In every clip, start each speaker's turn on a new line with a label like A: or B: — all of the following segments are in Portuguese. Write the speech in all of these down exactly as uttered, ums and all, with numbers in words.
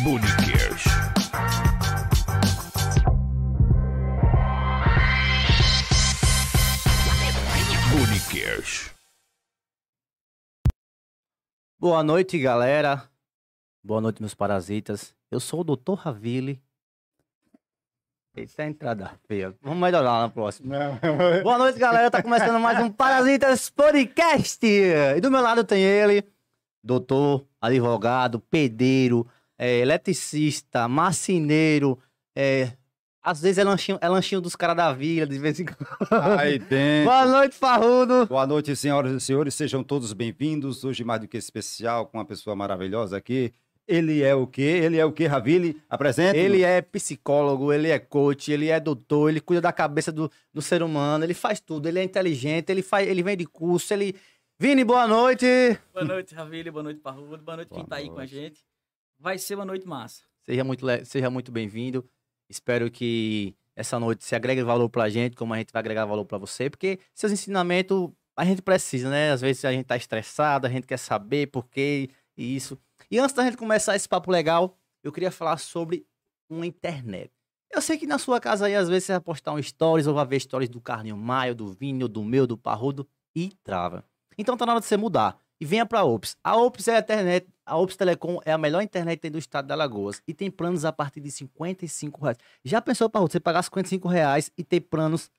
A: Boniqueiros. Boniqueiros.
B: Boa noite, galera. Boa noite, meus parasitas. Eu sou o doutor Ravili. Eita, entrada feia. Vamos melhorar na próxima. Não. Boa noite, galera. Tá começando mais um Parasitas Podcast. E do meu lado tem ele, doutor, advogado, pedreiro, é, eletricista, marceneiro. É, às vezes é lanchinho, é lanchinho dos caras da vila, de vez em quando.
C: Aí tem.
B: Boa noite, Farrudo.
C: Boa noite, senhoras e senhores. Sejam todos bem-vindos. Hoje, mais do que especial, com uma pessoa maravilhosa aqui. Ele é o quê? Ele é o quê, Ravili? Apresenta.
B: Ele é psicólogo, ele é coach, ele é doutor, ele cuida da cabeça do, do ser humano, ele faz tudo, ele é inteligente, ele, faz, ele vem de curso, ele... Vini, boa noite!
D: Boa noite, Ravili, boa noite, Parrudo, boa noite
C: Boa
D: quem tá aí
C: noite.
D: com a gente. Vai ser uma noite massa.
B: Seja muito, le- seja muito bem-vindo. Espero que essa noite se agregue valor pra gente, como a gente vai agregar valor pra você, porque seus ensinamentos a gente precisa, né? Às vezes a gente tá estressado, a gente quer saber por quê e isso... E antes da gente começar esse papo legal, eu queria falar sobre uma internet. Eu sei que na sua casa aí, às vezes, você vai postar um stories ou vai ver stories do Carlinho Maio, do Vini, ou do meu, do Parrudo, e trava. Então tá na hora de você mudar. E venha pra Ops. A Ops é a internet, a Ops Telecom é a melhor internet que tem do estado de Alagoas. E tem planos a partir de cinquenta e cinco reais. Já pensou, Parrudo, você pagar cinquenta e cinco reais e ter planos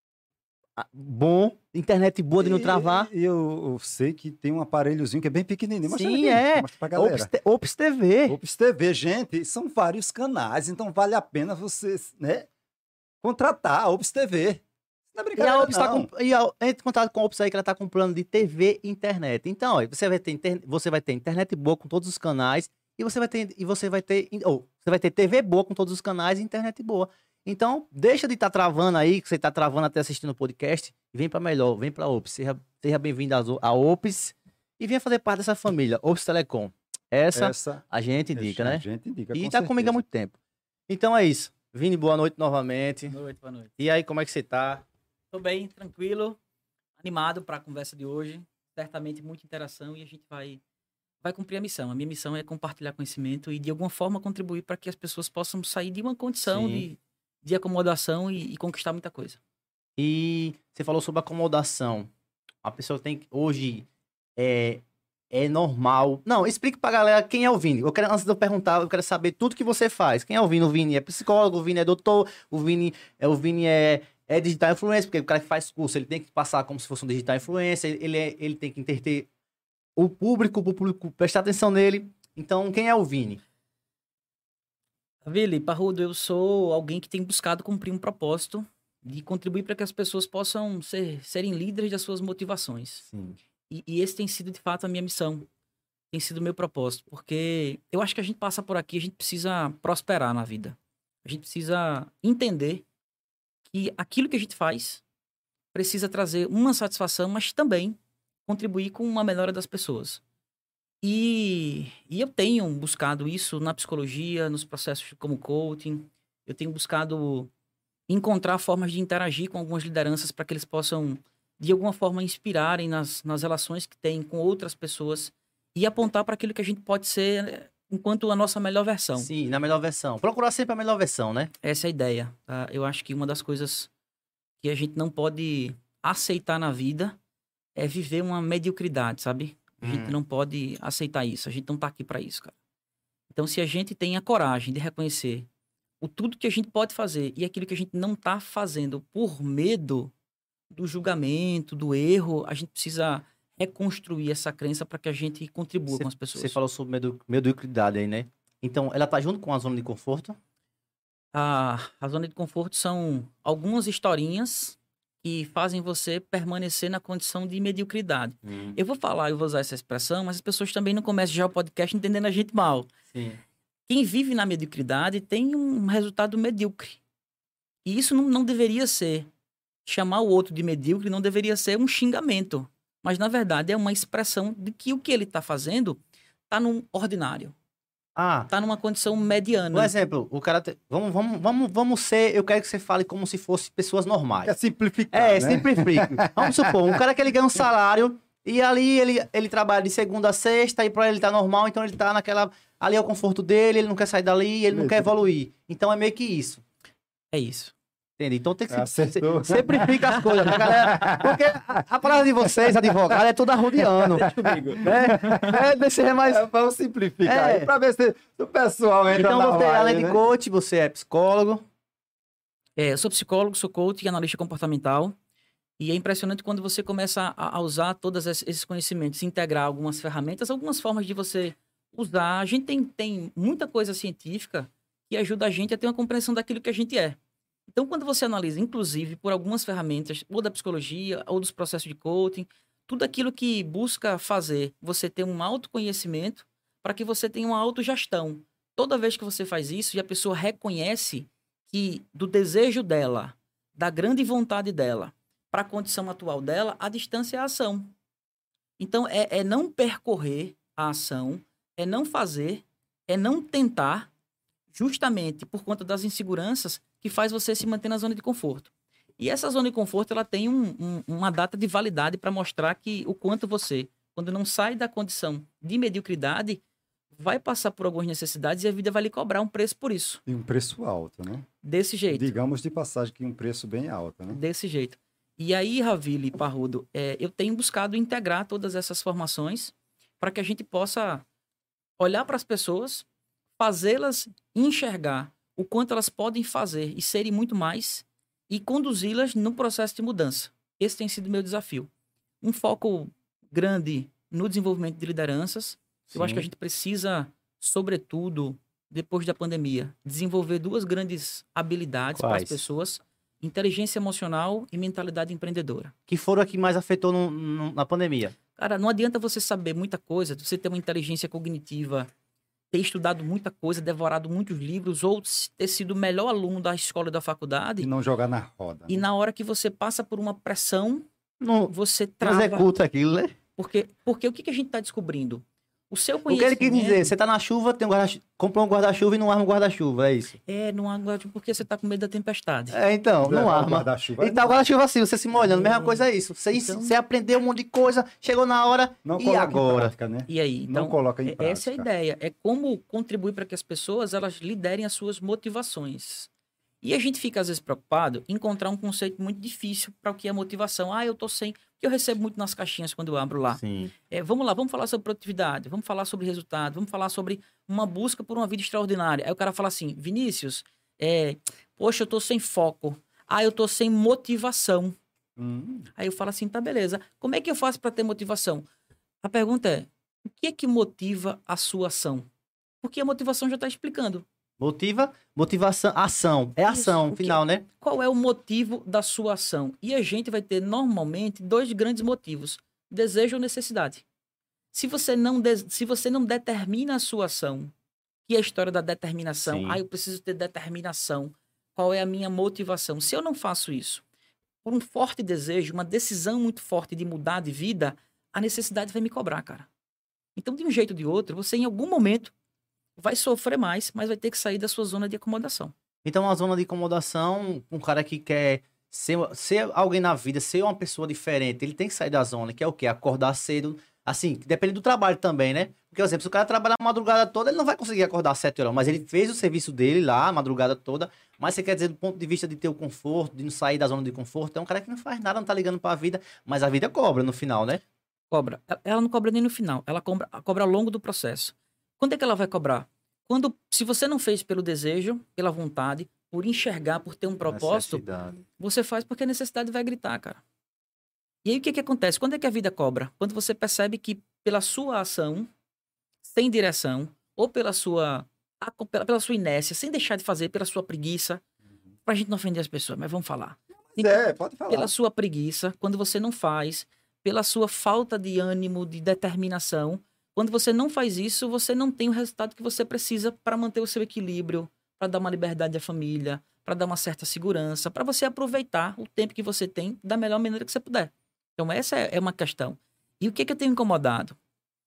B: bom, internet boa de não travar?
C: E eu, eu sei que tem um aparelhozinho que é bem pequenininho. Mostra
B: Sim,
C: aqui,
B: é.
C: Mostra pra galera.
B: Ops, T- Ops T V.
C: Ops T V, gente, são vários canais, então vale a pena você, né, contratar a Ops T V. Não é
B: E
C: brincadeira,
B: a Ops tá
C: não.
B: com, e a, entre em contato com a Ops aí que ela tá com plano de T V e internet. Então, ó, você vai ter inter- você vai ter internet boa com todos os canais e você vai ter e você vai ter ou você vai ter T V boa com todos os canais e internet boa. Então, deixa de estar travando aí, que você tá travando até assistindo o podcast e vem pra melhor, vem pra Ops. Seja, seja bem-vindo às o- à Ops e venha fazer parte dessa família, Ops Telecom. Essa,
C: Essa
B: a gente indica,
C: a
B: né?
C: gente indica,
B: E
C: com
B: tá comigo há
C: certeza.
B: muito tempo. Então é isso. Vini, boa noite novamente.
D: Boa noite, boa noite.
B: E aí, como é que você tá?
D: Tô bem, tranquilo, animado para a conversa de hoje. Certamente muita interação e a gente vai, vai cumprir a missão. A minha missão é compartilhar conhecimento e de alguma forma contribuir para que as pessoas possam sair de uma condição
B: Sim.
D: de, de acomodação e, e conquistar muita coisa.
B: E você falou sobre acomodação. A pessoa tem que. Hoje é, é normal. Não, explique pra galera quem é o Vini. Eu quero, antes de eu perguntar, eu quero saber tudo que você faz. Quem é o Vini? O Vini é psicólogo, o Vini é doutor, o Vini é, o Vini é, é digital influencer, porque o cara que faz curso, ele tem que passar como se fosse um digital influencer, ele, ele, é- ele tem que entreter o público, o público prestar atenção nele. Então, quem é o Vini?
D: Ravili, Parrudo, eu sou alguém que tem buscado cumprir um propósito de contribuir para que as pessoas possam ser, serem líderes das suas motivações.
B: Sim.
D: E, e esse tem sido, de fato, a minha missão. Tem sido o meu propósito. Porque eu acho que a gente passa por aqui, a gente precisa prosperar na vida. A gente precisa entender que aquilo que a gente faz precisa trazer uma satisfação, mas também contribuir com uma melhora das pessoas. E, e eu tenho buscado isso na psicologia, nos processos como coaching. Eu tenho buscado encontrar formas de interagir com algumas lideranças para que eles possam, de alguma forma, inspirarem nas, nas relações que têm com outras pessoas e apontar para aquilo que a gente pode ser enquanto a nossa melhor versão.
B: Sim, na melhor versão. Procurar sempre a melhor versão, né?
D: Essa é a ideia. Tá? Eu acho que uma das coisas que a gente não pode aceitar na vida é viver uma mediocridade, sabe? A gente
B: Hum.
D: não pode aceitar isso. A gente não tá aqui para isso, cara. Então, se a gente tem a coragem de reconhecer o tudo que a gente pode fazer e aquilo que a gente não tá fazendo por medo do julgamento, do erro, a gente precisa reconstruir essa crença para que a gente contribua
B: Cê-
D: com as pessoas.
B: Você falou sobre medo- mediocridade aí, né? Então, ela tá junto com a zona de conforto?
D: A, a zona de conforto são algumas historinhas que fazem você permanecer na condição de mediocridade. Eu vou falar, eu vou usar essa expressão, mas as pessoas também não começam já o podcast entendendo a gente mal.
B: Sim.
D: Quem vive na mediocridade tem um resultado medíocre. E isso não, não deveria ser. Chamar o outro de medíocre não deveria ser um xingamento. Mas, na verdade, é uma expressão de que o que ele está fazendo está num ordinário.
B: Ah,
D: Está numa condição mediana.
B: por exemplo, o cara... Te... Vamos, vamos, vamos, vamos ser... Eu quero que você fale como se fosse pessoas normais.
C: É simplificar,
B: É,
C: né?
B: simplifique. Vamos supor, um cara que ele ganha um salário, E ali ele, ele trabalha de segunda a sexta e pra ele tá normal, então ele tá naquela... Ali é o conforto dele, ele não quer sair dali, ele não quer evoluir. Então é meio que isso.
D: É isso.
B: Entende? Então tem que
C: Acertou.
B: se, simplifica as coisas, né, galera? Porque a, a palavra de vocês, advogado, é toda arrudeando. É, é, deixa mais...
C: É, vamos simplificar
B: É.
C: aí, pra ver se o pessoal entra
B: Então
C: na
B: você,
C: vibe,
B: além de
C: né?
B: coach, você é psicólogo.
D: É, eu sou psicólogo, sou coach e analista comportamental. E é impressionante quando você começa a, a usar todos esses conhecimentos, integrar algumas ferramentas, algumas formas de você usar. A gente tem, tem muita coisa científica que ajuda a gente a ter uma compreensão daquilo que a gente é. Então, quando você analisa, inclusive, por algumas ferramentas, ou da psicologia, ou dos processos de coaching, tudo aquilo que busca fazer você ter um autoconhecimento para que você tenha uma autogestão. Toda vez que você faz isso e a pessoa reconhece que do desejo dela, da grande vontade dela, para a condição atual dela, a distância é a ação. Então, é, é não percorrer a ação, é não fazer, é não tentar, justamente por conta das inseguranças que faz você se manter na zona de conforto. E essa zona de conforto, ela tem um, um, uma data de validade para mostrar que o quanto você, quando não sai da condição de mediocridade, vai passar por algumas necessidades e a vida vai lhe cobrar um preço por isso.
C: E um preço alto, né?
D: Desse jeito.
C: Digamos de passagem que um preço bem alto, né?
D: Desse jeito. E aí, Ravili, Parrudo, é, eu tenho buscado integrar todas essas formações para que a gente possa olhar para as pessoas, fazê-las enxergar o quanto elas podem fazer e serem muito mais e conduzi-las no processo de mudança. Esse tem sido o meu desafio. Um foco grande no desenvolvimento de lideranças.
B: Sim.
D: Eu acho que a gente precisa, sobretudo, depois da pandemia, desenvolver duas grandes habilidades para as
B: Quais?
D: pessoas: inteligência emocional e mentalidade empreendedora.
B: Que foram a que mais afetou no- no- na pandemia.
D: Cara, não adianta você saber muita coisa, você ter uma inteligência cognitiva, ter estudado muita coisa, devorado muitos livros, ou ter sido o melhor aluno da escola e da faculdade,
C: E não jogar na roda.
D: e
C: né?
D: na hora que você passa por uma pressão,
B: Não,
D: você
B: não
D: trava.
B: executa aquilo, né?
D: Porque, porque o que, que a gente está descobrindo? O seu
B: O que ele
D: conhecimento...
B: quis dizer, você tá na chuva, tem um guarda comprou um guarda-chuva e não arma um guarda-chuva, é isso?
D: É, não há porque você está com medo da tempestade.
B: É, então, não
C: Levar o
B: arma.
C: guarda-chuva
B: E tá o guarda-chuva assim, você se molhando, mesma
D: É.
B: coisa é isso. Você,
D: Então-
B: você aprendeu um monte de coisa, chegou na hora,
C: Não
B: e
C: coloca em
B: agora?
C: prática, né?
D: E aí,
C: Não
D: então,
C: coloca em
D: é-
C: prática.
D: essa é a ideia. É como contribuir para que as pessoas elas liderem as suas motivações. E a gente fica, às vezes, preocupado em encontrar um conceito muito difícil para o que é motivação. Ah, eu tô sem... Que eu recebo muito nas caixinhas quando eu abro lá.
B: Sim.
D: É, vamos lá, vamos falar sobre produtividade, vamos falar sobre resultado, vamos falar sobre uma busca por uma vida extraordinária. Aí o cara fala assim, Vinícius, é, poxa, eu tô sem foco. Ah, eu tô sem motivação.
C: Hum,
D: Aí eu falo assim, tá, beleza. Como é que eu faço para ter motivação? A pergunta é, o que é que motiva a sua ação? Porque a motivação já está explicando.
B: Motiva, motivação, ação. É
D: Isso,
B: ação,
D: o que-
B: final, né?
D: Qual é o motivo da sua ação? E a gente vai ter, normalmente, dois grandes motivos. Desejo ou necessidade. Se você não, de- se você não determina a sua ação, que é a história da determinação,
B: Sim.
D: ah, eu preciso ter determinação. Qual é a minha motivação? Se eu não faço isso, por um forte desejo, uma decisão muito forte de mudar de vida, a necessidade vai me cobrar, cara. Então, de um jeito ou de outro, você em algum momento vai sofrer mais, mas vai ter que sair da sua zona de acomodação.
B: Então, uma zona de incomodação, um cara que quer ser, ser alguém na vida, ser uma pessoa diferente, ele tem que sair da zona, que é o quê? Acordar cedo. Assim, depende do trabalho também, né? Porque, por exemplo, se o cara trabalhar a madrugada toda, ele não vai conseguir acordar às sete horas, mas ele fez o serviço dele lá, a madrugada toda, mas você quer dizer, do ponto de vista de ter o conforto, de não sair da zona de conforto, é um cara que não faz nada, não tá ligando pra vida, mas a vida cobra no final, né?
D: Cobra. Ela não cobra nem no final, ela cobra, cobra ao longo do processo. Quando é que ela vai cobrar? Quando, se você não fez pelo desejo, pela vontade, por enxergar, por ter um propósito,
B: Necessidade.
D: você faz porque a necessidade vai gritar, cara. E aí o que que acontece? Quando é que a vida cobra? Quando você percebe que pela sua ação, sem direção, ou pela sua, a- pela, pela sua inércia, sem deixar de fazer, pela sua preguiça, pra gente não ofender as pessoas, mas vamos falar. Então,
C: é, pode falar.
D: pela sua preguiça, quando você não faz, pela sua falta de ânimo, de determinação, quando você não faz isso, você não tem o resultado que você precisa para manter o seu equilíbrio, para dar uma liberdade à família, para dar uma certa segurança, para você aproveitar o tempo que você tem da melhor maneira que você puder. Então, essa é é uma questão. E o que, que eu tenho incomodado?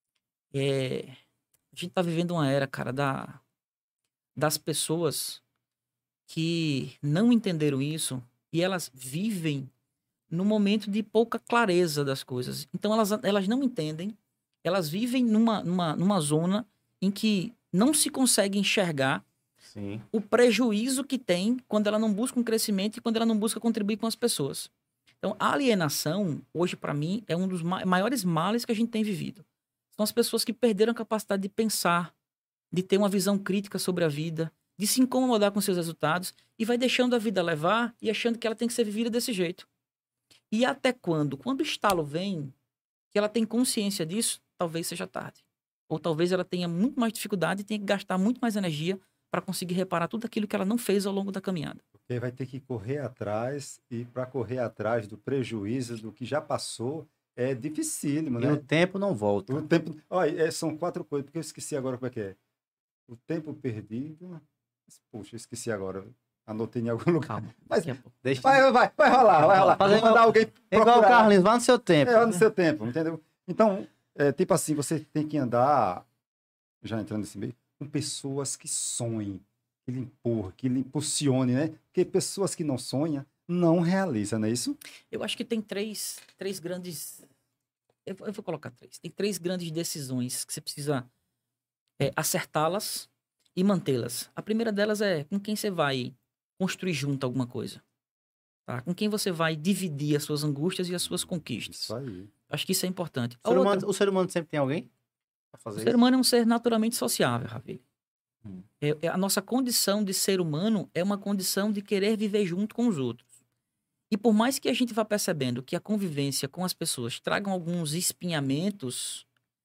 D: É, a gente está vivendo uma era, cara, da, das pessoas que não entenderam isso e elas vivem no momento de pouca clareza das coisas. Então, elas, elas não entendem, elas vivem numa, numa, numa zona em que não se consegue enxergar
B: Sim.
D: o prejuízo que tem quando ela não busca um crescimento e quando ela não busca contribuir com as pessoas. Então, a alienação, hoje, para mim, é um dos ma- maiores males que a gente tem vivido. São as pessoas que perderam a capacidade de pensar, de ter uma visão crítica sobre a vida, de se incomodar com seus resultados e vai deixando a vida levar e achando que ela tem que ser vivida desse jeito. E até quando? Quando o estalo vem, que ela tem consciência disso, talvez seja tarde. Ou talvez ela tenha muito mais dificuldade e tenha que gastar muito mais energia para conseguir reparar tudo aquilo que ela não fez ao longo da caminhada.
C: Porque vai ter que correr atrás, e para correr atrás do prejuízo do que já passou, é dificílimo,
B: E
C: né?
B: o tempo não volta.
C: O tempo... Olha, é, são quatro coisas, porque eu esqueci agora como é que é. O tempo perdido... Puxa, eu esqueci agora. Anotei em algum lugar.
D: Calma.
C: Mas
D: daqui a pouco.
B: Deixa...
C: vai, vai, vai rolar, vai rolar.
B: Fazer
C: Vou mandar alguém
B: É igual o
C: procurar.
B: Carlinhos, vá no seu tempo.
C: É, no seu tempo, entendeu? Então, é, tipo assim, você tem que andar, já entrando nesse meio, com pessoas que sonhem, que lhe empurram, que lhe impulsionem, né? Porque pessoas que não sonham, não realizam, não é isso?
D: Eu acho que tem três, três grandes... Eu, vou- eu vou colocar três. Tem três grandes decisões que você precisa é, acertá-las e mantê-las. A primeira delas é com quem você vai construir junto alguma coisa. Tá? Com quem você vai dividir as suas angústias e as suas conquistas.
C: Isso aí.
D: Acho que isso é importante.
B: O
D: A
B: ser,
D: outra-
B: humano, o ser humano sempre tem alguém pra
D: o
B: fazer
D: ser
B: isso?
D: humano é um ser naturalmente sociável, Ravi.
B: Hum.
D: É, é a nossa condição de ser humano é uma condição de querer viver junto com os outros. E por mais que a gente vá percebendo que a convivência com as pessoas tragam alguns espinhamentos,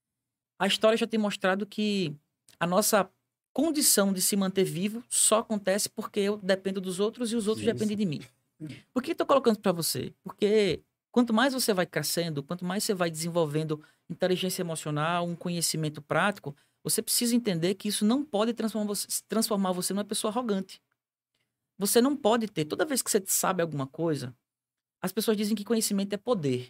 D: a história já tem mostrado que a nossa condição de se manter vivo só acontece porque eu dependo dos outros e os outros
C: Isso.
D: dependem de mim. Por que estou colocando para você? Porque quanto mais você vai crescendo, quanto mais você vai desenvolvendo inteligência emocional, um conhecimento prático, você precisa entender que isso não pode transformar você, transformar você numa pessoa arrogante. Você não pode ter, toda vez que você sabe alguma coisa, as pessoas dizem que conhecimento é poder.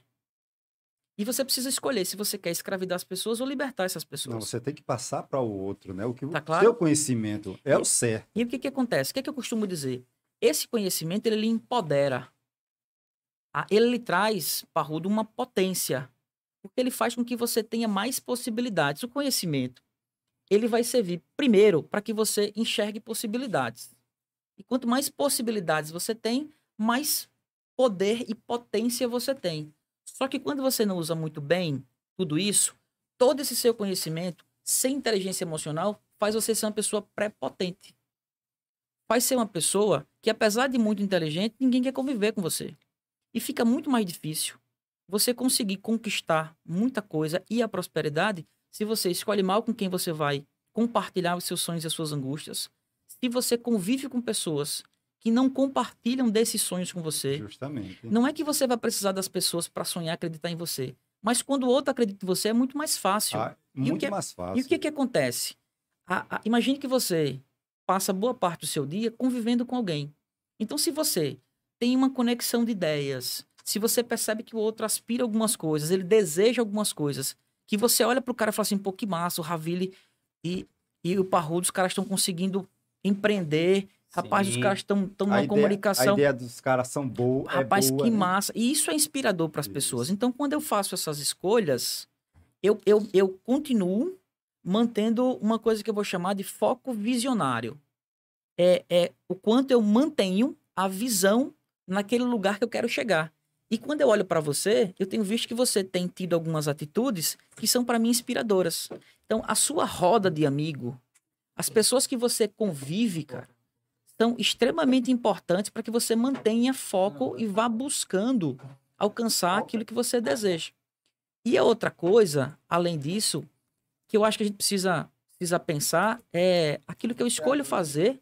D: E você precisa escolher se você quer escravidar as pessoas ou libertar essas pessoas.
C: Não, você tem que passar para o outro, né? O que
D: Tá
C: o
D: claro?
C: seu conhecimento é o certo.
D: E o que, que acontece? O que, que eu costumo dizer? Esse conhecimento, ele lhe empodera. Ah, Ele lhe traz, Parrudo, uma potência. Porque ele faz com que você tenha mais possibilidades. O conhecimento, ele vai servir, primeiro, para que você enxergue possibilidades. E quanto mais possibilidades você tem, mais poder e potência você tem. Só que quando você não usa muito bem tudo isso, todo esse seu conhecimento, sem inteligência emocional, faz você ser uma pessoa prepotente. Faz ser uma pessoa que, apesar de muito inteligente, ninguém quer conviver com você. E fica muito mais difícil você conseguir conquistar muita coisa e a prosperidade se você escolhe mal com quem você vai compartilhar os seus sonhos e as suas angústias. Se você convive com pessoas que não compartilham desses sonhos com você,
C: Justamente.
D: não é que você vai precisar das pessoas para sonhar e acreditar em você. Mas quando o outro acredita em você, é muito mais fácil.
C: Ah,
D: E o
C: muito
D: que é-
C: mais fácil.
D: E o que, que acontece? A- a- imagine que você passa boa parte do seu dia convivendo com alguém. Então, se você tem uma conexão de ideias, se você percebe que o outro aspira algumas coisas, ele deseja algumas coisas, que você olha pro cara e fala assim, pô, que massa, o Ravili e, e o Parrudo, os caras estão conseguindo empreender. Rapaz, os
B: Sim.
D: caras estão
C: a
D: numa
C: ideia,
D: comunicação.
C: A ideia dos caras são boa,
D: Rapaz,
C: é boa,
D: que
C: né?
D: massa. E isso é inspirador para as
C: Isso.
D: pessoas. Então, quando eu faço essas escolhas, eu, eu, eu continuo mantendo uma coisa que eu vou chamar de foco visionário. É, é o quanto eu mantenho a visão naquele lugar que eu quero chegar. E quando eu olho para você, eu tenho visto que você tem tido algumas atitudes que são para mim inspiradoras. Então, a sua roda de amigo, as pessoas que você convive, cara, são extremamente importantes para que você mantenha foco e vá buscando alcançar aquilo que você deseja. E a outra coisa, além disso, que eu acho que a gente precisa, precisa pensar é aquilo que eu escolho fazer,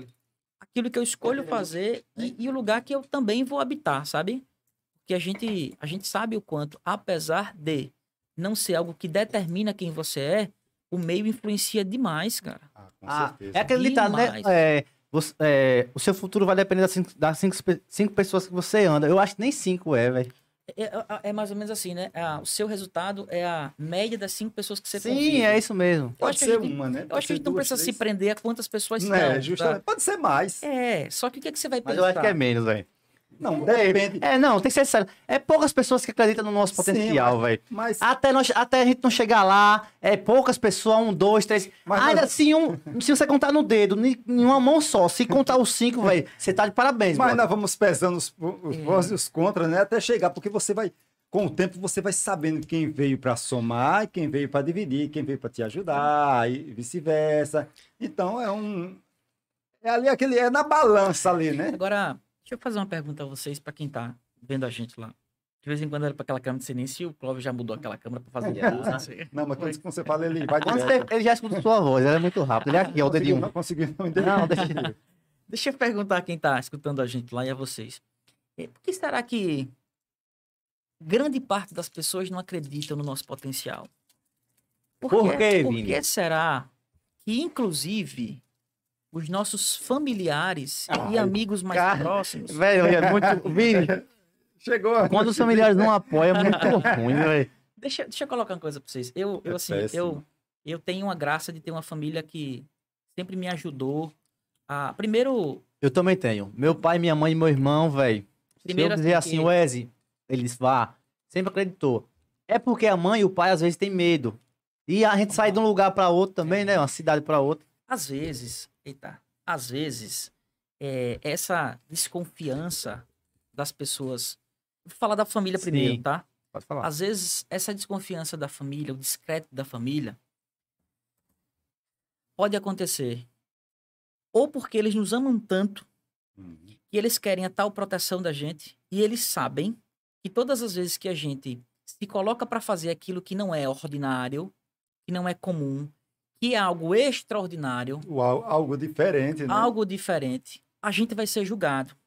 D: aquilo que eu escolho fazer e, e o lugar que eu também vou habitar, sabe? Porque a gente, a gente sabe o quanto, apesar de não ser algo que determina quem você é, o meio influencia demais, cara.
C: Ah, com
B: Ah,
C: certeza.
B: é aquele ditado, né?
D: Demais.
B: É, você- é, o seu futuro vai depender das cinco, das cinco, pe- cinco pessoas que você anda. Eu acho que nem cinco é, velho.
D: É, é- é mais ou menos assim, né? Ah, o seu resultado é a média das cinco pessoas que você
B: Sim,
D: convive.
B: é isso mesmo.
D: Eu
C: Pode
D: acho que a
C: ser
D: gente-
C: uma, né?
D: Eu
C: Pode
D: acho que a
C: ser
D: gente não
C: duas,
D: precisa se
C: três.
D: prender a quantas pessoas
C: Não,
D: são.
C: é,
D: tá?
C: justamente. Pode ser mais.
D: É, só que o que, é que você vai
B: Mas
D: pensar?
B: eu acho que é menos, velho.
C: Não, depende.
B: É, não, tem que ser sério. É poucas pessoas que acreditam no nosso
C: Sim,
B: potencial, velho.
C: Mas,
B: Até, nós, até a gente não chegar lá, é poucas pessoas, um, dois, três.
C: Mas
B: Ainda
C: nós-
B: assim, um, se você contar no dedo, em em uma mão só, se contar os cinco, velho, você tá de parabéns,
C: mas
B: mano.
C: nós vamos pesando os, os prós e os contras, né? Até chegar, porque você vai, com o tempo, você vai sabendo quem veio para somar, quem veio para dividir, quem veio para te ajudar e vice-versa. Então, é um. É ali aquele. É na balança ali, né?
D: Agora, deixa eu fazer uma pergunta a vocês, pra quem tá vendo a gente lá. De vez em quando olha pra aquela câmera, não sei nem se o Clóvis já mudou aquela câmera pra fazer luz, não sei.
C: Não, mas quando você fala, ele vai
B: Quando
C: direto.
B: você- ele já escuta sua voz, ela é muito rápida. Ele é aqui, ó, o dedinho.
C: Não conseguiu, não
B: Não, deixa.
D: Deixa eu perguntar a quem tá escutando a gente lá e a vocês. Eh, Por que será que grande parte das pessoas não acreditam no nosso potencial?
B: Por quê,
D: Por
B: Vini?
D: que será que, inclusive, os nossos familiares e
C: Ai,
D: amigos mais
B: cara.
D: próximos...
B: Velho, é muito. Vini,
C: Chegou.
B: quando os familiares não apoiam, é muito ruim, velho.
D: Deixa, deixa eu colocar uma coisa pra vocês. Eu, eu
C: É
D: assim,
C: péssimo.
D: eu, eu tenho a graça de ter uma família que sempre me ajudou a... Primeiro,
B: Eu também tenho. Meu pai, minha mãe e meu irmão, velho. Se eu
D: Primeiro,
B: dizer
D: assim,
B: assim,
D: que-
B: Wesley, eles vá, sempre acreditou. É porque a mãe e o pai às vezes têm medo. E a gente sai de um lugar pra outro também, né? Uma cidade pra outra.
D: às vezes, eita, às vezes, é, essa desconfiança das pessoas... Vou falar da família
B: Sim.
D: primeiro, tá?
B: Pode falar.
D: Às vezes, essa desconfiança da família, o discreto da família, pode acontecer ou porque eles nos amam tanto
C: Uhum.
D: que eles querem a tal proteção da gente e eles sabem que todas as vezes que a gente se coloca para fazer aquilo que não é ordinário, que não é comum, que é algo extraordinário,
C: O al- Algo diferente, né?
D: algo diferente, a gente vai ser julgado.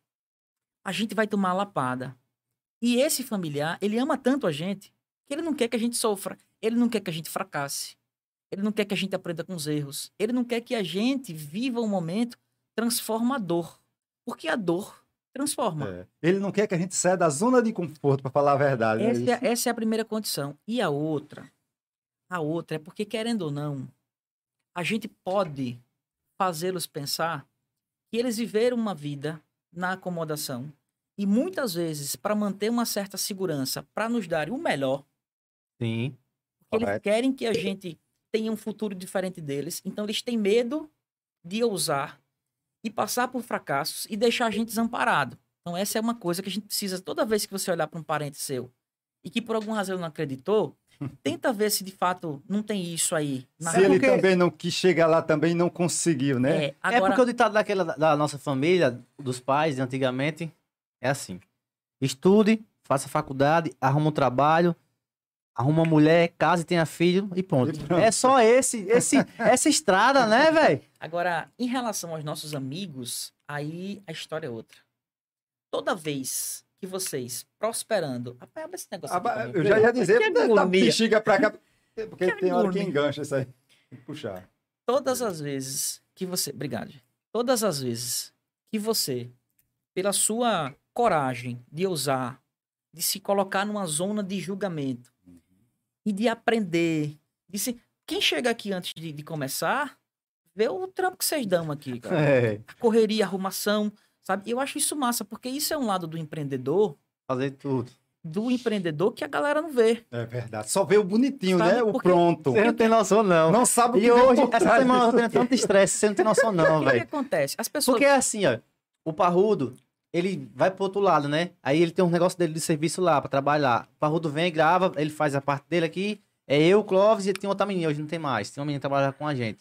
D: A gente vai tomar lapada. E esse familiar, ele ama tanto a gente que ele não quer que a gente sofra. Ele não quer que a gente fracasse. Ele não quer que a gente aprenda com os erros. Ele não quer que a gente viva um momento transformador. Porque a dor transforma.
C: É. Ele não quer que a gente saia da zona de conforto, para falar a verdade. né?
D: Essa,
C: Isso.
D: é, essa é a primeira condição. E a outra, a outra é porque, querendo ou não, a gente pode fazê-los pensar que eles viveram uma vida na acomodação e muitas vezes, para manter uma certa segurança, para nos darem o melhor,
B: Sim.
D: porque eles
C: Correto.
D: querem que a gente tenha um futuro diferente deles, então eles têm medo de ousar e passar por fracassos e deixar a gente desamparado. Então essa é uma coisa que a gente precisa, toda vez que você olhar para um parente seu e que por alguma razão não acreditou, tenta ver se de fato não tem isso aí. Na
C: Se ele
B: porque-
C: também não quis chegar lá, também não conseguiu, né?
D: É,
B: É
D: agora,
B: porque o ditado daquela, da nossa família, dos pais de antigamente, é assim. Estude, faça faculdade, arruma um trabalho, arruma uma mulher, case, tenha filho e pronto.
C: E pronto.
B: É só esse, esse, essa estrada, né, velho?
D: agora, em relação aos nossos amigos, aí a história é outra. Toda vez que vocês prosperando... Rapaz, abre esse negócio
C: Ah,
D: aqui pra
C: ba-
D: mim.
C: eu já ia dizer,
D: Que
C: tá
D: agonia.
C: bexiga pra cá. Porque
D: Que
C: tem hora que
D: agonia.
C: engancha isso aí. Tem que puxar.
D: Todas as vezes que você... Obrigado. gente. Todas as vezes que você, pela sua coragem de ousar, de se colocar numa zona de julgamento e de aprender, de se... Quem chega aqui antes de, de começar, vê o trampo que vocês dão aqui, cara.
B: É,
D: A correria, a arrumação, sabe? Eu acho isso massa, porque isso é um lado do empreendedor,
B: fazer tudo.
D: do empreendedor que a galera não vê.
C: É verdade. Só vê o bonitinho,
D: Sabe,
C: né? O
D: porque-
C: pronto.
B: Você não tem noção, não.
C: Não sabe o que
B: E
C: vem
B: hoje,
C: por
B: essa
C: trás
B: semana eu
C: disso.
B: tô tendo tanto estresse, você não tem noção, não,
D: O que, que
B: velho.
D: acontece? As pessoas...
B: Porque é assim, ó, o parrudo, ele vai pro outro lado, né? Aí ele tem um negócio dele de serviço lá pra trabalhar. O parrudo vem, grava, ele faz a parte dele aqui. É eu, o Clóvis e tem outra menina, hoje não tem mais. Tem uma menina que trabalha com a gente.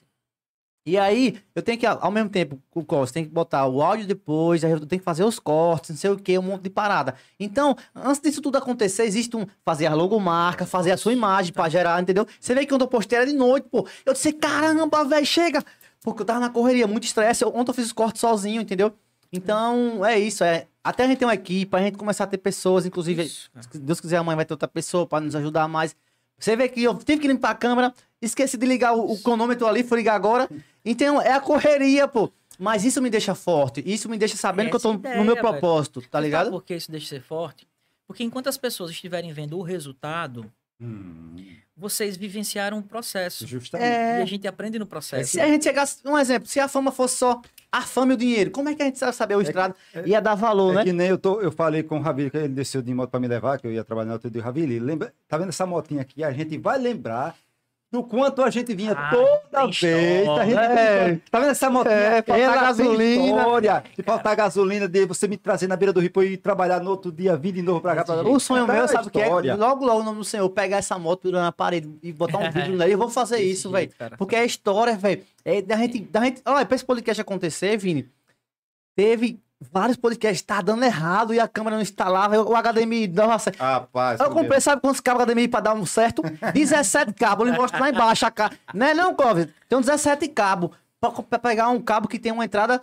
B: E aí, eu tenho que, ao mesmo tempo, o Clóvis tem que botar o áudio depois, aí eu tenho que fazer os cortes, não sei o que, um monte de parada. Então, antes disso tudo acontecer, existe um fazer a logomarca, fazer a sua imagem pra gerar, entendeu? Você vê que quando eu postei era de noite, pô. Eu disse, caramba, velho, chega! Porque eu tava na correria, muito estresse. Eu- Ontem eu fiz os cortes sozinho, entendeu? Então, é isso. É. Até a gente ter uma equipe, a gente começar a ter pessoas, inclusive,
D: Isso, cara.
B: se Deus quiser, amanhã vai ter outra pessoa pra nos ajudar mais. Você vê que eu tive que limpar a câmera, esqueci de ligar o, o cronômetro ali, fui ligar agora. Então, é a correria, pô. Mas isso me deixa forte. Isso me deixa sabendo que eu tô
D: Essa ideia,
B: no meu
D: velho.
B: propósito, tá
D: Sabe
B: ligado?
D: por que isso deixa ser forte? Porque enquanto as pessoas estiverem vendo o resultado,
C: Hum,
D: vocês vivenciaram um processo.
C: justamente.
B: É.
D: E a gente aprende no processo.
B: Se a gente chegasse, um exemplo, se a fama fosse só a fama e o dinheiro. Como é que a gente sabe saber o
C: É
B: estrada?
C: que- é-
B: Ia dar valor,
C: É
B: né?
C: que nem eu, tô, eu falei com o Ravili, que ele desceu de moto para me levar, que eu ia trabalhar no outro dia. Ravili, lembra, tá vendo essa motinha aqui? A gente vai lembrar do quanto a gente vinha
D: Ah,
C: toda
D: tem
C: vez. A gente
B: É.
C: tem- Tá vendo essa motinha?
B: É,
C: De faltar
B: pela gasolina.
C: História, de faltar gasolina, de você me trazer na beira do rio pra eu ir trabalhar no outro dia, vir de novo pra cá. Pra...
B: O sonho
C: Tá
B: meu,
C: a
B: sabe o que é?
C: história.
B: Logo, logo, no nome do Senhor, pegar essa moto, virar na parede e botar um vidro nela. E eu vou fazer
D: Desse
B: isso,
D: jeito,
B: velho.
D: cara.
B: Porque é história, velho. É da gente, da gente... Olha, pra esse podcast acontecer, Vini, teve vários podcasts, tá dando errado e a câmera não instalava, o H D M I dava certo.
C: Rapaz,
B: Eu comprei, sabe quantos cabos H D M I pra dar um certo? dezessete cabos, ele mostra lá embaixo a ca... Não é não, Clóvis? Tem uns dezessete cabos. Pra, pra pegar um cabo que tem uma entrada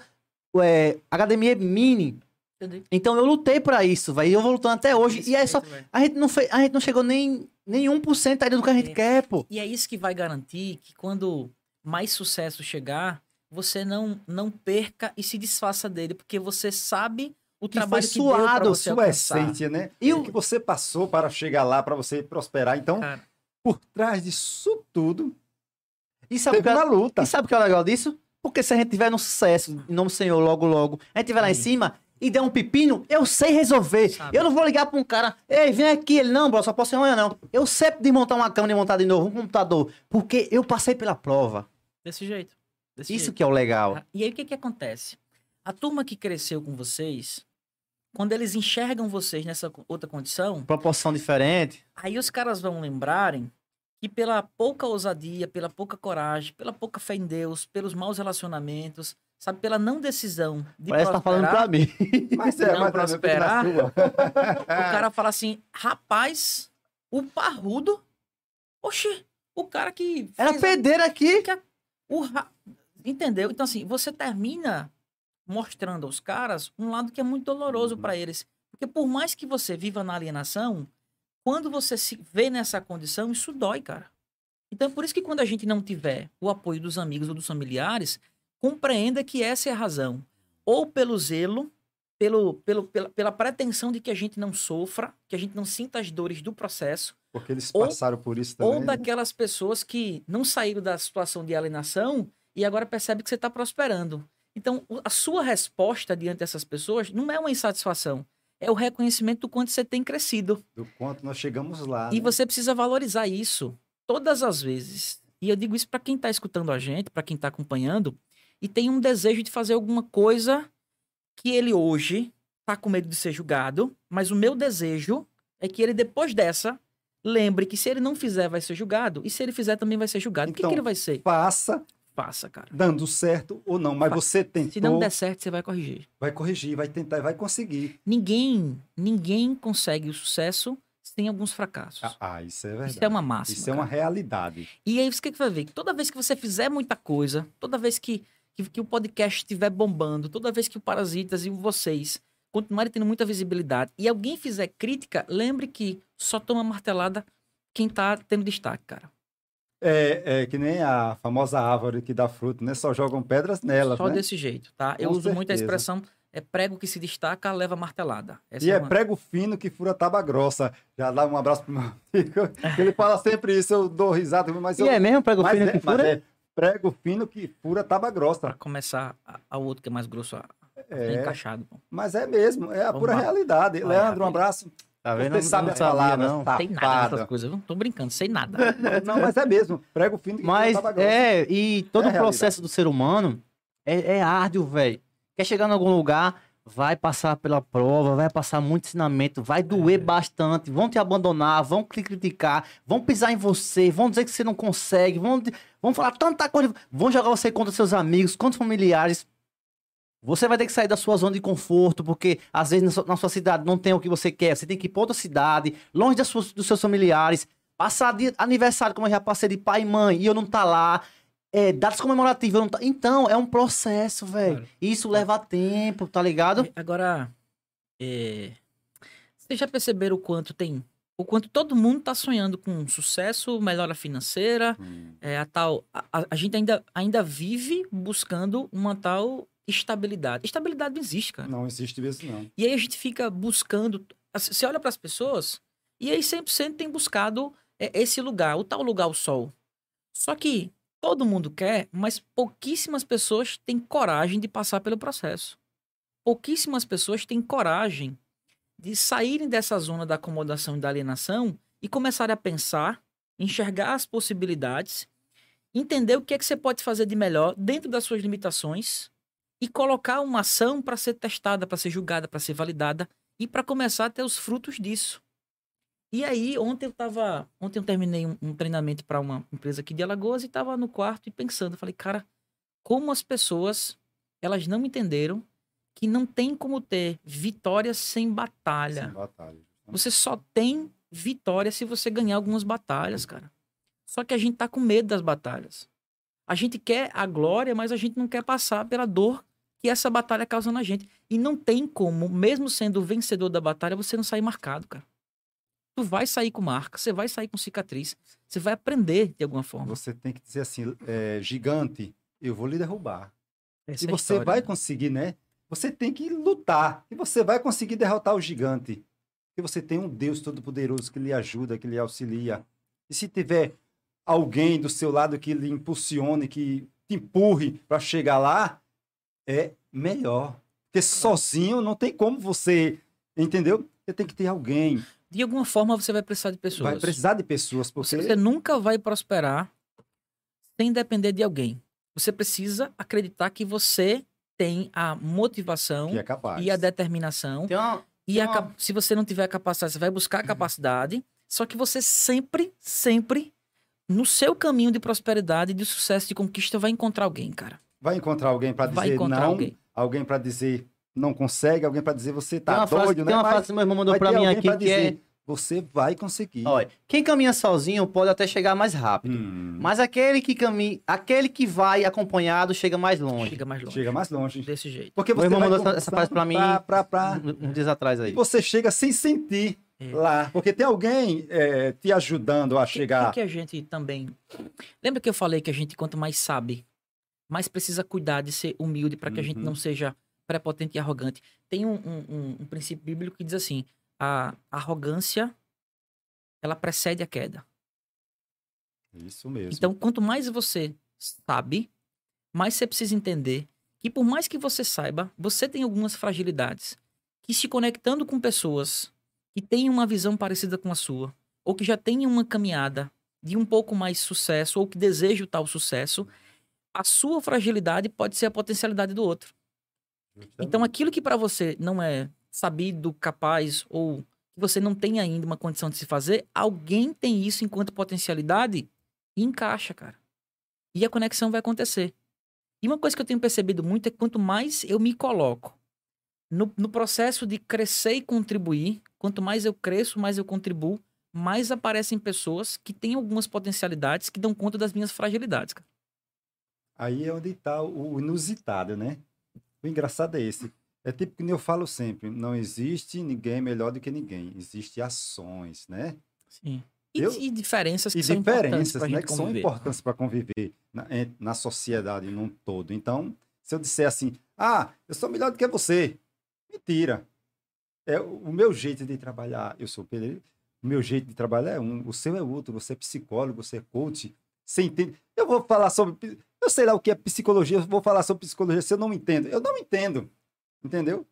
B: é, H D M I mini.
D: Entendi.
B: Então eu lutei pra isso, velho. E eu vou lutando até hoje.
D: Desse
B: E é só.
D: jeito, velho.
B: A gente não, fez, a gente não chegou nem, nem um por cento ainda do que a gente
D: É.
B: quer, pô.
D: E é isso que vai garantir que quando mais sucesso chegar, você não, não perca e se desfaça dele, porque você sabe o
B: Que foi
D: trabalho que deu pra
B: suado,
D: você
C: sua
D: alcançar.
C: essência, né?
B: E
C: E
B: o-
C: o que você passou para chegar lá, para você prosperar. Então,
D: Cara,
C: por trás disso tudo,
B: E sabe, o que
C: teve
B: é,
C: uma luta.
B: e sabe o que é o legal disso? Porque se a gente tiver no sucesso, em nome do Senhor, logo, logo, a gente tiver lá em
D: Sim.
B: cima e der um pepino, eu sei resolver.
D: Sabe.
B: Eu não vou ligar pra um cara, ei, vem aqui. Ele, não, bro, só posso ir amanhã, não. Eu sei desmontar uma câmera e montar de novo um computador, porque eu passei pela prova.
D: desse jeito. Desse
B: Isso
D: jeito.
B: que é o legal.
D: Ah, E aí o que que acontece? A turma que cresceu com vocês, quando eles enxergam vocês nessa co- outra condição,
B: Proporção diferente.
D: aí os caras vão lembrarem que pela pouca ousadia, pela pouca coragem, pela pouca fé em Deus, pelos maus relacionamentos, sabe, pela não decisão de
B: Parece que tá falando pra
D: prosperar,
B: mim.
C: Mas é,
D: não
C: mas é,
D: prosperar.
C: na sua.
D: o cara fala assim, rapaz, o parrudo, oxi, o cara que
B: Era
D: fez a-
B: pedreiro aqui.
D: o ra- entendeu? Então assim, você termina mostrando aos caras um lado que é muito doloroso
C: Uhum.
D: para eles, porque por mais que você viva na alienação, quando você se vê nessa condição, isso dói, cara. Então, por isso que quando a gente não tiver o apoio dos amigos ou dos familiares, compreenda que essa é a razão. Ou pelo zelo, pelo, pelo, pela, pela pretensão de que a gente não sofra, que a gente não sinta as dores do processo,
C: Porque eles
D: Ou-
C: passaram por isso também.
D: ou
C: né?
D: daquelas pessoas que não saíram da situação de alienação e agora percebe que você está prosperando. Então, o- a sua resposta diante dessas pessoas não é uma insatisfação, é o reconhecimento do quanto você tem crescido.
C: Do quanto nós chegamos lá.
D: E
C: né?
D: você precisa valorizar isso todas as vezes. E eu digo isso para quem está escutando a gente, para quem está acompanhando, e tem um desejo de fazer alguma coisa que ele hoje está com medo de ser julgado, mas o meu desejo é que ele, depois dessa, lembre que se ele não fizer, vai ser julgado, e se ele fizer, também vai ser julgado. o que,
C: Então,
D: que ele vai ser?
C: Faça,
D: Faça, cara.
C: dando certo ou não, mas
D: Fa-
C: você tentou,
D: Se não der certo, você vai corrigir.
C: vai corrigir, vai tentar, vai conseguir.
D: Ninguém, ninguém consegue o sucesso sem alguns fracassos.
C: Ah, ah, isso é verdade.
D: Isso é uma máxima.
C: Isso é uma
D: cara.
C: realidade.
D: E aí, o que que vai ver? Que toda vez que você fizer muita coisa, toda vez que, que, que o podcast estiver bombando, toda vez que o Parasitas e vocês continuarem tendo muita visibilidade e alguém fizer crítica, lembre que só toma martelada quem tá tendo destaque, cara.
C: É, é que nem a famosa árvore que dá fruto, né? Só jogam pedras nelas,
D: só
C: né?
D: desse jeito, tá? Eu
C: Com
D: uso muito a
C: certeza.
D: expressão é prego que se destaca, leva martelada. Essa
C: E é
D: uma-
C: prego fino que fura tábua grossa. Já dá um abraço pro meu amigo. Ele fala sempre isso, eu dou risada, mas eu...
B: E é mesmo, prego
C: mas
B: fino
C: é,
B: que
C: mas
B: fura?
C: é prego fino que fura tábua
D: Pra
C: grossa.
D: começar, a, a outro que é mais grosso, a, a
C: É,
D: encaixado. Pô.
C: mas é mesmo, é a
D: Vamos
C: pura
D: lá.
C: realidade.
D: Vai,
C: Leandro, um
D: Rafael.
C: abraço.
B: Tá vendo?
C: Você sabe
B: Não
C: as
B: sabia,
C: palavras,
B: não.
C: tá?
D: Sei nada
C: Safado.
D: dessas coisas, viu? Tô brincando, sei nada.
C: Não, mas é mesmo. Prego fino que
B: Mas,
C: fura tábua grossa.
B: é, e todo
C: É
B: o
C: a
B: processo do ser humano é, é árduo, velho. Quer chegar em algum lugar, vai passar pela prova, vai passar muito ensinamento, vai doer bastante, vão te abandonar, vão te criticar, vão pisar em você, vão dizer que você não consegue, vão, di- vão falar tanta coisa, vão jogar você contra seus amigos, contra familiares. Você vai ter que sair da sua zona de conforto, porque às vezes na sua, na sua cidade não tem o que você quer, você tem que ir para outra cidade, longe das suas, dos seus familiares, passar de aniversário, como eu já passei de pai e mãe, e eu não tá lá. É, datas comemorativas. eu não tá- Então, é um processo, velho.
D: Claro.
B: Isso leva tempo, tá ligado?
D: Agora, é, vocês já perceberam o quanto tem, o quanto todo mundo tá sonhando com sucesso, melhora financeira,
C: Hum.
D: é, a tal, a, a- a gente ainda, ainda vive buscando uma tal estabilidade. Estabilidade não existe, cara.
C: Não existe isso, não.
D: E aí a gente fica buscando, você olha para as pessoas e aí cem por cento tem buscado é, esse lugar, o tal lugar, o sol. Só que Todo mundo quer, mas pouquíssimas pessoas têm coragem de passar pelo processo. Pouquíssimas pessoas têm coragem de saírem dessa zona da acomodação e da alienação e começarem a pensar, enxergar as possibilidades, entender o que é que você pode fazer de melhor dentro das suas limitações e colocar uma ação para ser testada, para ser julgada, para ser validada e para começar a ter os frutos disso. E aí, ontem eu tava, ontem eu terminei um, um treinamento para uma empresa aqui de Alagoas e estava no quarto e pensando, falei, cara, como as pessoas, elas não entenderam que não tem como ter vitória sem batalha.
C: Sem batalha.
D: Você só tem vitória se você ganhar algumas batalhas, cara. Só que a gente tá com medo das batalhas. A gente quer a glória, mas a gente não quer passar pela dor que essa batalha causa na gente. E não tem como, mesmo sendo o vencedor da batalha, você não sair marcado, cara. Tu vai sair com marca, você vai sair com cicatriz, você vai aprender de alguma forma.
C: Você tem que dizer assim, é, gigante, eu vou lhe derrubar.
D: Essa
C: e
D: é a
C: você
D: história,
C: vai
D: né?
C: conseguir, né? Você tem que lutar. E você vai conseguir derrotar o gigante. Porque você tem um Deus todo-poderoso que lhe ajuda, que lhe auxilia. E se tiver alguém do seu lado que lhe impulsione, que te empurre para chegar lá, é melhor. Porque sozinho não tem como você, entendeu? Você tem que ter alguém.
D: De alguma forma você vai precisar de pessoas.
C: Vai precisar de pessoas, porque...
D: Você nunca vai prosperar sem depender de alguém. Você precisa acreditar que você tem a motivação
C: que é capaz.
D: e a determinação.
B: Tem uma,
D: E
B: tem
D: a
B: uma...
D: cap- se você não tiver a capacidade, você vai buscar a capacidade. Só que você sempre, sempre, no seu caminho de prosperidade, de sucesso, de conquista, vai encontrar alguém, cara.
C: Vai encontrar alguém para
D: Vai
C: dizer
D: encontrar
C: não,
D: alguém.
C: alguém para dizer não consegue, alguém para dizer você
B: Tem
C: tá
B: uma frase,
C: doido,
B: tem
C: né?
B: uma
C: Mas
B: frase que meu irmão mandou
C: vai
B: pra
C: ter
B: mim
C: alguém
B: aqui
C: pra
B: que é...
C: dizer, você vai conseguir.
B: Olha, quem caminha sozinho pode até chegar mais rápido.
C: Hum,
B: Mas aquele que caminha, aquele que vai acompanhado chega mais longe.
D: Chega mais longe.
C: chega mais longe.
D: Desse jeito.
C: Porque
B: Meu
C: você
B: irmão
C: vai
B: mandou essa- essa frase pra mim
C: pra, pra, pra,
B: Um, um dias atrás aí.
C: e você chega sem sentir
D: É.
C: lá. Porque tem alguém é, te ajudando a
D: O que,
C: chegar.
D: que, que a gente também... Lembra que eu falei que a gente, quanto mais sabe, mais precisa cuidar de ser humilde para que a gente
C: Uhum.
D: não seja prepotente e arrogante. Tem um, um, um- um princípio bíblico que diz assim, a arrogância, ela precede a queda.
C: Isso mesmo.
D: Então, quanto mais você sabe, mais você precisa entender que por mais que você saiba, você tem algumas fragilidades que se conectando com pessoas que têm uma visão parecida com a sua, ou que já têm uma caminhada de um pouco mais sucesso, ou que desejam tal sucesso, a sua fragilidade pode ser a potencialidade do outro. Então, aquilo que para você não é sabido, capaz, ou que você não tem ainda uma condição de se fazer, alguém tem isso enquanto potencialidade e encaixa, cara. E a conexão vai acontecer. E uma coisa que eu tenho percebido muito é que quanto mais eu me coloco no, no processo de crescer e contribuir, quanto mais eu cresço, mais eu contribuo, mais aparecem pessoas que têm algumas potencialidades que dão conta das minhas fragilidades, cara.
C: Aí é onde está o inusitado, né? O engraçado é esse. É tipo que eu falo sempre, não existe ninguém melhor do que ninguém. Existem ações, né?
D: Sim. E,
C: Eu-
D: e diferenças que
C: E
D: são importantes
C: diferenças,
D: pra
C: né?
D: gente
C: Que são
D: conviver.
C: importantes para conviver na, em- na sociedade num todo. Então, se eu disser assim, ah, eu sou melhor do que você. Mentira. É o o meu jeito de trabalhar. Eu sou pedreiro. O meu jeito de trabalhar é um, o seu é outro. Você é psicólogo, você é coach. Você entende? Eu vou falar sobre. Eu sei lá o que é psicologia, eu vou falar sobre psicologia se eu não entendo. Eu não entendo. Entendeu?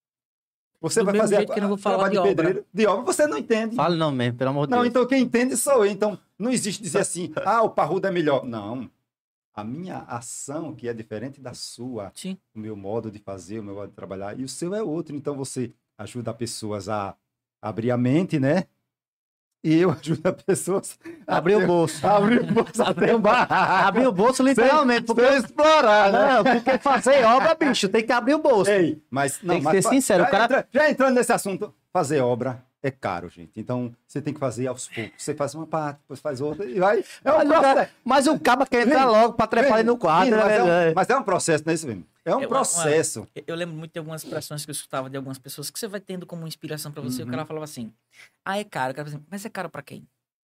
C: Você
D: Do
C: vai
D: mesmo
C: fazer
D: jeito que eu não vou falar
C: trabalho
D: de obra.
C: pedreiro, de obra, você não entende.
B: Fale não mesmo, pelo amor de
C: Não,
B: Deus.
C: então quem entende sou eu. Então, não existe dizer assim, ah, o parrudo é melhor. Não. A minha ação, que é diferente da sua,
D: Sim.
C: o meu modo de fazer, o meu modo de trabalhar, e o seu é outro. Então, você ajuda pessoas a abrir a mente, né? E eu ajudo as pessoas a
B: Abrir o
C: ter-
B: bolso.
C: a abrir o bolso, a ter um barraco.
B: Abrir o bolso literalmente.
C: Sem,
B: Porque...
C: sem explorar, né?
B: Não, porque fazer obra, bicho, tem que abrir o bolso.
C: Ei, mas não,
B: Tem que
C: mas
B: ser
C: fa-
B: sincero,
C: já
B: o cara-
C: entra- já entrando nesse assunto, fazer obra é caro, gente. Então, você tem que fazer aos poucos. Você faz uma parte, depois faz outra e vai. É um
B: Mas, o cara,
C: processo.
B: mas o caba quer entrar
C: Vem,
B: logo pra trepar ali no quarto.
C: Vini,
B: né,
C: mas, é
B: velho?
C: um, mas é um processo, não é isso, Vini? É um
D: É uma-
C: processo.
D: Eu- Eu lembro muito de algumas expressões que eu escutava de algumas pessoas que você vai tendo como inspiração pra você.
C: Uhum.
D: O cara falava assim, ah, é caro. O cara falava assim, mas é caro pra quem?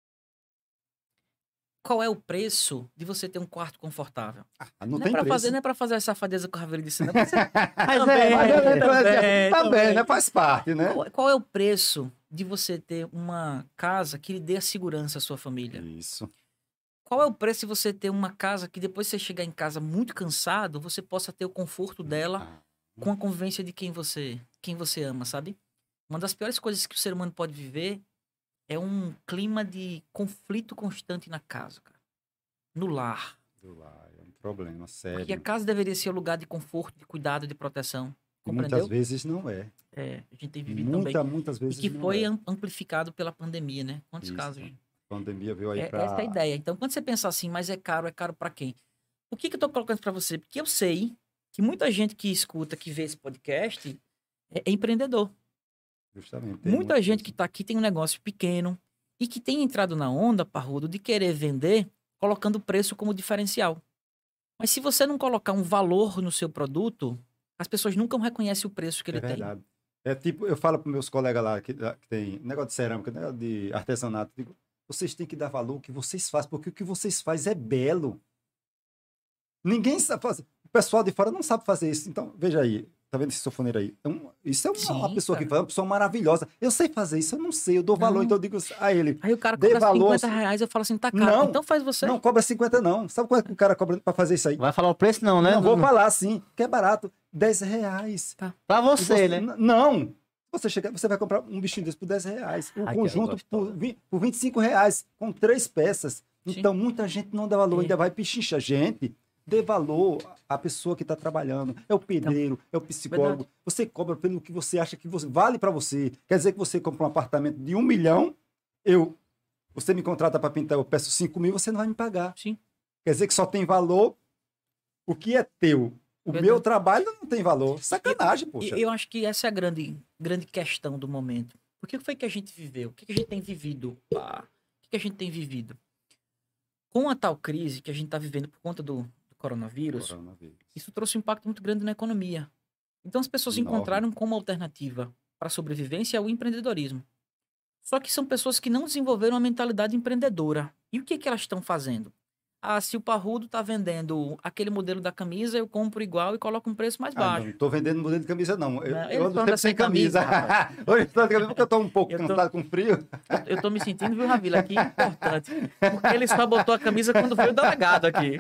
D: Qual é o preço de você ter um quarto confortável?
C: Ah, não,
D: Não,
C: tem
D: é pra
C: preço.
D: fazer, não é pra fazer a safadeza que o Ravel disse, não. Mas é-
B: Mas
D: Também,
B: é,
C: Mas
B: é,
C: é,
B: é.
C: também,
D: também, também.
C: né? Faz parte, né?
D: qual, qual é o preço de você ter uma casa que lhe dê a segurança à sua família?
C: Isso.
D: qual é o preço de você ter uma casa que depois você chegar em casa muito cansado, você possa ter o conforto dela
C: Ah,
D: com a convivência de quem você, quem você ama, sabe? Uma das piores coisas que o ser humano pode viver é um clima de conflito constante na casa, cara. No lar.
C: do lar, é um problema
D: Porque a
C: sério.
D: casa deveria ser o lugar de conforto, de cuidado, de proteção.
C: E
D: Compreendeu?
C: muitas vezes não é.
D: É, a gente tem vivido
C: Muita,
D: também.
C: muitas
D: E
C: vezes
D: que
C: não
D: foi
C: é.
D: am- amplificado pela pandemia, né? Quantos
C: Isso.
D: casos?
C: A pandemia veio aí
D: É,
C: para...
D: essa é a ideia. Então, quando você pensa assim, mas é caro, é caro pra quem? Por que que eu tô colocando pra você? Porque eu sei que muita gente que escuta, que vê esse podcast, é, é empreendedor.
C: Justamente. tem
D: Muita
C: muito
D: gente
C: isso.
D: que tá aqui tem um negócio pequeno e que tem entrado na onda, Parrudo, de querer vender colocando o preço como diferencial. Mas se você não colocar um valor no seu produto, as pessoas nunca reconhecem o preço que ele
C: É
D: tem.
C: verdade. É tipo, eu falo para meus colegas lá que, que tem negócio de cerâmica, negócio de artesanato, digo, vocês têm que dar valor ao que vocês fazem, porque o que vocês fazem é belo. Ninguém sabe fazer. O pessoal de fora não sabe fazer isso. Então, veja aí, tá vendo esse sofoneiro aí? É um- isso é uma,
D: Sim,
C: uma pessoa
D: cara.
C: que faz, uma pessoa maravilhosa. Eu sei fazer isso, eu não sei, eu dou valor,
D: Não.
C: então eu digo a ele,
D: Aí o cara
C: Dê
D: cobra
C: valor,
D: cinquenta reais, eu falo assim, tá caro.
C: Não.
D: Então faz você.
C: não cobra cinquenta não. Sabe quanto que o cara cobra para fazer isso aí?
B: Vai falar o preço não, né?
C: Não vou falar sim, que é barato. dez reais.
B: Pra
C: E
B: você, né?
C: N- Não. Você chega, você vai comprar um bichinho desse por dez reais. O
B: Ai, que
C: conjunto por,
B: gostosa.
C: vi- por vinte e cinco reais, com três peças.
D: Sim.
C: Então, muita gente não dá valor,
D: É.
C: ainda vai pichincha. Gente, dê valor à pessoa que está trabalhando. É o pedreiro, é o psicólogo.
D: Verdade.
C: Você cobra pelo que você acha que você, vale para você. Quer dizer que você compra um apartamento de um milhão, eu, você me contrata para pintar, eu peço cinco mil, você não vai me pagar.
D: Sim.
C: Quer dizer que só tem valor o que é teu. O
D: Verdade.
C: meu trabalho não tem valor. Sacanagem,
D: E
C: poxa.
D: eu acho que essa é a grande, grande questão do momento. O que foi que a gente viveu? O que que a gente tem vivido? Pá? O que que a gente tem vivido? Com a tal crise que a gente está vivendo por conta do, do coronavírus,
C: Coronavírus.
D: isso trouxe um impacto muito grande na economia. Então as pessoas
C: Enorme.
D: encontraram como alternativa para a sobrevivência o empreendedorismo. Só que são pessoas que não desenvolveram a mentalidade empreendedora. E o que, que elas estão fazendo? Ah, se o Parrudo tá vendendo aquele modelo da camisa, eu compro igual e coloco um preço mais
C: Ah,
D: baixo.
C: não tô vendendo modelo de camisa, não. Eu,
D: Não,
C: eu
D: ele
C: ando
D: anda
C: sempre
D: sem
C: sem camisa.
D: camisa,
C: Hoje eu tô de camisa porque eu tô um pouco
D: Eu tô-
C: cansado com frio.
D: Eu, eu tô me sentindo, viu, Ravila, aqui importante. Porque ele só botou a camisa quando veio o delegado aqui.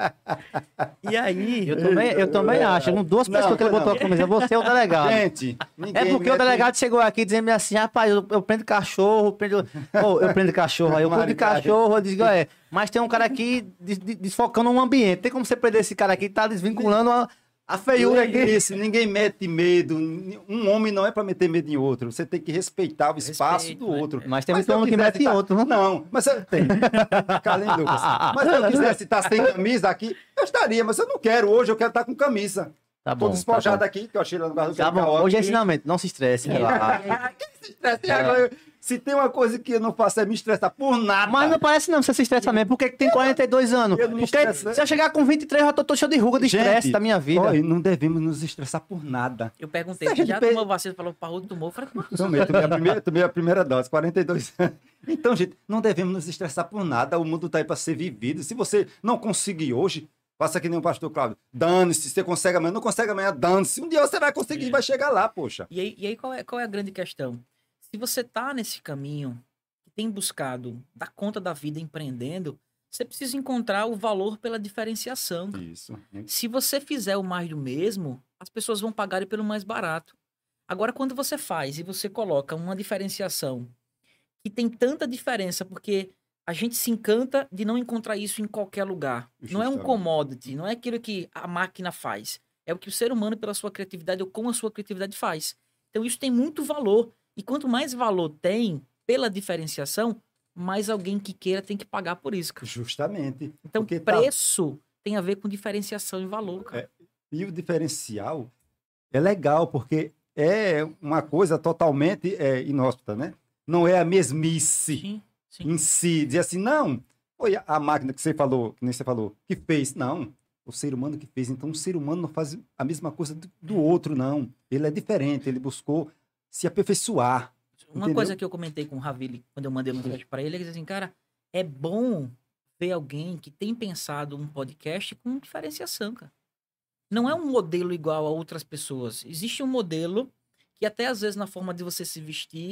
D: E aí,
B: Eu também, eu também acho. Com duas
C: Não,
B: pessoas que ele
C: não.
B: botou a camisa, você é o delegado.
C: Gente, ninguém
B: É porque o
C: mete-
B: delegado chegou aqui dizendo assim, rapaz, eu, eu prendo cachorro, eu prendo, Ô, eu prendo cachorro, aí eu cuido de
C: Maridade.
B: cachorro, eu digo, é, mas tem um cara aqui des- des- desfocando um ambiente. Tem como você prender esse cara aqui que tá desvinculando a, a feiura aqui.
C: Isso, ninguém mete medo. Um homem não é para meter medo em outro. Você tem que respeitar o espaço
D: Respeito,
C: do
D: né?
C: outro.
B: Mas tem
C: Mas
B: muito
C: se eu
B: homem que
C: quisesse
B: mete em
C: tá-
B: outro, não?
C: Não, mas eu tenho. Calem, Lucas. Mas se eu quisesse estar sem camisa aqui, eu estaria, mas eu não quero. Hoje eu quero estar com camisa.
B: Tá
C: Tô
B: bom,
C: despojado
B: tá
C: aqui, que eu achei lá no bar do
B: bom. Tá bom,
C: Carioca.
B: hoje é ensinamento, não se estresse, relaxa.
C: Se estresse, agora, Se tem uma coisa que eu não faço é me estressar por nada.
B: Mas não parece não, você se estressa mesmo, porque tem quarenta e dois anos.
C: Eu não me
B: Porque
C: estresso, né?
B: se eu chegar com vinte e três, eu já tô, tô cheio de ruga de
C: Gente,
B: estresse da minha vida.
C: Olha, não devemos nos estressar por nada.
D: eu perguntei,
C: Se a
D: você
C: gente
D: já
C: pe-
D: tomou vacina? Falou, Parrudo tomou. Eu falei, "Pô,
C: Tomei, tomei a primeira, tomei a primeira dose, quarenta e dois anos. Então, gente, não devemos nos estressar por nada. O mundo está aí para ser vivido. Se você não conseguir hoje, faça que nem o pastor Cláudio. Dane-se, você consegue amanhã, não consegue amanhã, dane-se. Um dia você vai conseguir,
D: É.
C: vai chegar lá, poxa.
D: E aí, e aí qual, é, qual é a grande questão? Se você tá nesse caminho, que tem buscado dar conta da vida empreendendo, você precisa encontrar o valor pela diferenciação.
C: Isso.
D: Se você fizer o mais do mesmo, as pessoas vão pagar pelo mais barato. Agora, quando você faz e você coloca uma diferenciação que tem tanta diferença, porque a gente se encanta de não encontrar isso em qualquer lugar. Não é um
C: Justamente.
D: commodity, não é aquilo que a máquina faz. É o que o ser humano, pela sua criatividade ou com a sua criatividade, faz. Então, isso tem muito valor. E quanto mais valor tem pela diferenciação, mais alguém que queira tem que pagar por isso, cara.
C: Justamente.
D: Então,
C: Porque tá-
D: preço tem a ver com diferenciação e valor, cara.
C: E o diferencial é legal, porque é uma coisa totalmente é, inóspita, né? Não é a mesmice
D: Sim, sim.
C: em si. Dizer assim, não, foi a máquina que você falou, que nem você falou, que fez. Não, o ser humano que fez. Então, o ser humano não faz a mesma coisa do, do outro, não. Ele é diferente, ele buscou se aperfeiçoar.
D: Uma
C: Entendeu?
D: coisa que eu comentei com o Ravili, quando eu mandei um mensagem para ele, ele disse assim, cara, é bom ver alguém que tem pensado um podcast com diferenciação, cara. Não é um modelo igual a outras pessoas. Existe um modelo que até às vezes na forma de você se vestir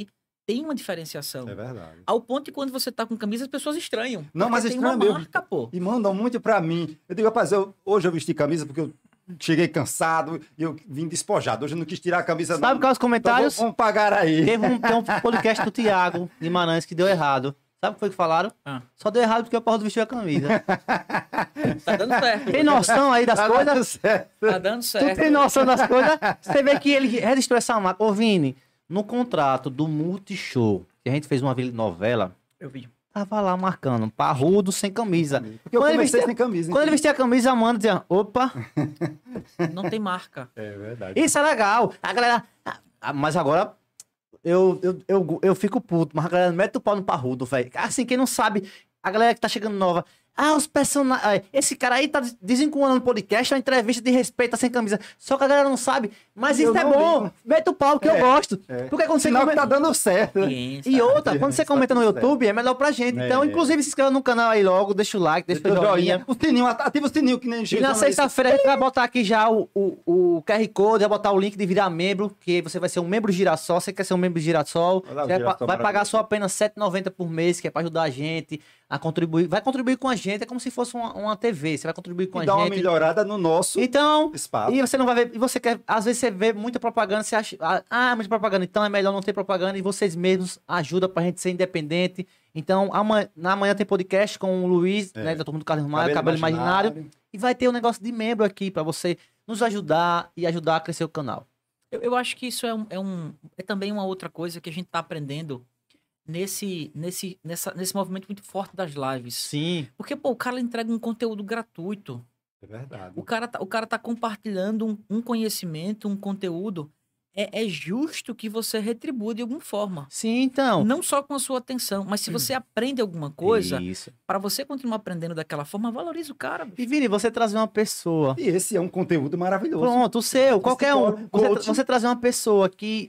D: tem uma diferenciação.
C: É verdade.
D: Ao ponto que quando você tá com camisa, as pessoas estranham.
C: Não, mas
D: tem
C: estranho
D: uma
C: mesmo.
D: marca, pô.
C: E mandam muito pra mim. Eu digo, rapaz, eu, hoje eu vesti camisa porque eu cheguei cansado e eu vim despojado. Hoje eu não quis tirar a camisa.
B: Sabe
C: não.
B: qual é os comentários?
C: Então, vamos pagar aí.
B: Teve um, tem um podcast do Thiago Guimarães que deu errado. Sabe o que foi que falaram?
D: Ah.
B: Só deu errado porque o Parrudo vestiu a camisa.
D: Tá dando certo.
B: Tem noção aí das
C: Tá
B: coisas?
C: dando certo.
D: Tá dando
B: Tu
D: certo.
B: tem noção das coisas? Você vê que ele registrou essa marca. Ô, Vini, no contrato do Multishow, que a gente fez uma novela,
D: Eu vi.
B: tava lá marcando Parrudo sem camisa.
C: Porque eu
B: Quando ele
C: comecei
B: vestia-
C: sem camisa.
B: Quando ele vestia a camisa, a Amanda dizia, opa,
D: Não tem marca.
C: É verdade.
B: isso é legal. A galera... Ah, mas agora... Eu, eu, eu, eu fico puto, mas a galera mete o pau no Parrudo, velho. Assim, quem não sabe, a galera que tá chegando nova. Ah, os personagens. Esse cara aí tá desenculando no podcast, é uma entrevista de respeito, tá sem camisa. Só que a galera não sabe. Mas
C: Eu
B: isso é
C: não
B: bom.
C: ligo.
B: Mete o pau, que
C: É,
B: eu gosto.
C: é.
B: Porque quando você
C: Sinal que
B: comenta...
C: tá dando certo. né?
D: Ciência.
B: E outra, quando você
C: Tá
B: comenta no
C: tudo
B: YouTube, é melhor pra gente. Então,
C: É.
B: inclusive, se inscreva no canal aí logo, deixa o like, deixa o
C: Deixa o
B: joinha.
C: O sininho, ativa o sininho que nem
B: E na sexta-feira a gente vai botar aqui já o, o, o Q R Code, vai botar o link de virar membro, que você vai ser um membro Girassol. Você quer ser um membro Girassol,
C: Olha lá o
B: você vai,
C: Girassol
B: vai pagar
C: maravilhoso.
B: só apenas sete reais e noventa centavos por mês, que é pra ajudar a gente a contribuir. Vai contribuir com a gente, é como se fosse uma, uma T V. Você vai contribuir com
C: E
B: a
C: dá uma
B: gente.
C: melhorada no nosso
B: Então,
C: espaço.
B: e você não vai ver, e você quer, às vezes você vê muita propaganda, você acha, ah, ah, muita propaganda, então é melhor não ter propaganda e vocês mesmos ajudam pra gente ser independente. Então, amanhã, na manhã tem podcast com o Luiz,
C: É.
B: né, da turma do Carlos Maia, Cabelo Imaginário.
C: Imaginário.
B: E vai ter um negócio de membro aqui pra você nos ajudar e ajudar a crescer o canal.
D: Eu, eu acho que isso é, um, é, um, é também uma outra coisa que a gente tá aprendendo nesse, nesse, nessa, nesse movimento muito forte das lives.
B: Sim.
D: Porque, pô, o cara entrega um conteúdo gratuito.
C: É verdade.
D: O cara tá, o cara tá compartilhando um, um conhecimento, um conteúdo. É, é justo que você retribua de alguma forma.
B: Sim, então.
D: Não só com a sua atenção, mas se você aprende alguma coisa,
B: Isso.
D: para você continuar aprendendo daquela forma, valoriza o cara. bicho.
B: E Vini, você trazer uma pessoa.
C: E esse é um conteúdo maravilhoso.
B: Pronto, o seu, qualquer um.
C: Psicólogo,
B: Você,
C: coach.
B: você trazer uma pessoa que,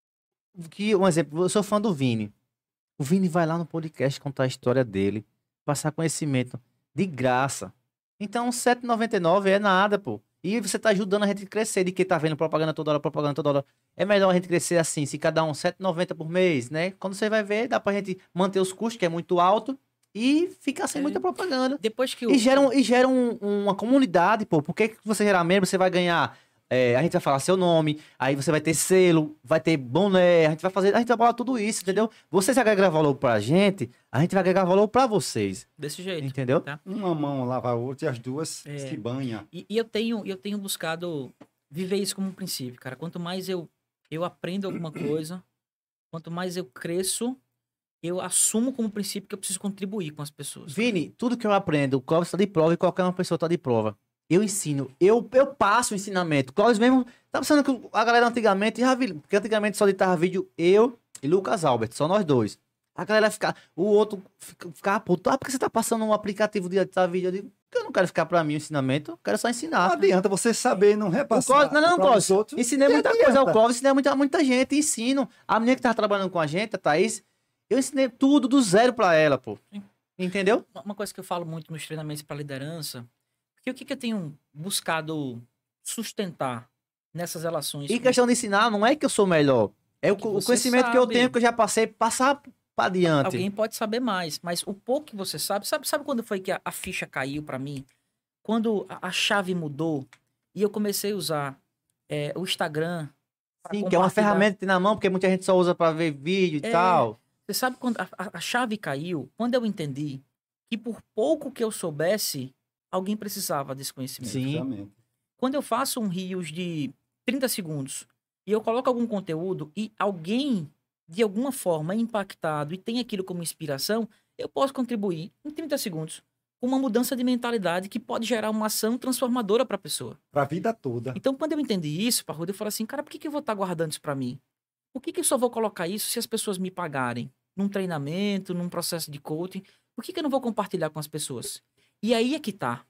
B: que. Um exemplo, eu sou fã do Vini. O Vini vai lá no podcast contar a história dele, passar conhecimento de graça. Então, sete reais e noventa e nove centavos é nada, pô. E você tá ajudando a gente a crescer, de quem tá vendo propaganda toda hora, propaganda toda hora. É melhor a gente crescer assim, se cada um sete reais e noventa centavos por mês, né? Quando você vai ver, dá pra gente manter os custos, que é muito alto, e ficar sem
D: É.
B: muita propaganda.
D: Depois que o.
B: E gera, um- e gera um- uma comunidade, pô. Porque que você gerar membro, você vai ganhar. é, a gente vai falar seu nome, aí você vai ter selo, vai ter boné, a gente vai fazer. A gente vai falar tudo isso, entendeu? Vocês agregam valor pra gente, a gente vai agregar valor pra vocês.
D: Desse jeito.
B: Entendeu?
D: Tá?
C: Uma mão lava a outra e as duas
D: É.
C: se banham.
D: E, e eu tenho eu tenho buscado viver isso como um princípio, cara. Quanto mais eu, eu aprendo alguma coisa, quanto mais eu cresço, eu assumo como princípio que eu preciso contribuir com as pessoas.
B: Vini, tudo que eu aprendo, o Clóvis tá de prova e qualquer uma pessoa tá de prova. Eu ensino, eu, eu passo o ensinamento. O Clóvis mesmo, tá pensando que a galera antigamente, já vi, porque antigamente só editava vídeo eu e Lucas Albert, só nós dois. A galera ficar, o outro fica- ficava puto, ah, porque você tá passando um aplicativo de editar vídeo? Eu digo, porque eu não quero ficar pra mim o ensinamento, eu quero só
C: Não
B: ensinar.
C: adianta você saber não
B: O
C: repassar.
B: Clóvis, não, não,
C: para
B: Clóvis,
C: os outros.
B: ensinei
C: Que
B: muita
C: adianta?
B: coisa ao Clóvis, ensinei muita, muita gente, ensino. A menina que tava trabalhando com a gente, a Thaís, eu ensinei tudo do zero pra ela, pô.
D: Sim.
B: Entendeu?
D: Uma- Uma coisa que eu falo muito nos treinamentos para liderança, porque o que, que eu tenho buscado sustentar nessas relações?
B: E
D: com-
B: questão de ensinar, não é que eu sou melhor. É o,
D: que
B: o
D: você
B: conhecimento que eu
D: sabe.
B: tenho, que eu já passei, passar pra adiante.
D: Alguém pode saber mais, mas o pouco que você sabe, sabe, sabe quando foi que a, a ficha caiu para mim? Quando a, a chave mudou e eu comecei a usar é, o Instagram. pra
B: Sim, que é uma
D: compartilhar.
B: ferramenta que tem na mão, porque muita gente só usa pra ver vídeo e
D: É.
B: tal.
D: Você sabe quando a, a- a chave caiu? Quando eu entendi que por pouco que eu soubesse, alguém precisava desse conhecimento.
B: Sim.
C: Exatamente.
D: Quando eu faço um Rios de trinta segundos e eu coloco algum conteúdo e alguém, de alguma forma, é impactado e tem aquilo como inspiração, eu posso contribuir em trinta segundos com uma mudança de mentalidade que pode gerar uma ação transformadora para a pessoa.
C: Para a vida toda.
D: Então, quando eu entendi isso, Parrudo, eu falei assim, cara, por que, que eu vou estar guardando isso para mim? Por que, que eu só vou colocar isso se as pessoas me pagarem? Num treinamento, num processo de coaching? Por que, que eu não vou compartilhar com as pessoas? E aí é que tá.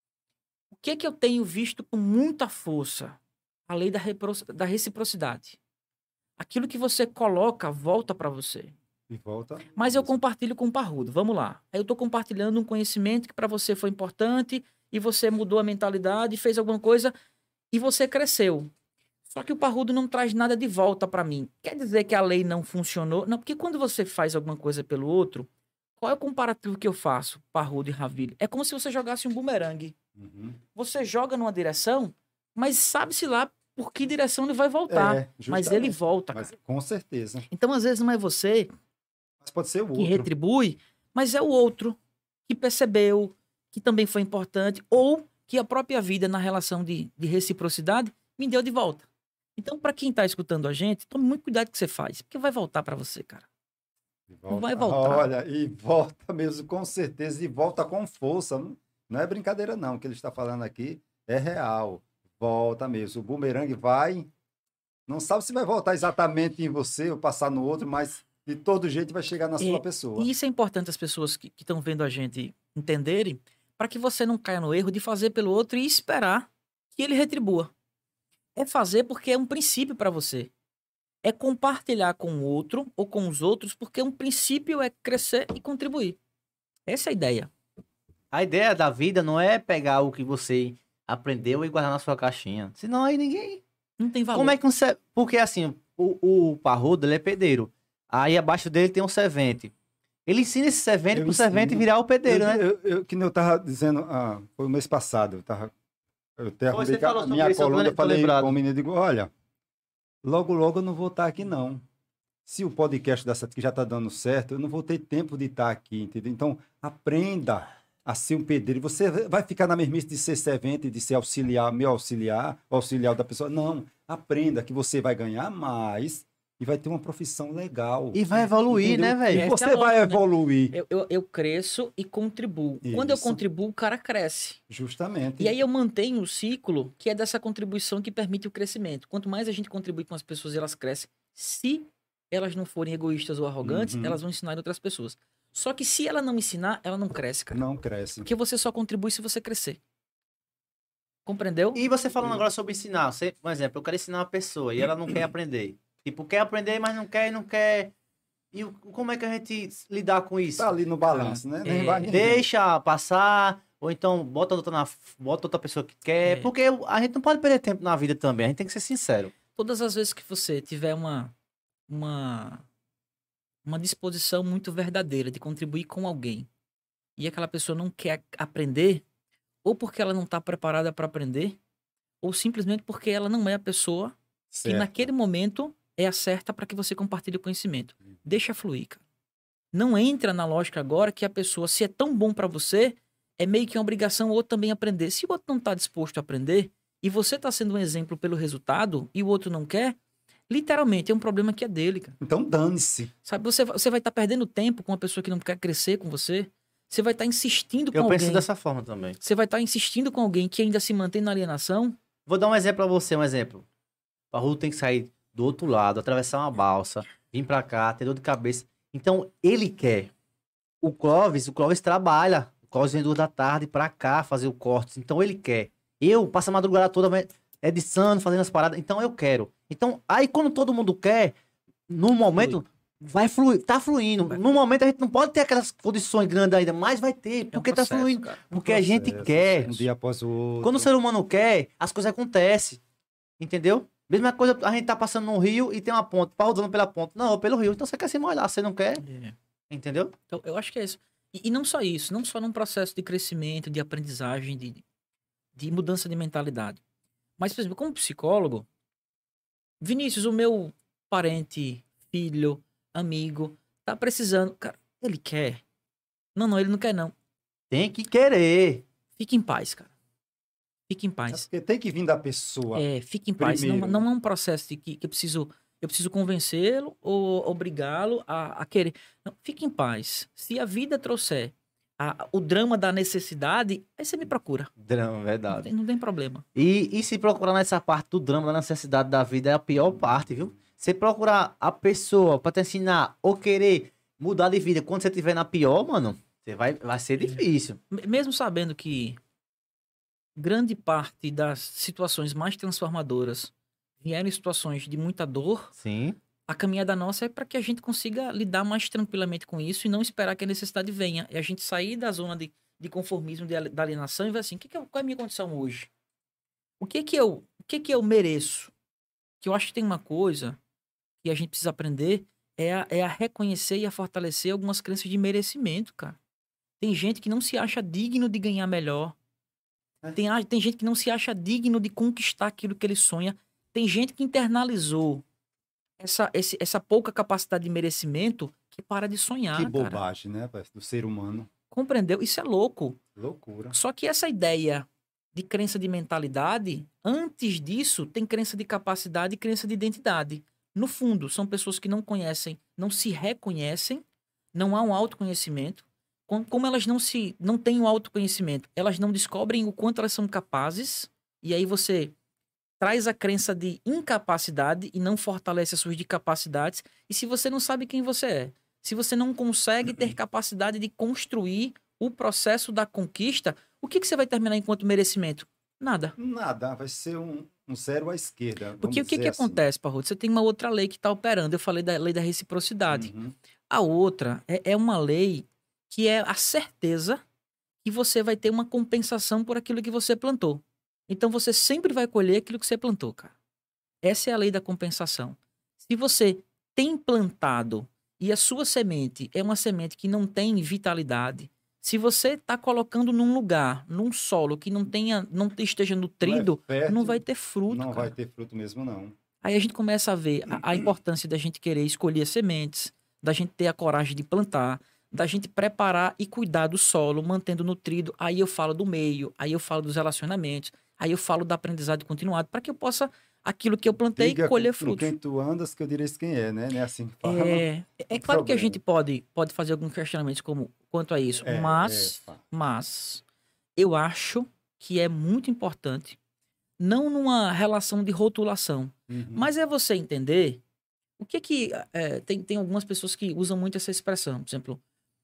D: O que é que eu tenho visto com muita força? A lei da, repro- da reciprocidade. Aquilo que você coloca, volta para você.
C: E volta.
D: Mas eu compartilho com o Parrudo. Vamos lá. Aí eu estou compartilhando um conhecimento que para você foi importante e você mudou a mentalidade, fez alguma coisa e você cresceu. Só que o Parrudo não traz nada de volta para mim. Quer dizer que a lei não funcionou? Não, porque quando você faz alguma coisa pelo outro, qual é o comparativo que eu faço, Parrudo e Ravile? É como se você jogasse um bumerangue.
C: Uhum.
D: Você joga numa direção, mas sabe-se lá por que direção ele vai voltar.
C: É,
D: mas ele
C: justamente.
D: volta,
C: Mas,
D: cara.
C: com certeza.
D: Então, às vezes, não é você
C: Mas pode ser o
D: que
C: outro.
D: retribui, mas é o outro que percebeu, que também foi importante, ou que a própria vida, na relação de, de reciprocidade, me deu de volta. Então, para quem tá escutando a gente, tome muito cuidado com o que você faz, porque vai voltar para você, cara.
C: E volta.
D: Vai voltar.
C: Olha, e volta mesmo, com certeza, e volta com força. Não, não é brincadeira, não. O que ele está falando aqui é real. Volta mesmo. O bumerangue vai. Não sabe se vai voltar exatamente em você ou passar no outro, mas de todo jeito vai chegar na sua
D: É,
C: pessoa.
D: E isso é importante as pessoas que estão vendo a gente entenderem, para que você não caia no erro de fazer pelo outro e esperar que ele retribua. É fazer porque é um princípio para você. É compartilhar com o outro ou com os outros, porque um princípio é crescer e contribuir. Essa é a ideia.
B: A ideia da vida não é pegar o que você aprendeu e guardar na sua caixinha. Senão aí ninguém...
D: Não tem valor.
B: Como é que um... se- Porque assim, o, o Parrudo, ele é pedreiro. Aí abaixo dele tem um servente. Ele ensina esse servente
C: Eu
B: pro servente
C: ensino.
B: virar o pedreiro,
C: eu,
B: né?
C: eu, eu, que nem eu tava dizendo, ah, foi o mês passado, eu tava, eu até
B: Foi,
C: arrumei
B: você
C: ca-
B: falou
C: a
B: sobre
C: minha
B: isso, eu tô
C: coluna,
B: le-
C: eu
B: tô
C: falei
B: lembrado.
C: com o menino, digo, olha, logo, logo eu não vou estar aqui, não. Se o podcast da Sete que já está dando certo, eu não vou ter tempo de estar aqui, entendeu? Então, aprenda a ser um pedreiro. Você vai ficar na mesmice de ser servente, de ser auxiliar, meu auxiliar, o auxiliar da pessoa. Não, aprenda que você vai ganhar mais e vai ter uma profissão legal.
B: E vai evoluir,
C: entendeu?
B: né, velho?
C: E
D: Essa é
C: você
D: a
C: vai
D: lógica, né?
C: evoluir,
D: Eu, eu, eu cresço e contribuo. Quando eu
C: Isso.
D: contribuo, o cara cresce.
C: justamente.
D: E aí eu mantenho o ciclo que é dessa contribuição que permite o crescimento. Quanto mais a gente contribui com as pessoas, elas crescem. Se elas não forem egoístas ou arrogantes,
C: Uhum.
D: elas vão ensinar em outras pessoas. Só que se ela não ensinar, ela não cresce, cara.
C: Não cresce.
D: Porque você só contribui se você crescer. Compreendeu?
B: E você falando agora sobre ensinar. Você, por exemplo, eu quero ensinar uma pessoa e ela não quer aprender. Tipo, quer aprender, mas não quer e não quer. E o- como é que a gente lidar com isso?
C: Tá ali no balanço, né? Nem
D: É,
C: vai nem
B: Deixa passar, ou então bota outra, na, bota outra pessoa que quer.
D: É.
B: Porque a gente não pode perder tempo na vida também, a gente tem que ser sincero.
D: Todas as vezes que você tiver uma, uma, uma disposição muito verdadeira de contribuir com alguém e aquela pessoa não quer aprender, ou porque ela não está preparada para aprender, ou simplesmente porque ela não é a pessoa que
C: Certo.
D: naquele momento é a certa para que você compartilhe o conhecimento. Deixa fluir, cara. Não entra na lógica agora que a pessoa, se é tão bom para você, é meio que uma obrigação o outro também aprender. Se o outro não está disposto a aprender e você está sendo um exemplo pelo resultado e o outro não quer, literalmente é um problema que é dele, cara.
C: Então dane-se.
D: Sabe, você, você vai estar perdendo tempo com uma pessoa que não quer crescer com você. Você vai estar insistindo com
B: Eu
D: alguém.
B: penso dessa forma também.
D: Você vai estar insistindo com alguém que ainda se mantém na alienação.
B: Vou dar um exemplo pra você, um exemplo. O Parrudo tem que sair do outro lado, atravessar uma balsa, vir pra cá, ter dor de cabeça. Então, ele quer. O Clóvis, o Clóvis trabalha. O Clóvis vem duas da tarde pra cá fazer o corte. Então, ele quer. Eu passo a madrugada toda editando, fazendo as paradas. Então, eu quero. Então, aí quando todo mundo quer, no momento, vai fluir. Tá fluindo.
D: Vai.
B: No momento, a gente não pode ter aquelas condições grandes ainda, mas vai ter.
D: É um
B: Porque tá
D: processo,
B: fluindo.
D: cara.
B: Porque a gente
C: Processo,
B: quer.
C: Um dia após o outro.
B: Quando o ser humano quer, as coisas acontecem. Entendeu? Mesma coisa, a gente tá passando no rio e tem uma ponte, pausando pela ponte. Não, pelo rio. Então você quer se molhar, você não quer.
D: É.
B: Entendeu?
D: Então, eu acho que é isso. E, e não só isso, não só num processo de crescimento, de aprendizagem, de, de mudança de mentalidade. Mas, por exemplo, como psicólogo, Vinícius, o meu parente, filho, amigo, tá precisando. Cara, ele quer. Não, não, ele não quer, não.
B: Tem que querer.
D: Fique em paz, cara. Fique em
C: Sabe
D: paz.
C: porque tem que vir da pessoa.
D: É, fique em paz. Não,
C: Primeiro,
D: não
C: né?
D: é um processo de que, que eu preciso, eu preciso convencê-lo ou obrigá-lo a, a querer. Não, fique em paz. Se a vida trouxer a- o drama da necessidade, aí você me procura.
B: Drama,
D: Não
B: verdade.
D: tem, não tem problema.
B: E, e se procurar nessa parte do drama, da necessidade da vida, é a pior parte, viu? Você procurar a pessoa pra te ensinar ou querer mudar de vida quando você estiver na pior, mano, você vai, vai ser difícil.
D: Me- Mesmo sabendo que grande parte das situações mais transformadoras vieram em situações de muita dor,
B: Sim.
D: a caminhada nossa é para que a gente consiga lidar mais tranquilamente com isso e não esperar que a necessidade venha. É a gente sair da zona de, de conformismo, de, ali- da alienação e ver assim, que que eu- qual é a minha condição hoje? O que que eu, o que que eu mereço? que eu acho que tem uma coisa que a gente precisa aprender é a, é a reconhecer e a fortalecer algumas crenças de merecimento, cara. Tem gente que não se acha digno de ganhar melhor.
C: É.
D: Tem, a- tem gente que não se acha digno de conquistar aquilo que ele sonha. Tem gente que internalizou essa, esse- essa pouca capacidade de merecimento que para de sonhar,
C: Que
D: cara.
C: bobagem, né, rapaz? Do ser humano.
D: Compreendeu? Isso é louco.
C: Loucura.
D: Só que essa ideia de crença de mentalidade, antes disso, tem crença de capacidade e crença de identidade. No fundo, são pessoas que não conhecem, não se reconhecem, não há um autoconhecimento. Com- Como elas não se não têm o autoconhecimento, elas não descobrem o quanto elas são capazes, e aí você traz a crença de incapacidade e não fortalece as suas de capacidades. E se você não sabe quem você é, se você não consegue ter capacidade de construir o processo da conquista, o que, que você vai terminar enquanto merecimento? Nada.
C: Nada, vai ser um, um zero à esquerda.
D: Porque o
C: vamos
D: que, que
C: dizer assim.
D: acontece, Parrudo? Você tem uma outra lei que está operando. Eu falei da lei da reciprocidade.
C: Uhum.
D: A outra é, é uma lei que é a certeza que você vai ter uma compensação por aquilo que você plantou. Então você sempre vai colher aquilo que você plantou, cara. Essa é a lei da compensação. Se você tem plantado e a sua semente é uma semente que não tem vitalidade, se você está colocando num lugar, num solo que não tenha, não esteja nutrido,
C: Não é fértil,
D: não vai ter fruto,
C: Não
D: cara.
C: vai ter fruto mesmo, não.
D: Aí a gente começa a ver a, a importância da gente querer escolher sementes, da gente ter a coragem de plantar, da gente preparar e cuidar do solo, mantendo nutrido. Aí eu falo do meio, aí eu falo dos relacionamentos, aí eu falo da aprendizagem continuada, para que eu possa, aquilo que eu plantei,
C: Diga
D: colher
C: com
D: frutos.
C: quem tu andas que eu direis quem é, né? Não é assim que fala.
D: É, é
C: Um
D: claro que a
C: problema.
D: gente pode, pode fazer alguns questionamentos como, quanto a isso,
C: É,
D: mas,
C: é, fa-
D: mas eu acho que é muito importante, não numa relação de rotulação,
C: Uhum.
D: mas é você entender o que que... é, tem, tem algumas pessoas que usam muito essa expressão. Por exemplo,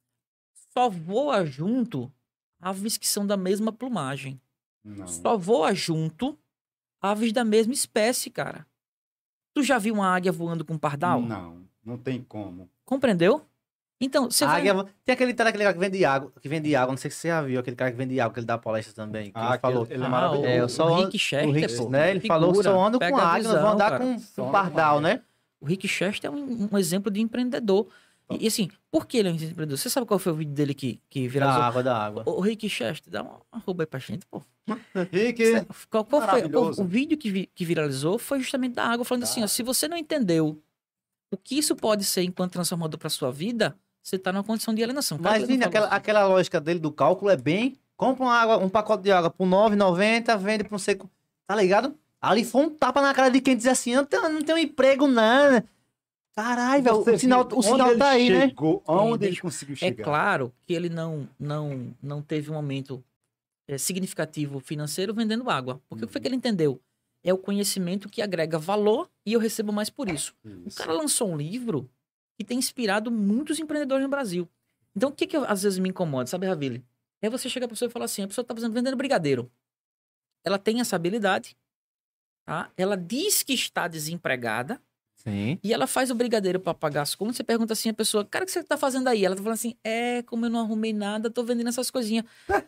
D: só voa junto aves que são da mesma plumagem.
C: Não.
D: Só voa junto aves da mesma espécie, cara. Tu já viu uma águia voando com um pardal?
C: Não, não tem como.
D: Compreendeu? Então, você
B: A
D: vai...
B: águia- Tem aquele cara aquele cara que vende água, que vende água, não sei se você já viu, aquele cara que vende água, que ele dá palestra também, que
C: Ah,
B: ele falou.
C: aquele- ele é
D: Ah,
C: maravilhoso.
B: É, eu só
D: o
B: ando-
D: Rick Chester,
B: o Rick,
D: pô,
B: né? Ele
D: figura,
B: falou que só ando
D: pega
B: com
D: a
B: águia, não
D: visão,
B: vou andar
D: cara.
B: com,
C: Só
B: com
C: ando
B: pardal,
C: com águia.
B: né?
D: O Rick Chester é um, um exemplo de empreendedor. E, e assim, por que ele é um empreendedor? Você sabe qual foi o vídeo dele que, que
B: Da
D: viralizou?
B: água, da água.
D: O, o Rick Chester, dá uma arroba aí pra gente, pô.
C: Rick,
D: Qual, qual foi? Qual-
C: Maravilhoso.
D: o vídeo que, vi- que viralizou foi justamente da água, falando
C: Da
D: assim, ó,
C: água.
D: se você não entendeu o que isso pode ser enquanto transformador pra sua vida, você tá numa condição de alienação. Claro
B: Mas,
D: que ele
B: Vini,
D: não falou
B: aquela,
D: assim.
B: aquela lógica dele do cálculo é bem... Compra uma água, um pacote de água por nove reais e noventa centavos, vende por um seco. Tá ligado? Ali foi um tapa na cara de quem diz assim, não tem, não tem um emprego, não. Caralho, velho,
C: você
B: o sinal,
C: viu
B: o sinal
C: onde
B: tá aí,
C: ele
B: né?
C: chegou, Onde ele
D: deixa-
C: conseguiu
D: É
C: chegar.
D: claro que ele não, não, não teve um aumento é, significativo financeiro vendendo água. Porque o que foi que ele entendeu? É o conhecimento que agrega valor e eu recebo mais por isso. O
C: Isso.
D: cara lançou um livro que tem inspirado muitos empreendedores no Brasil. Então, o que, que eu- às vezes me incomoda, sabe, Ravile? É você chegar pra pessoa e falar assim, a pessoa tá fazendo, vendendo brigadeiro. Ela tem essa habilidade, tá? Ela diz que está desempregada
B: Sim.
D: e ela faz o brigadeiro pra pagar as contas. Você pergunta assim a pessoa, cara, o que você tá fazendo aí? Ela tá falando assim, é, como eu não arrumei nada, tô vendendo essas coisinhas.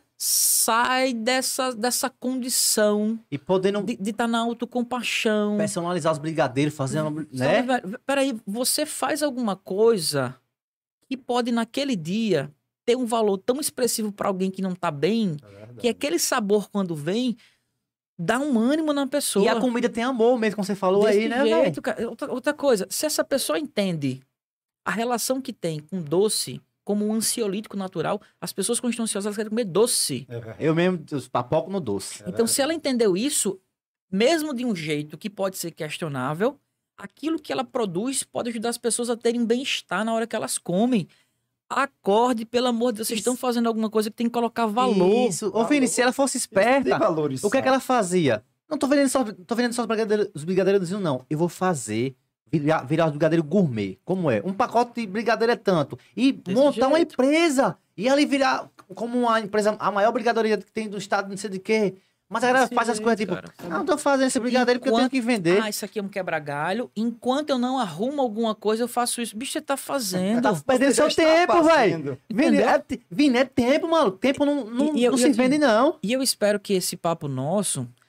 D: Sai dessa, dessa condição
B: E podendo
D: de estar na autocompaixão.
B: personalizar os brigadeiros, fazer uma,
D: Sabe,
B: né?
D: velho? Peraí, você faz alguma coisa que pode, naquele dia, ter um valor tão expressivo pra alguém que não tá bem,
C: É verdade.
D: que aquele sabor, quando vem, dá um ânimo na pessoa.
B: E a comida tem amor mesmo, como você falou
D: Desse
B: aí, né, velho?
D: jeito, cara. Outra, outra coisa, se essa pessoa entende a relação que tem com doce como um ansiolítico natural, as pessoas quando estão ansiosas elas querem comer doce.
C: É verdade.
B: Eu mesmo, os papoco no doce.
C: É
D: Então, se ela entendeu isso, mesmo de um jeito que pode ser questionável, aquilo que ela produz pode ajudar as pessoas a terem bem-estar na hora que elas comem. Acorde, pelo amor de Deus, vocês
B: Isso.
D: estão fazendo alguma coisa que tem que colocar valor.
B: Isso. Ô, Vini, se ela fosse
C: Eles têm
B: esperta,
C: valores,
B: o que é que
C: sabe?
B: ela fazia? Não tô vendendo só, tô vendendo só os brigadeiros, os brigadeiros, não. Eu vou fazer, virar, virar os brigadeiros gourmet. Como é? Um pacote de brigadeiro é tanto. E montar uma
D: jeito.
B: empresa. E ali virar como uma empresa, a maior brigadeira que tem do estado, não sei de quê. Mas a galera
D: Desse
B: faz as coisas
D: jeito,
B: tipo,
D: cara.
B: não, tô fazendo esse brigadeiro porque eu tenho
D: Enquanto-
B: que vender.
D: Ah, isso aqui é um quebra-galho. Enquanto eu não arrumo alguma coisa, eu faço isso. Bicho, você tá fazendo.
B: Tá perdendo
C: Você já
B: seu
C: está
B: tempo, velho.
C: fazendo.
B: Vini,
D: Entendeu?
B: é, te- Vini, é tempo, mano. Tempo não, não,
D: E- e eu-
B: não
D: e
B: se
D: assim,
B: vende, não.
D: E eu espero que esse papo nosso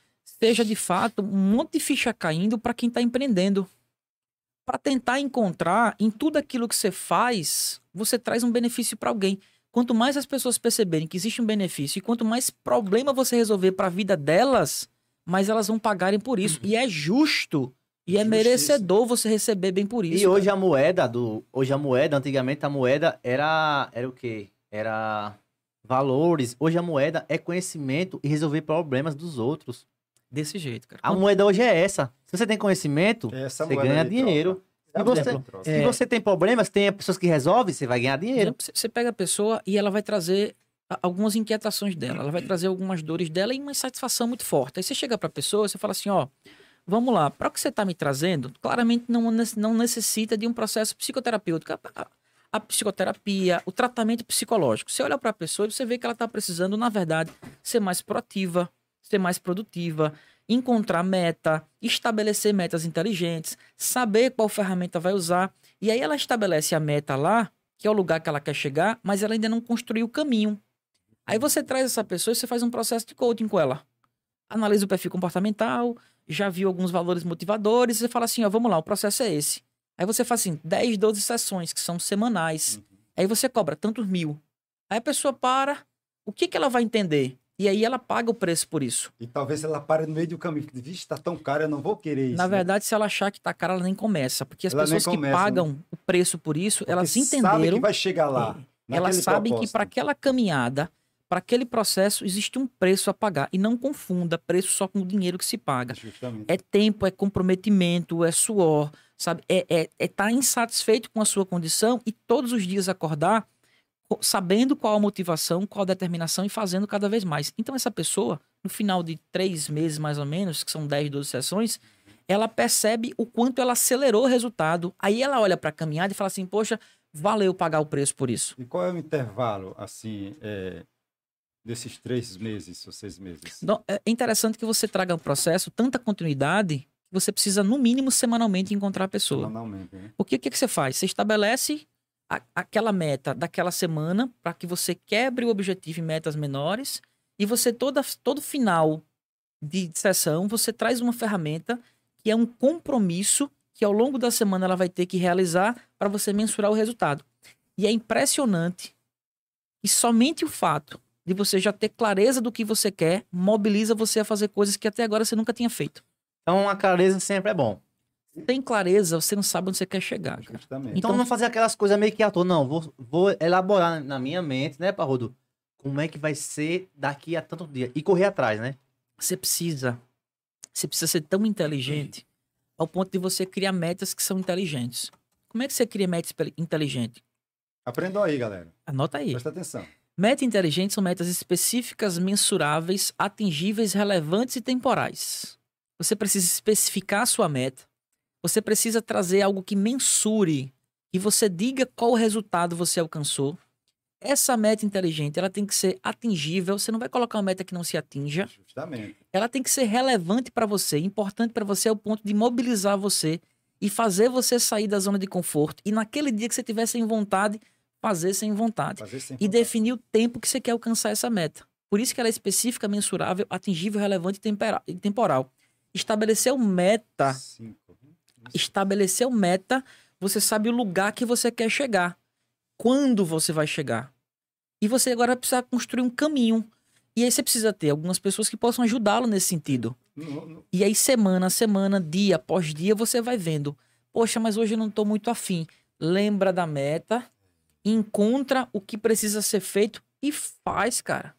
D: esteja, de fato, um monte de ficha caindo para quem está empreendendo. Para tentar encontrar em tudo aquilo que você faz, você traz um benefício para alguém. Quanto mais as pessoas perceberem que existe um benefício e quanto mais problema você resolver para a vida delas, mais elas vão pagarem por isso. E é justo e é
C: Justiça.
D: merecedor você receber bem por isso.
B: E hoje
D: cara.
B: a moeda do, hoje a moeda, antigamente a moeda era, era o quê? Era valores. Hoje a moeda é conhecimento e resolver problemas dos outros.
D: Desse jeito, cara.
B: A moeda hoje é essa. Se você tem conhecimento,
C: Essa
B: você
C: moeda
B: ganha
C: aí,
B: dinheiro.
C: troca.
B: E você,
C: Troca.
B: se
D: É.
B: você tem problemas, tem pessoas que resolvem, você vai ganhar dinheiro.
D: Exemplo, Você pega a pessoa e ela vai trazer a- algumas inquietações dela, ela vai trazer algumas dores dela e uma insatisfação muito forte. Aí você chega para a pessoa, você fala assim, ó, vamos lá, para o que você está me trazendo, claramente não, ne- não necessita de um processo psicoterapêutico. A, a- a psicoterapia, o tratamento psicológico. Você olha para a pessoa e você vê que ela está precisando, na verdade, ser mais proativa, ser mais produtiva, encontrar meta, estabelecer metas inteligentes, saber qual ferramenta vai usar. E aí ela estabelece a meta lá, que é o lugar que ela quer chegar, mas ela ainda não construiu o caminho. Aí você traz essa pessoa e você faz um processo de coaching com ela. Analisa o perfil comportamental, já viu alguns valores motivadores, e você fala assim, ó, vamos lá, o processo é esse. Aí você faz assim, dez, doze sessões, que são semanais. Aí você cobra tantos mil. Aí a pessoa para, o que, que ela vai entender? E aí ela paga o preço por isso.
C: E talvez ela pare no meio do caminho. Vixe, tá tão caro, eu não vou querer isso.
D: Na
C: né?
D: verdade, se ela achar que tá caro, ela nem começa. Porque as
C: Ela nem
D: pessoas que
C: começa,
D: pagam o preço por isso,
C: Porque
D: elas
C: sabe
D: entenderam.
C: que vai chegar lá.
D: É, elas
C: naquele
D: sabem que
C: propósito.
D: para aquela caminhada, para aquele processo, existe um preço a pagar. E não confunda preço só com o dinheiro que se paga.
C: Justamente.
D: É tempo, é comprometimento, é suor, sabe? É estar é, é tá insatisfeito com a sua condição e todos os dias acordar co- sabendo qual a motivação, qual a determinação e fazendo cada vez mais. Então, essa pessoa, no final de três meses mais ou menos, que são dez, doze sessões, ela percebe o quanto ela acelerou o resultado. Aí ela olha para a caminhada e fala assim, poxa, valeu pagar o preço por isso.
C: E qual é o intervalo, assim, é, desses três meses ou seis meses?
D: Então, é interessante que você traga um processo, tanta continuidade, que você precisa, no mínimo, semanalmente encontrar a pessoa.
C: Semanalmente, né?
D: Porque o que, que você faz? Você estabelece a- aquela meta daquela semana para que você quebre o objetivo em metas menores e você, toda, todo final de sessão, você traz uma ferramenta que é um compromisso que ao longo da semana ela vai ter que realizar para você mensurar o resultado. E é impressionante que somente o fato de você já ter clareza do que você quer mobiliza você a fazer coisas que até agora você nunca tinha feito.
B: Então a clareza sempre é bom.
D: Sem clareza, você não sabe onde você quer chegar, cara.
C: Justamente.
B: Então,
D: Então-
B: não fazer aquelas coisas meio que à toa, não. Vou, vou elaborar na minha mente, né, Parrodo? Como é que vai ser daqui a tanto dia. E correr atrás, né?
D: Você precisa, você precisa ser tão inteligente ao ponto de você criar metas que são inteligentes. Como é que você cria metas pe- inteligentes?
C: Aprendam aí, galera.
D: Anota aí.
C: Presta atenção.
D: Metas inteligentes são metas específicas, mensuráveis, atingíveis, relevantes e temporais. Você precisa especificar a sua meta. Você precisa trazer algo que mensure e você diga qual resultado você alcançou. Essa meta inteligente, ela tem que ser atingível. Você não vai colocar uma meta que não se atinja.
C: Justamente.
D: Ela tem que ser relevante para você, importante para você ao ponto de mobilizar você e fazer você sair da zona de conforto. E naquele dia que você tiver sem vontade, fazer sem vontade.
C: Fazer sem
D: E
C: vontade.
D: definir o tempo que você quer alcançar essa meta. Por isso que ela é específica, mensurável, atingível, relevante e tempera- e temporal. Estabeleceu meta,
C: Cinco.
D: estabeleceu meta, você sabe o lugar que você quer chegar. Quando você vai chegar. E você agora precisa construir um caminho. E aí você precisa ter algumas pessoas que possam ajudá-lo nesse sentido.
C: No- no-
D: E aí, semana a semana, dia após dia, você vai vendo. Poxa, mas hoje eu não estou muito afim. Lembra da meta, encontra o que precisa ser feito e faz, cara.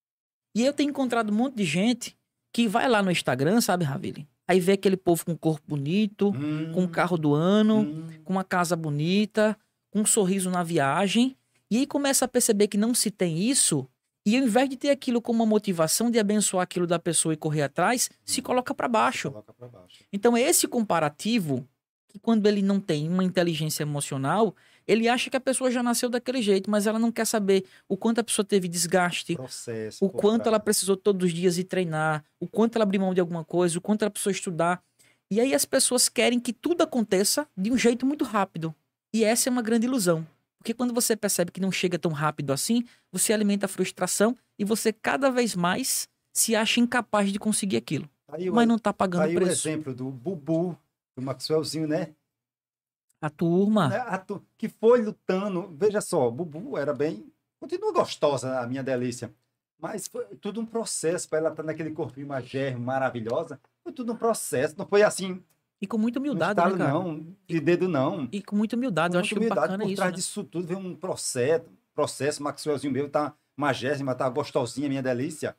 D: E eu tenho encontrado um monte de gente que vai lá no Instagram, sabe, Ravili? Aí vê aquele povo com corpo bonito,
C: Hum,
D: com o carro do ano,
C: hum.
D: com uma casa bonita, com um sorriso na viagem. E aí começa a perceber que não se tem isso. E ao invés de ter aquilo como uma motivação de abençoar aquilo da pessoa e correr atrás, se coloca para baixo.
C: Coloca pra baixo.
D: Então, esse comparativo, que quando ele não tem uma inteligência emocional, ele acha que a pessoa já nasceu daquele jeito, mas ela não quer saber o quanto a pessoa teve desgaste,
C: Processo.
D: o
C: por
D: quanto ela
C: trás.
D: precisou todos os dias ir treinar, o quanto ela abriu mão de alguma coisa, o quanto ela precisou estudar. E aí as pessoas querem que tudo aconteça de um jeito muito rápido. E essa é uma grande ilusão. Porque quando você percebe que não chega tão rápido assim, você alimenta a frustração e você cada vez mais se acha incapaz de conseguir aquilo.
C: Aí,
D: mas não tá pagando
C: aí o
D: preço.
C: exemplo do Bubu, do Maxwellzinho, né?
D: A turma.
C: Né, a tu- que foi lutando. Veja só, Bubu era bem. Continua gostosa, a minha delícia. Mas foi tudo um processo para ela estar naquele corpinho magérrimo, maravilhosa. Foi tudo um processo. Não foi assim,
D: E com muita
C: no
D: humildade,
C: estalo,
D: né, cara?
C: não, de dedo, não.
D: E com muita humildade.
C: Com
D: Eu
C: muita
D: acho
C: humildade.
D: bacana
C: Por
D: isso,
C: trás
D: né?
C: disso tudo veio um processo. Processo, Maxwellzinho meu tá magérrima, tá gostosinha, minha delícia.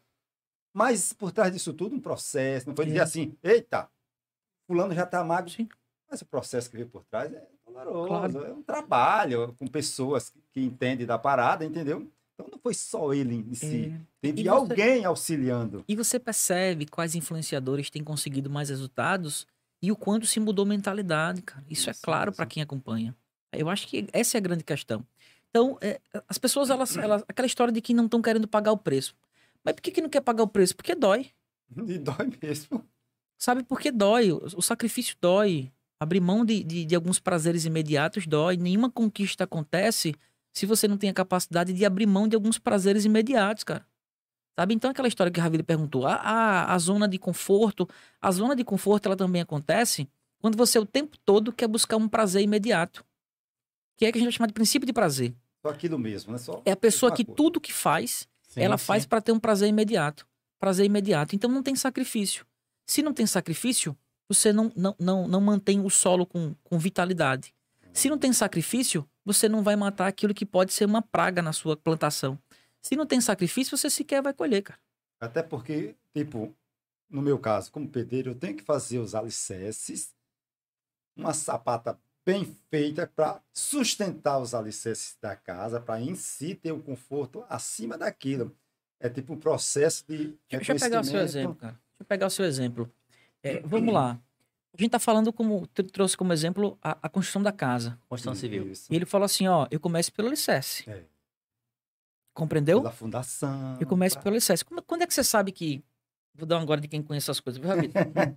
C: Mas por trás disso tudo, um processo. Não foi dizer
D: É.
C: assim, eita, fulano já tá magro.
D: Sim.
C: Mas o processo que veio por trás é doloroso,
D: Claro.
C: é um trabalho com pessoas que, que entendem da parada, entendeu? Então não foi só ele em si.
D: É.
C: Teve
D: E você-
C: alguém auxiliando.
D: E você percebe quais influenciadores têm conseguido mais resultados e o quanto se mudou a mentalidade, cara. Isso, é
C: Isso
D: claro
C: mesmo.
D: para quem acompanha. Eu acho que essa é a grande questão. Então, é, as pessoas, elas, elas, aquela história de que não estão querendo pagar o preço. Mas por que, que não quer pagar o preço? Porque dói.
C: E dói mesmo.
D: Sabe por que dói? O, o sacrifício dói. Abrir mão de, de, de alguns prazeres imediatos dói. Nenhuma conquista acontece se você não tem a capacidade de abrir mão de alguns prazeres imediatos, cara. Sabe? Então, aquela história que a Ravile perguntou, a, a, a zona de conforto, a zona de conforto, ela também acontece quando você o tempo todo quer buscar um prazer imediato. Que é que a gente vai chamar de princípio de prazer.
C: Só aquilo mesmo, né? Só
D: É a pessoa
C: mesma
D: que
C: coisa.
D: tudo que faz,
B: Sim,
D: ela
B: sim.
D: faz para ter um prazer imediato. Prazer imediato. Então, não tem sacrifício. Se não tem sacrifício, você não, não, não, não mantém o solo com, com vitalidade. Se não tem sacrifício, você não vai matar aquilo que pode ser uma praga na sua plantação. Se não tem sacrifício, você sequer vai colher, cara.
C: Até porque, tipo, no meu caso, como pedreiro, eu tenho que fazer os alicerces, uma sapata bem feita para sustentar os alicerces da casa, para em si ter um conforto acima daquilo. É tipo um processo de
D: Deixa eu pegar o seu
C: reconhecimento.
D: exemplo, cara. Deixa eu pegar o seu exemplo. É, vamos lá. A gente tá falando como... tr- Trouxe como exemplo a, a construção da casa.
B: Construção civil.
C: Isso.
D: E ele falou assim, ó, eu começo pelo alicerce.
C: É.
D: Compreendeu?
C: Pela fundação.
D: Eu começo
C: pra-
D: pelo alicerce. Como- Quando é que você sabe que... Vou dar uma agora de quem conhece essas coisas, viu, Rabi?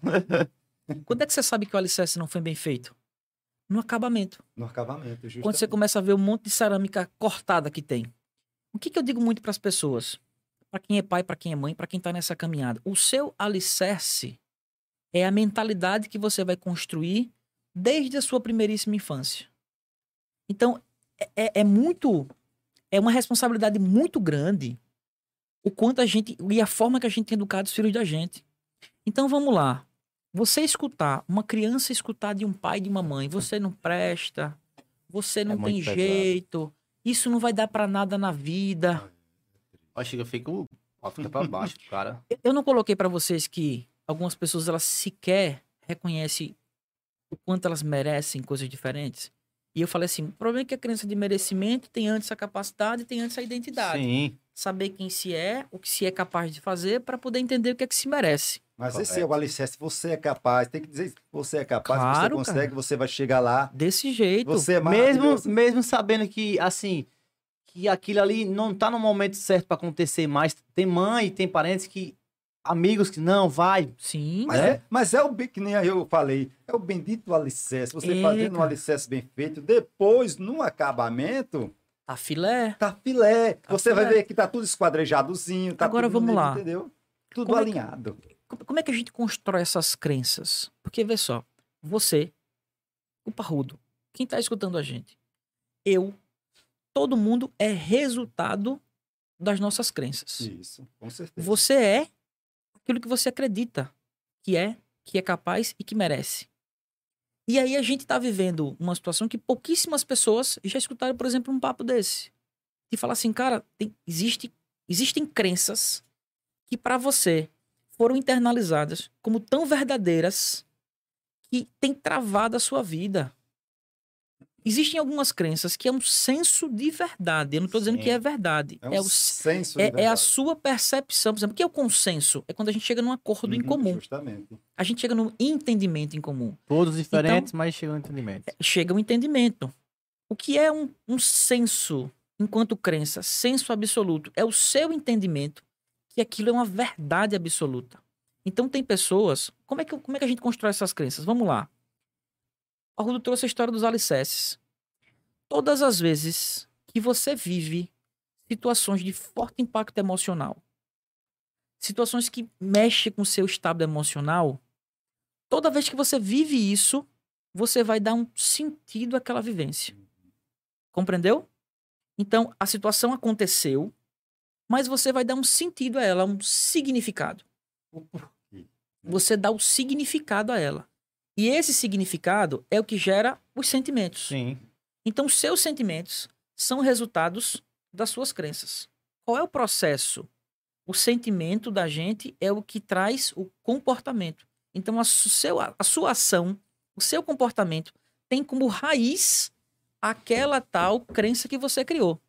D: Quando é que você sabe que o alicerce não foi bem feito? No acabamento.
C: No acabamento,
D: Quando você
C: justamente.
D: começa a ver um monte de cerâmica cortada que tem. O que, que eu digo muito para as pessoas? Para quem é pai, para quem é mãe, para quem tá nessa caminhada. O seu alicerce é a mentalidade que você vai construir desde a sua primeiríssima infância. Então, é, é- é muito... É uma responsabilidade muito grande o quanto a gente... E a forma que a gente tem educado os filhos da gente. Então, vamos lá. Você escutar, uma criança escutar de um pai e de uma mãe, você não presta, você não tem
B: muito pesado.
D: jeito, isso não vai dar pra nada na vida.
B: Acho que eu fico. Ó, fica pra baixo, cara.
D: Eu- Eu não coloquei pra vocês que algumas pessoas, elas sequer reconhecem o quanto elas merecem coisas diferentes. E eu falei assim, o problema é que a crença de merecimento tem antes a capacidade, tem antes a identidade.
B: Sim.
D: Saber quem se é, o que se é capaz de fazer, pra poder entender o que é que se merece.
C: Mas
B: Correto.
C: esse é o alicerce. Você é capaz. Tem que dizer que você é capaz,
D: Claro,
C: você consegue,
D: cara.
C: você vai chegar lá.
D: Desse jeito.
C: Você é
B: Mesmo,
C: maravilhoso.
B: mesmo sabendo que, assim, que aquilo ali não tá no momento certo pra acontecer mais. Tem mãe, tem parentes que. Amigos que não, vai.
D: Sim,
C: Mas,
B: né?
C: é, mas é o bem que nem eu falei, é o bendito alicerce. Você
D: É,
C: fazendo um
D: cara.
C: alicerce bem feito, depois, no acabamento,
D: tá filé.
C: tá filé.
D: Tá
C: Você vai
D: filé.
C: ver que tá tudo esquadrejadozinho, tá
D: Agora
C: tudo
D: vamos
C: bonito,
D: lá.
C: entendeu? Tudo
D: Como é que-
C: alinhado.
D: Como como é que a gente constrói essas crenças? Porque, vê só, você, o Parrudo, quem tá escutando a gente, eu, todo mundo é resultado das nossas crenças.
C: Isso, com certeza.
D: Você é aquilo que você acredita que é, que é capaz e que merece. E aí a gente tá vivendo uma situação que pouquíssimas pessoas já escutaram, por exemplo, um papo desse. De falar assim, cara, tem- existe, existem crenças que pra você foram internalizadas como tão verdadeiras que tem travado a sua vida. Existem algumas crenças que é um senso de verdade. Eu não tô dizendo
B: Sim.
D: que é verdade.
C: É um
D: É, o,
C: senso de
D: é, é a
C: verdade.
D: sua percepção. Por exemplo, o que é o consenso? É quando a gente chega num acordo em
C: Uhum,
D: comum.
C: Justamente.
D: A gente chega num entendimento em comum.
B: Todos diferentes, mas chegam ao entendimento.
D: Chega um entendimento. O que é um, um senso enquanto crença? Senso absoluto. É o seu entendimento que aquilo é uma verdade absoluta. Então tem pessoas... Como é que, como é que a gente constrói essas crenças? Vamos lá. O Arrudo trouxe a história dos alicerces. Todas as vezes que você vive situações de forte impacto emocional, situações que mexem com o seu estado emocional, toda vez que você vive isso, você vai dar um sentido àquela vivência. Compreendeu? Então, a situação aconteceu, mas você vai dar um sentido a ela, um significado. Você dá o significado a ela. E esse significado é o que gera os sentimentos.
B: Sim.
D: Então, os seus sentimentos são resultados das suas crenças. Qual é o processo? O sentimento da gente é o que traz o comportamento. Então, a, seu, a sua ação, o seu comportamento tem como raiz aquela tal crença que você criou.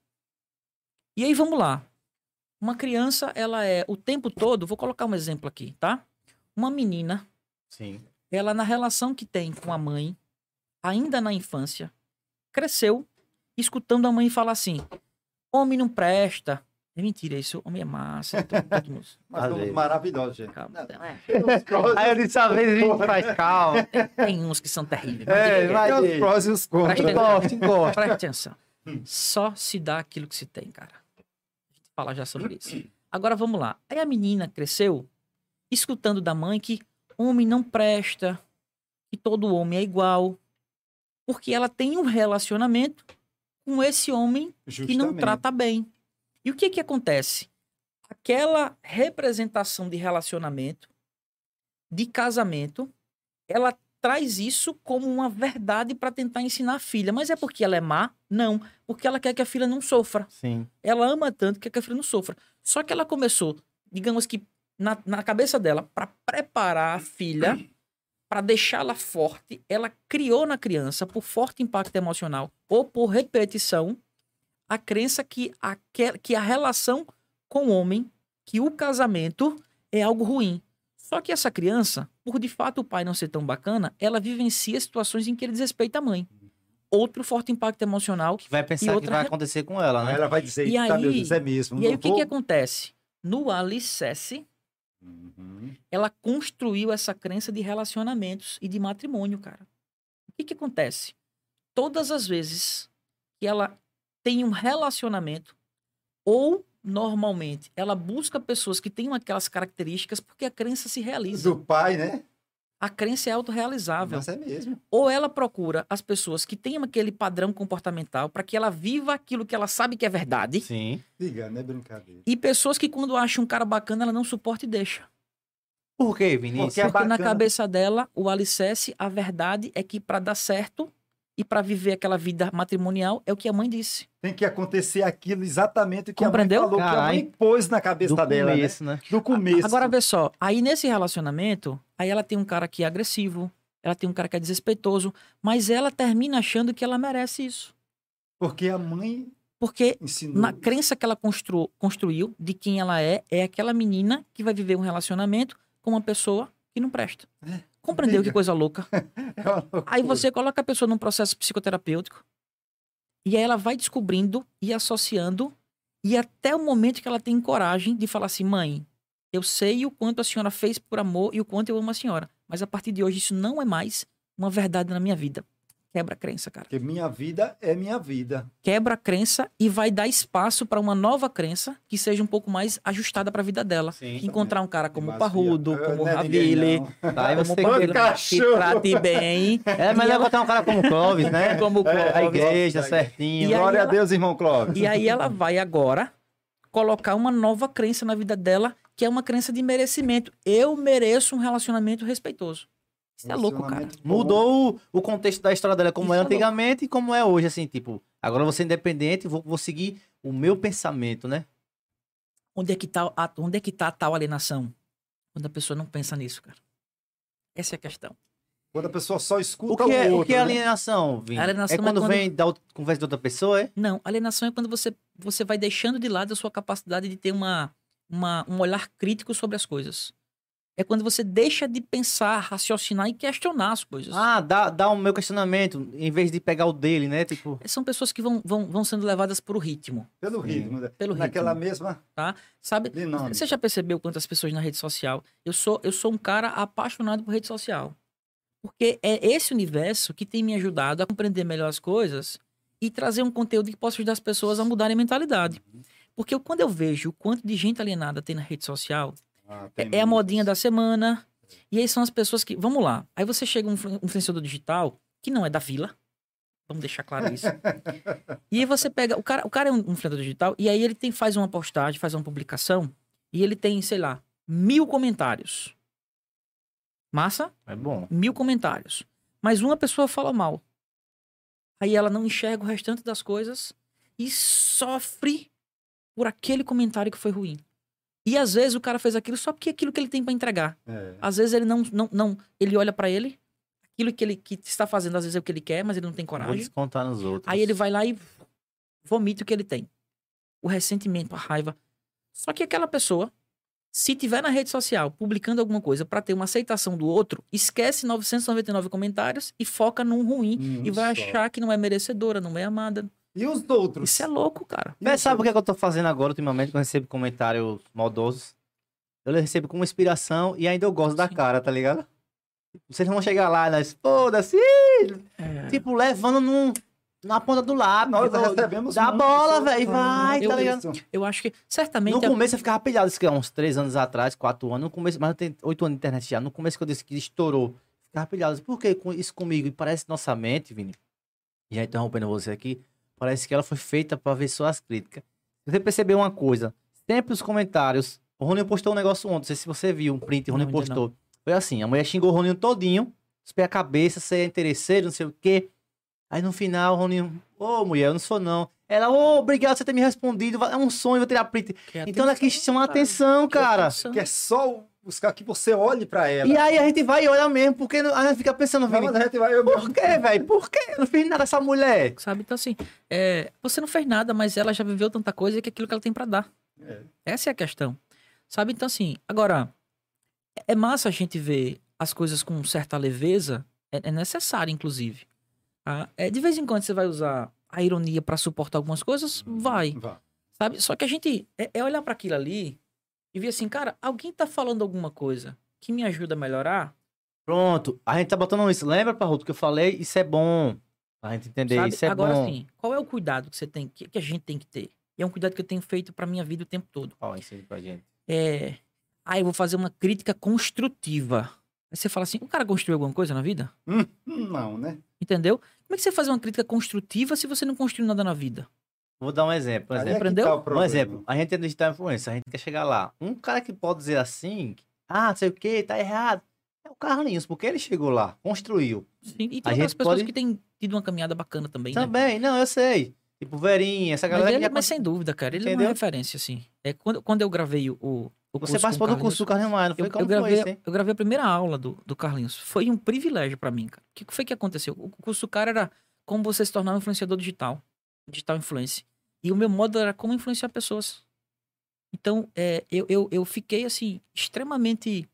D: E aí, vamos lá. Uma criança, ela é o tempo todo... Vou colocar um exemplo aqui, tá? Uma menina,
B: Sim.
D: ela na relação que tem com a mãe, ainda na infância, cresceu escutando a mãe falar assim: homem não presta. É mentira isso, homem é massa. Todo, todo mundo.
C: Mas somos maravilhosos, gente.
D: Calma. É.
B: Aí eu disse, às vezes a gente faz calma.
D: Tem uns que são terríveis. mas
B: É,
D: diga-
B: vai.
C: Tem os prós e os contras.
D: Presta
B: Gosto, gosto.
D: Presta atenção. Só se dá aquilo que se tem, cara. A gente fala já sobre isso. Agora vamos lá. Aí a menina cresceu escutando da mãe que homem não presta, que todo homem é igual, porque ela tem um relacionamento com esse homem que não
C: Justamente.
D: trata bem. E o que que acontece? Aquela representação de relacionamento, de casamento, ela traz isso como uma verdade para tentar ensinar a filha. Mas é porque ela é má? Não. Porque ela quer que a filha não sofra.
B: Sim.
D: Ela ama tanto que quer que a filha não sofra. Só que ela começou, digamos que na, na cabeça dela, para preparar a filha, para deixá-la forte, ela criou na criança, por forte impacto emocional ou por repetição, a crença que a, que a relação com o homem, que o casamento é algo ruim. Só que essa criança, por de fato o pai não ser tão bacana, ela vivencia situações em que ele desrespeita a mãe. Outro forte impacto emocional.
B: Que vai pensar
D: outra
B: que vai
D: re-
B: acontecer com ela,
C: Aí
B: né?
C: ela vai dizer,
D: E
C: eita,
D: aí-
C: meu Deus, é mesmo.
D: E aí
C: não
D: o que,
C: vou-
D: que acontece? No alicerce,
C: Uhum.
D: ela construiu essa crença de relacionamentos e de matrimônio, cara. O que que acontece? Todas as vezes que ela tem um relacionamento, ou normalmente ela busca pessoas que tenham aquelas características porque a crença se realiza.
C: Do pai, né?
D: A crença é autorrealizável.
C: Mas é mesmo.
D: Ou ela procura as pessoas que tenham aquele padrão comportamental para que ela viva aquilo que ela sabe que é verdade.
B: Sim.
C: Diga, não é brincadeira.
D: E pessoas que quando acham um cara bacana, ela não suporta e deixa.
B: Por quê, Vinícius?
C: Porque é
D: Porque na
C: bacana.
D: cabeça dela, o alicerce, a verdade é que para dar certo e para viver aquela vida matrimonial é o que a mãe disse.
C: Tem que acontecer aquilo exatamente o que
D: Compreendeu?
C: a mãe falou, que a
B: Carai.
C: mãe pôs na cabeça
B: Do
C: dela,
B: começo, né?
C: né? Do começo.
D: Agora vê só, aí nesse relacionamento, aí ela tem um cara que é agressivo, ela tem um cara que é desrespeitoso, mas ela termina achando que ela merece isso.
C: Porque a mãe
D: Porque
C: ensinou.
D: na crença que ela constru, construiu de quem ela é, é aquela menina que vai viver um relacionamento com uma pessoa que não presta.
C: É,
D: Compreendeu
C: diga.
D: que coisa louca?
C: É uma loucura.
D: Aí você coloca a pessoa num processo psicoterapêutico e aí ela vai descobrindo e associando e até o momento que ela tem coragem de falar assim, mãe, eu sei o quanto a senhora fez por amor e o quanto eu amo a senhora, mas a partir de hoje isso não é mais uma verdade na minha vida. Quebra a crença, cara.
C: Porque minha vida é minha vida.
D: Quebra a crença e vai dar espaço para uma nova crença que seja um pouco mais ajustada para a vida dela.
B: Sim.
D: Encontrar um cara como o
C: Mas,
D: Parrudo,
C: filha,
D: como o
C: não é ninguém,
D: Ravile,
C: não.
B: Aí
D: como
B: você
D: o Parrudo, que
C: cachorro.
D: trate bem.
B: É, mas
D: E
B: é
D: ela-
B: botar um cara como o Clóvis, né?
D: Como o
B: A
D: Clóvis.
B: igreja,
C: E
B: certinho.
D: E aí
C: Glória
D: ela-
C: a Deus, irmão Clóvis.
D: E aí ela vai agora colocar uma nova crença na vida dela, que é uma crença de merecimento. Eu mereço um relacionamento respeitoso. Isso é louco, cara.
C: Relacionamento bom.
B: Mudou o, o contexto da história dela, como
D: Isso
B: é
D: é
B: antigamente e como é hoje, assim, tipo, agora eu vou ser independente, vou, vou seguir o meu pensamento, né?
D: Onde é que tá a, onde é que tá a tal alienação? Quando a pessoa não pensa nisso, cara. Essa é a questão.
C: Quando a pessoa só
B: O
C: escuta
B: que
C: o,
B: é,
C: outro,
B: o que é
C: né?
B: alienação, Vini?
D: Alienação
B: é
D: é
B: quando,
D: quando-
B: vem da outra- conversa de outra pessoa, é?
D: Não, alienação é quando você, você vai deixando de lado a sua capacidade de ter uma, uma, um olhar crítico sobre as coisas. É quando você deixa de pensar, raciocinar e questionar as coisas.
B: Ah, dá, dá o meu questionamento, em vez de pegar o dele, né? Tipo,
D: São pessoas que vão, vão, vão sendo levadas por o ritmo,
C: Pelo
B: Sim.
C: ritmo. né?
D: Pelo
C: Naquela
D: ritmo.
C: mesma
D: sabe?
C: dinâmica.
D: Você já percebeu quantas pessoas na rede social? Eu sou, eu sou um cara apaixonado por rede social. Porque é esse universo que tem me ajudado a compreender melhor as coisas e trazer um conteúdo que possa ajudar as pessoas a mudarem a mentalidade. Porque eu- quando eu vejo o quanto de gente alienada tem na rede social,
C: Ah, tem
D: É, é a modinha da
C: muitos.
D: semana. E aí são as pessoas que... Vamos lá. Aí você chega um influ- um influenciador digital, que não é da vila. Vamos deixar claro isso. E aí você pega... O cara, o cara é um influenciador digital, e aí ele tem, faz uma postagem, faz uma publicação, e ele tem, sei lá, mil comentários. Massa?
B: É bom.
D: Mil comentários. Mas uma pessoa fala mal. Aí ela não enxerga o restante das coisas e sofre por aquele comentário que foi ruim. E às vezes o cara fez aquilo só porque é aquilo que ele tem pra entregar.
C: É.
D: Às vezes ele não, não, não ele olha pra ele, aquilo que ele que está fazendo às vezes é o que ele quer, mas ele não tem
B: Vou
D: coragem.
B: descontar nos outros.
D: Aí ele vai lá e vomita o que ele tem. O ressentimento, a raiva. Só que aquela pessoa, se tiver na rede social publicando alguma coisa pra ter uma aceitação do outro, esquece novecentos e noventa e nove comentários e foca num ruim.
C: Hum,
D: e vai
C: só.
D: achar que não é merecedora, não é amada.
C: E os outros?
D: Isso é louco, cara.
C: E
B: Mas
C: os
B: sabe o que, é
C: outros?
B: que eu tô fazendo agora, ultimamente, quando eu recebo comentários maldosos? Eu recebo como inspiração e ainda eu gosto da
D: Sim.
B: cara, tá ligado? Vocês vão chegar lá, nós, foda-se,
D: É.
B: tipo, levando num, na ponta do lápis.
C: Nós
B: tipo,
C: recebemos
B: dá
C: muitas
B: bola,
C: pessoas
B: velho, vai,
C: falando
B: tá ligado?
C: isso.
D: Eu acho que certamente.
B: No
D: a-
B: começo eu ficava pilhado, isso que é uns três anos atrás, quatro anos, no começo, mas eu tenho oito anos de internet já, no começo que eu disse que estourou, ficava pilhado, por que com isso comigo? E parece nossa mente, Vini, já interrompendo você aqui, parece que ela foi feita pra ver só as críticas. Você percebeu uma coisa, sempre os comentários, o Roninho postou um negócio ontem, não sei se você viu, um print, o Roninho
D: Não, ainda
B: postou, foi assim, a mulher xingou o Roninho todinho, espelha a cabeça, você é interesseiro, não sei o quê, aí no final o Roninho, ô mulher, eu não sou não, ela, ô, obrigado por você ter me respondido, é um sonho, vou tirar print.
D: que é
B: Então ela quis chamar a atenção,
D: Que
B: cara.
D: atenção.
C: Que é só buscar que você olhe pra ela.
B: E aí a gente vai e olha mesmo, porque não- a gente fica pensando,
C: Não,
B: Vini,
C: mas a gente vai... Eu,
B: por quê, velho? Por quê? Eu não fiz nada essa mulher.
D: Sabe? Então, assim, é, você não fez nada, mas ela já viveu tanta coisa que é aquilo que ela tem pra dar.
C: É.
D: Essa é a questão. Sabe? Então, assim, agora, é massa a gente ver as coisas com certa leveza, é, é necessário, inclusive. Tá? É, de vez em quando você vai usar a ironia pra suportar algumas coisas, vai.
C: Vá.
D: Sabe? Só que a gente é, é olhar pra aquilo ali e ver assim, cara, alguém tá falando alguma coisa que me ajuda a melhorar,
B: Pronto, a gente tá botando isso. Lembra, Parruto, que eu falei? Isso é bom. A gente entender,
D: sabe?
B: isso é
D: Agora,
B: bom.
D: assim, qual é o cuidado que você tem, que, que a gente tem que ter? E é um cuidado que eu tenho feito pra minha vida o tempo todo.
B: Ó, ensina pra gente.
D: É, ah, eu vou fazer uma crítica construtiva. Aí você fala assim, o cara construiu alguma coisa na vida?
C: Hum, não, né?
D: Entendeu? Como é que você faz uma crítica construtiva se você não construiu nada na vida?
B: Vou dar um exemplo. Um
C: Aí é
B: exemplo.
C: que
D: Aprendeu?
C: tá o
B: Um
C: problema.
B: exemplo. A gente é digital influencer, a gente quer chegar lá. Um cara que pode dizer assim, ah, não sei o que, tá errado. É o Carlinhos, porque ele chegou lá, construiu.
D: Sim, e tem
B: A
D: outras
B: gente
D: pessoas
B: pode-
D: que têm tido uma caminhada bacana também, né?
B: Também, não, eu sei. Tipo, Verinha, essa
D: Mas,
B: galera
D: ele,
B: que já
D: mas sem dúvida, cara, ele é
B: Entendeu?
D: uma referência, assim. É, quando, quando eu gravei o, o curso
B: Você
D: com
B: participou
D: o
B: do
D: Carlinhos,
B: curso do Carlinhos Maia, não foi?
D: Eu,
B: Como
D: eu,
B: foi
D: gravei,
B: isso, hein?
D: eu gravei a primeira aula do, do Carlinhos. Foi um privilégio pra mim, cara. O que foi que aconteceu? O curso do cara era como você se tornar um influenciador digital. Digital influencer. E o meu modo era como influenciar pessoas. Então, é, eu, eu, eu fiquei, assim, extremamente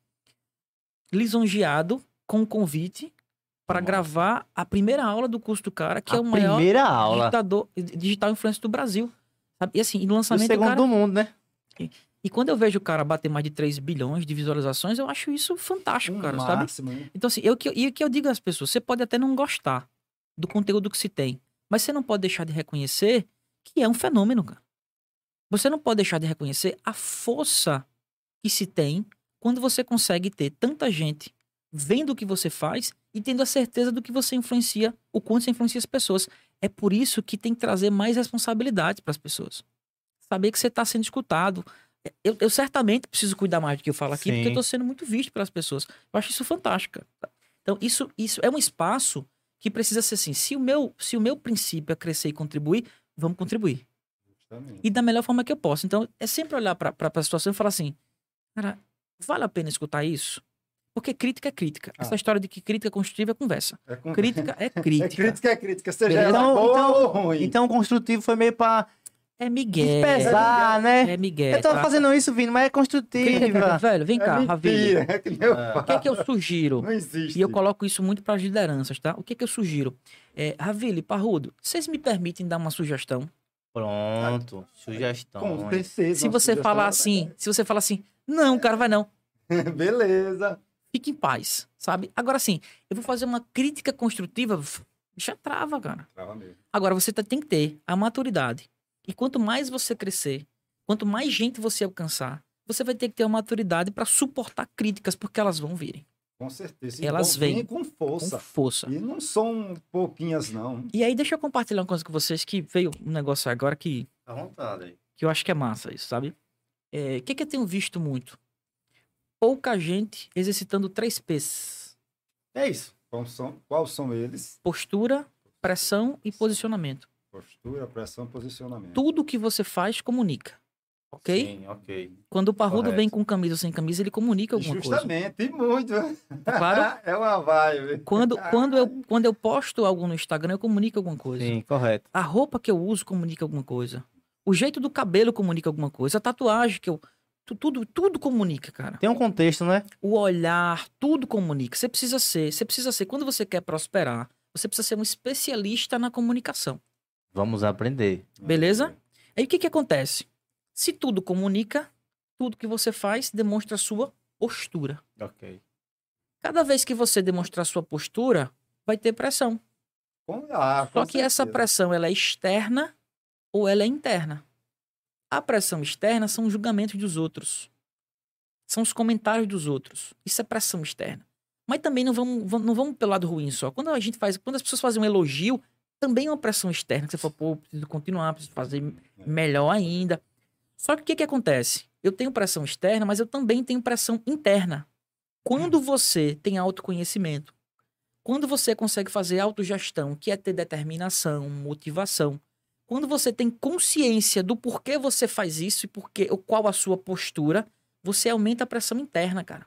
D: lisonjeado com o convite para
B: Nossa.
D: gravar a primeira aula do curso do cara, que
B: A
D: é o maior
B: primeira aula.
D: digitador, digital influencer do Brasil. Sabe? E assim, e no
B: E o
D: lançamento do
B: segundo
D: cara...
B: do mundo, né?
D: E quando eu vejo o cara bater mais de três bilhões de visualizações, eu acho isso fantástico,
C: Um
D: cara, sabe?
C: máximo, né?
D: Então, assim, eu, que- e o que eu digo às pessoas, você pode até não gostar do conteúdo que se tem, mas você não pode deixar de reconhecer que é um fenômeno, cara. Você não pode deixar de reconhecer a força que se tem quando você consegue ter tanta gente vendo o que você faz e tendo a certeza do que você influencia, o quanto você influencia as pessoas. É por isso que tem que trazer mais responsabilidade para as pessoas. Saber que você está sendo escutado. Eu, eu certamente preciso cuidar mais do que eu falo aqui,
B: Sim.
D: porque eu estou sendo muito visto pelas pessoas. Eu acho isso fantástico, cara. Então, isso, isso é um espaço que precisa ser assim. Se o meu, se o meu princípio é crescer e contribuir, vamos contribuir.
C: Justamente.
D: E da melhor forma que eu posso. Então, é sempre olhar para a situação e falar assim, cara, vale a pena escutar isso? Porque crítica é crítica.
C: Ah.
D: Essa história de que crítica construtiva é conversa.
C: É com-
D: Crítica é
C: É
D: crítica.
C: crítica, é crítica. Seja
D: Beleza?
C: ela
B: Então,
C: boa
B: então-
C: ou ruim.
B: Então o construtivo foi meio pra
D: É Miguel.
B: despesar, né?
D: É Miguel.
B: Eu tô
D: tá?
B: fazendo isso, Vini, mas é construtiva.
D: Velho, vem cá,
C: é
D: Ravili.
C: mentira, é que nem eu
B: Ah.
C: falo.
D: O que é que eu sugiro?
C: Não existe.
D: E eu coloco isso muito para as lideranças, tá? O que é que eu sugiro? É, Ravili, Parrudo, vocês me permitem dar uma sugestão?
B: Pronto, sugestão.
C: Com certeza.
D: Se
C: uma
D: você
C: sugestão
D: falar
C: é-
D: assim, se você falar assim, não, cara, vai não.
C: Beleza.
D: Fique em paz, sabe? Agora sim, eu vou fazer uma crítica construtiva, já trava, cara.
C: Trava mesmo.
D: Agora, você tá- tem que ter a maturidade. E quanto mais você crescer, quanto mais gente você alcançar, você vai ter que ter uma maturidade para suportar críticas, porque elas vão virem.
C: Com certeza. E
D: Elas
C: vão vir
D: vêm
C: com força.
D: Com força.
C: E não são pouquinhas, não.
D: E aí, deixa eu compartilhar uma coisa com vocês que veio um negócio agora que,
B: À vontade aí.
D: que eu acho que é massa isso, sabe? É, o que, que eu tenho visto muito? Pouca gente exercitando três P's.
B: É isso.
C: Quais são, quais são eles?
D: Postura, pressão e posicionamento.
C: Postura, pressão, posicionamento.
D: Tudo que você faz comunica. Ok?
B: Sim, ok.
D: Quando o parrudo
B: Correto.
D: vem com camisa ou sem camisa, ele comunica alguma coisa.
C: Justamente, e muito.
D: Tá claro?
C: É uma vibe.
D: Quando, quando, eu, quando eu posto algo no Instagram, eu comunico alguma coisa.
B: Sim, correto.
D: A roupa que eu uso comunica alguma coisa. O jeito do cabelo comunica alguma coisa. A tatuagem que eu... tu- Tudo, tudo comunica, cara.
B: Tem um contexto, né?
D: O olhar, tudo comunica. Você precisa ser, você precisa ser, quando você quer prosperar, você precisa ser um especialista na comunicação.
B: Vamos aprender.
D: Beleza? Aí o que que acontece? Se tudo comunica, tudo que você faz demonstra a sua postura.
B: Ok.
D: Cada vez que você demonstrar a sua postura, vai ter pressão.
C: Com, ah, com
D: Só que essa
C: certeza.
D: pressão, ela é externa ou ela é interna. A pressão externa são os julgamentos dos outros. São os comentários dos outros. Isso é pressão externa. Mas também não vamos, vamos- não vamos pelo lado ruim só. Quando a gente faz, quando as pessoas fazem um elogio, também é uma pressão externa. Que você fala, pô, preciso continuar, preciso fazer melhor ainda. Só que o que que acontece? Eu tenho pressão externa, mas eu também tenho pressão interna. Quando você tem autoconhecimento, quando você consegue fazer autogestão, que é ter determinação, motivação, quando você tem consciência do porquê você faz isso e porquê, ou qual a sua postura, você aumenta a pressão interna, cara.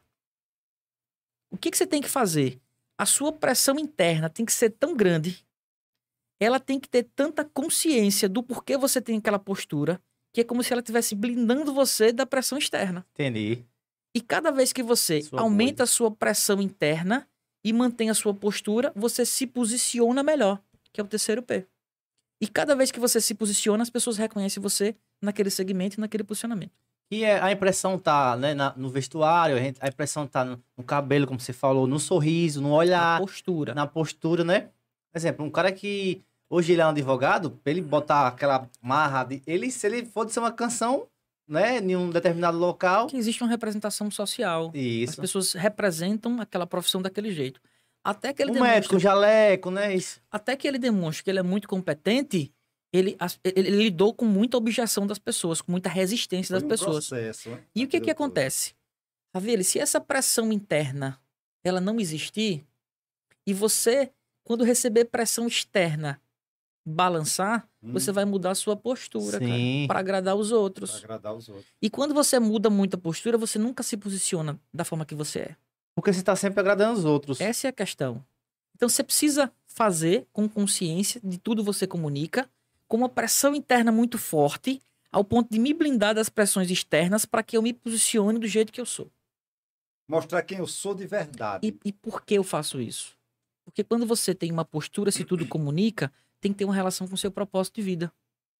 D: O que que você tem que fazer? A sua pressão interna tem que ser tão grande, ela tem que ter tanta consciência do porquê você tem aquela postura, que é como se ela estivesse blindando você da pressão externa.
B: Entendi.
D: E cada vez que você
B: Sua
D: aumenta
B: bolha.
D: a sua pressão interna e mantém a sua postura, você se posiciona melhor, que é o terceiro P. E cada vez que você se posiciona, as pessoas reconhecem você naquele segmento e naquele posicionamento.
B: E é, a impressão tá, né, na- no vestuário, a, gente- a impressão tá no, no cabelo, como você falou, no sorriso, no
D: A
B: olhar,
D: postura.
B: na postura, né? Por exemplo, um cara que hoje ele é um advogado, pra ele botar aquela marra, de, ele, se ele for dizer uma canção, né, em um determinado local,
D: Que existe uma representação social. As
B: isso.
D: pessoas representam aquela profissão daquele jeito. Até que ele
B: Um
D: demonstre,
B: médico, um jaleco, né? Isso.
D: até que ele demonstre que ele é muito competente, ele, as- ele, ele lidou com muita objeção das pessoas, com muita resistência das
C: Foi um
D: pessoas.
C: processo, né?
D: E o que que
C: Aquilo tudo.
D: acontece? Ravile, se essa pressão interna ela não existir, e você, quando receber pressão externa, balançar,
C: Hum,
D: você vai mudar a sua postura,
B: Sim.
D: para agradar os
C: pra
D: outros.
C: agradar os outros.
D: E quando você muda muito a postura, você nunca se posiciona da forma que você é.
B: Porque você tá sempre agradando os outros.
D: Essa é a questão. Então você precisa fazer com consciência de tudo você comunica, com uma pressão interna muito forte, ao ponto de me blindar das pressões externas para que eu me posicione do jeito que eu sou.
C: Mostrar quem eu sou de verdade.
D: E, e por que eu faço isso? Porque quando você tem uma postura, se tudo comunica, tem que ter uma relação com o seu propósito de vida.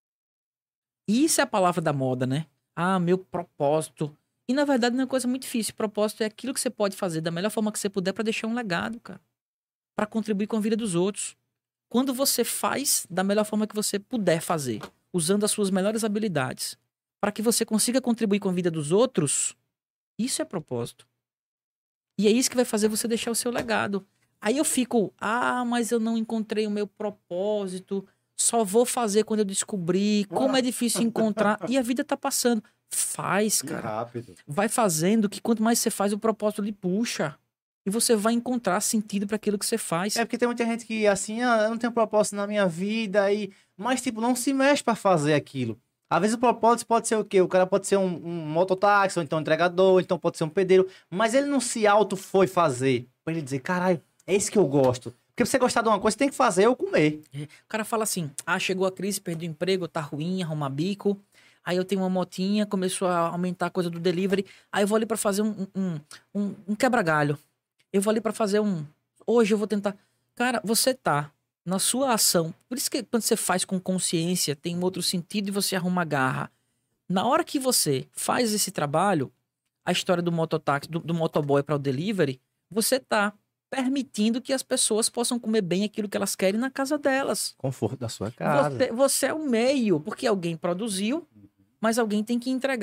D: E isso é a palavra da moda, né? Ah, meu propósito. E na verdade não é uma coisa muito difícil. Propósito é aquilo que você pode fazer da melhor forma que você puder para deixar um legado, cara. Para contribuir com a vida dos outros. Quando você faz da melhor forma que você puder fazer, usando as suas melhores habilidades, para que você consiga contribuir com a vida dos outros, isso é propósito. E é isso que vai fazer você deixar o seu legado. Aí eu fico, ah, mas eu não encontrei o meu propósito, só vou fazer quando eu descobrir, como é difícil encontrar. E a vida tá passando. Faz,
C: Que
D: cara.
C: rápido.
D: Vai fazendo que quanto mais você faz, o propósito lhe puxa. E você vai encontrar sentido para aquilo que você faz.
B: É porque tem muita gente que, assim, ah, eu não tenho propósito na minha vida, e... mas, tipo, não se mexe pra fazer aquilo. Às vezes o propósito pode ser o quê? O cara pode ser um, um mototáxi, ou então um entregador, ou então pode ser um pedreiro, mas ele não se auto foi fazer. Pra ele dizer, caralho, é isso que eu gosto. Porque pra você gostar de uma coisa, você tem que fazer ou comer.
D: O cara fala assim, ah, chegou a crise, perdi o emprego, tá ruim, arrumar bico. Aí eu tenho uma motinha, começou a aumentar a coisa do delivery. Aí eu vou ali pra fazer um, um, um, um quebra-galho. Eu vou ali pra fazer um... Hoje eu vou tentar... Cara, você tá na sua ação. Por isso que quando você faz com consciência, tem um outro sentido e você arruma garra. Na hora que você faz esse trabalho, a história do mototáxi, do, do motoboy para o delivery, você tá permitindo que as pessoas possam comer bem aquilo que elas querem na casa delas.
B: Conforto da sua casa.
D: Você, você é o meio, porque alguém produziu, mas alguém tem que entregar.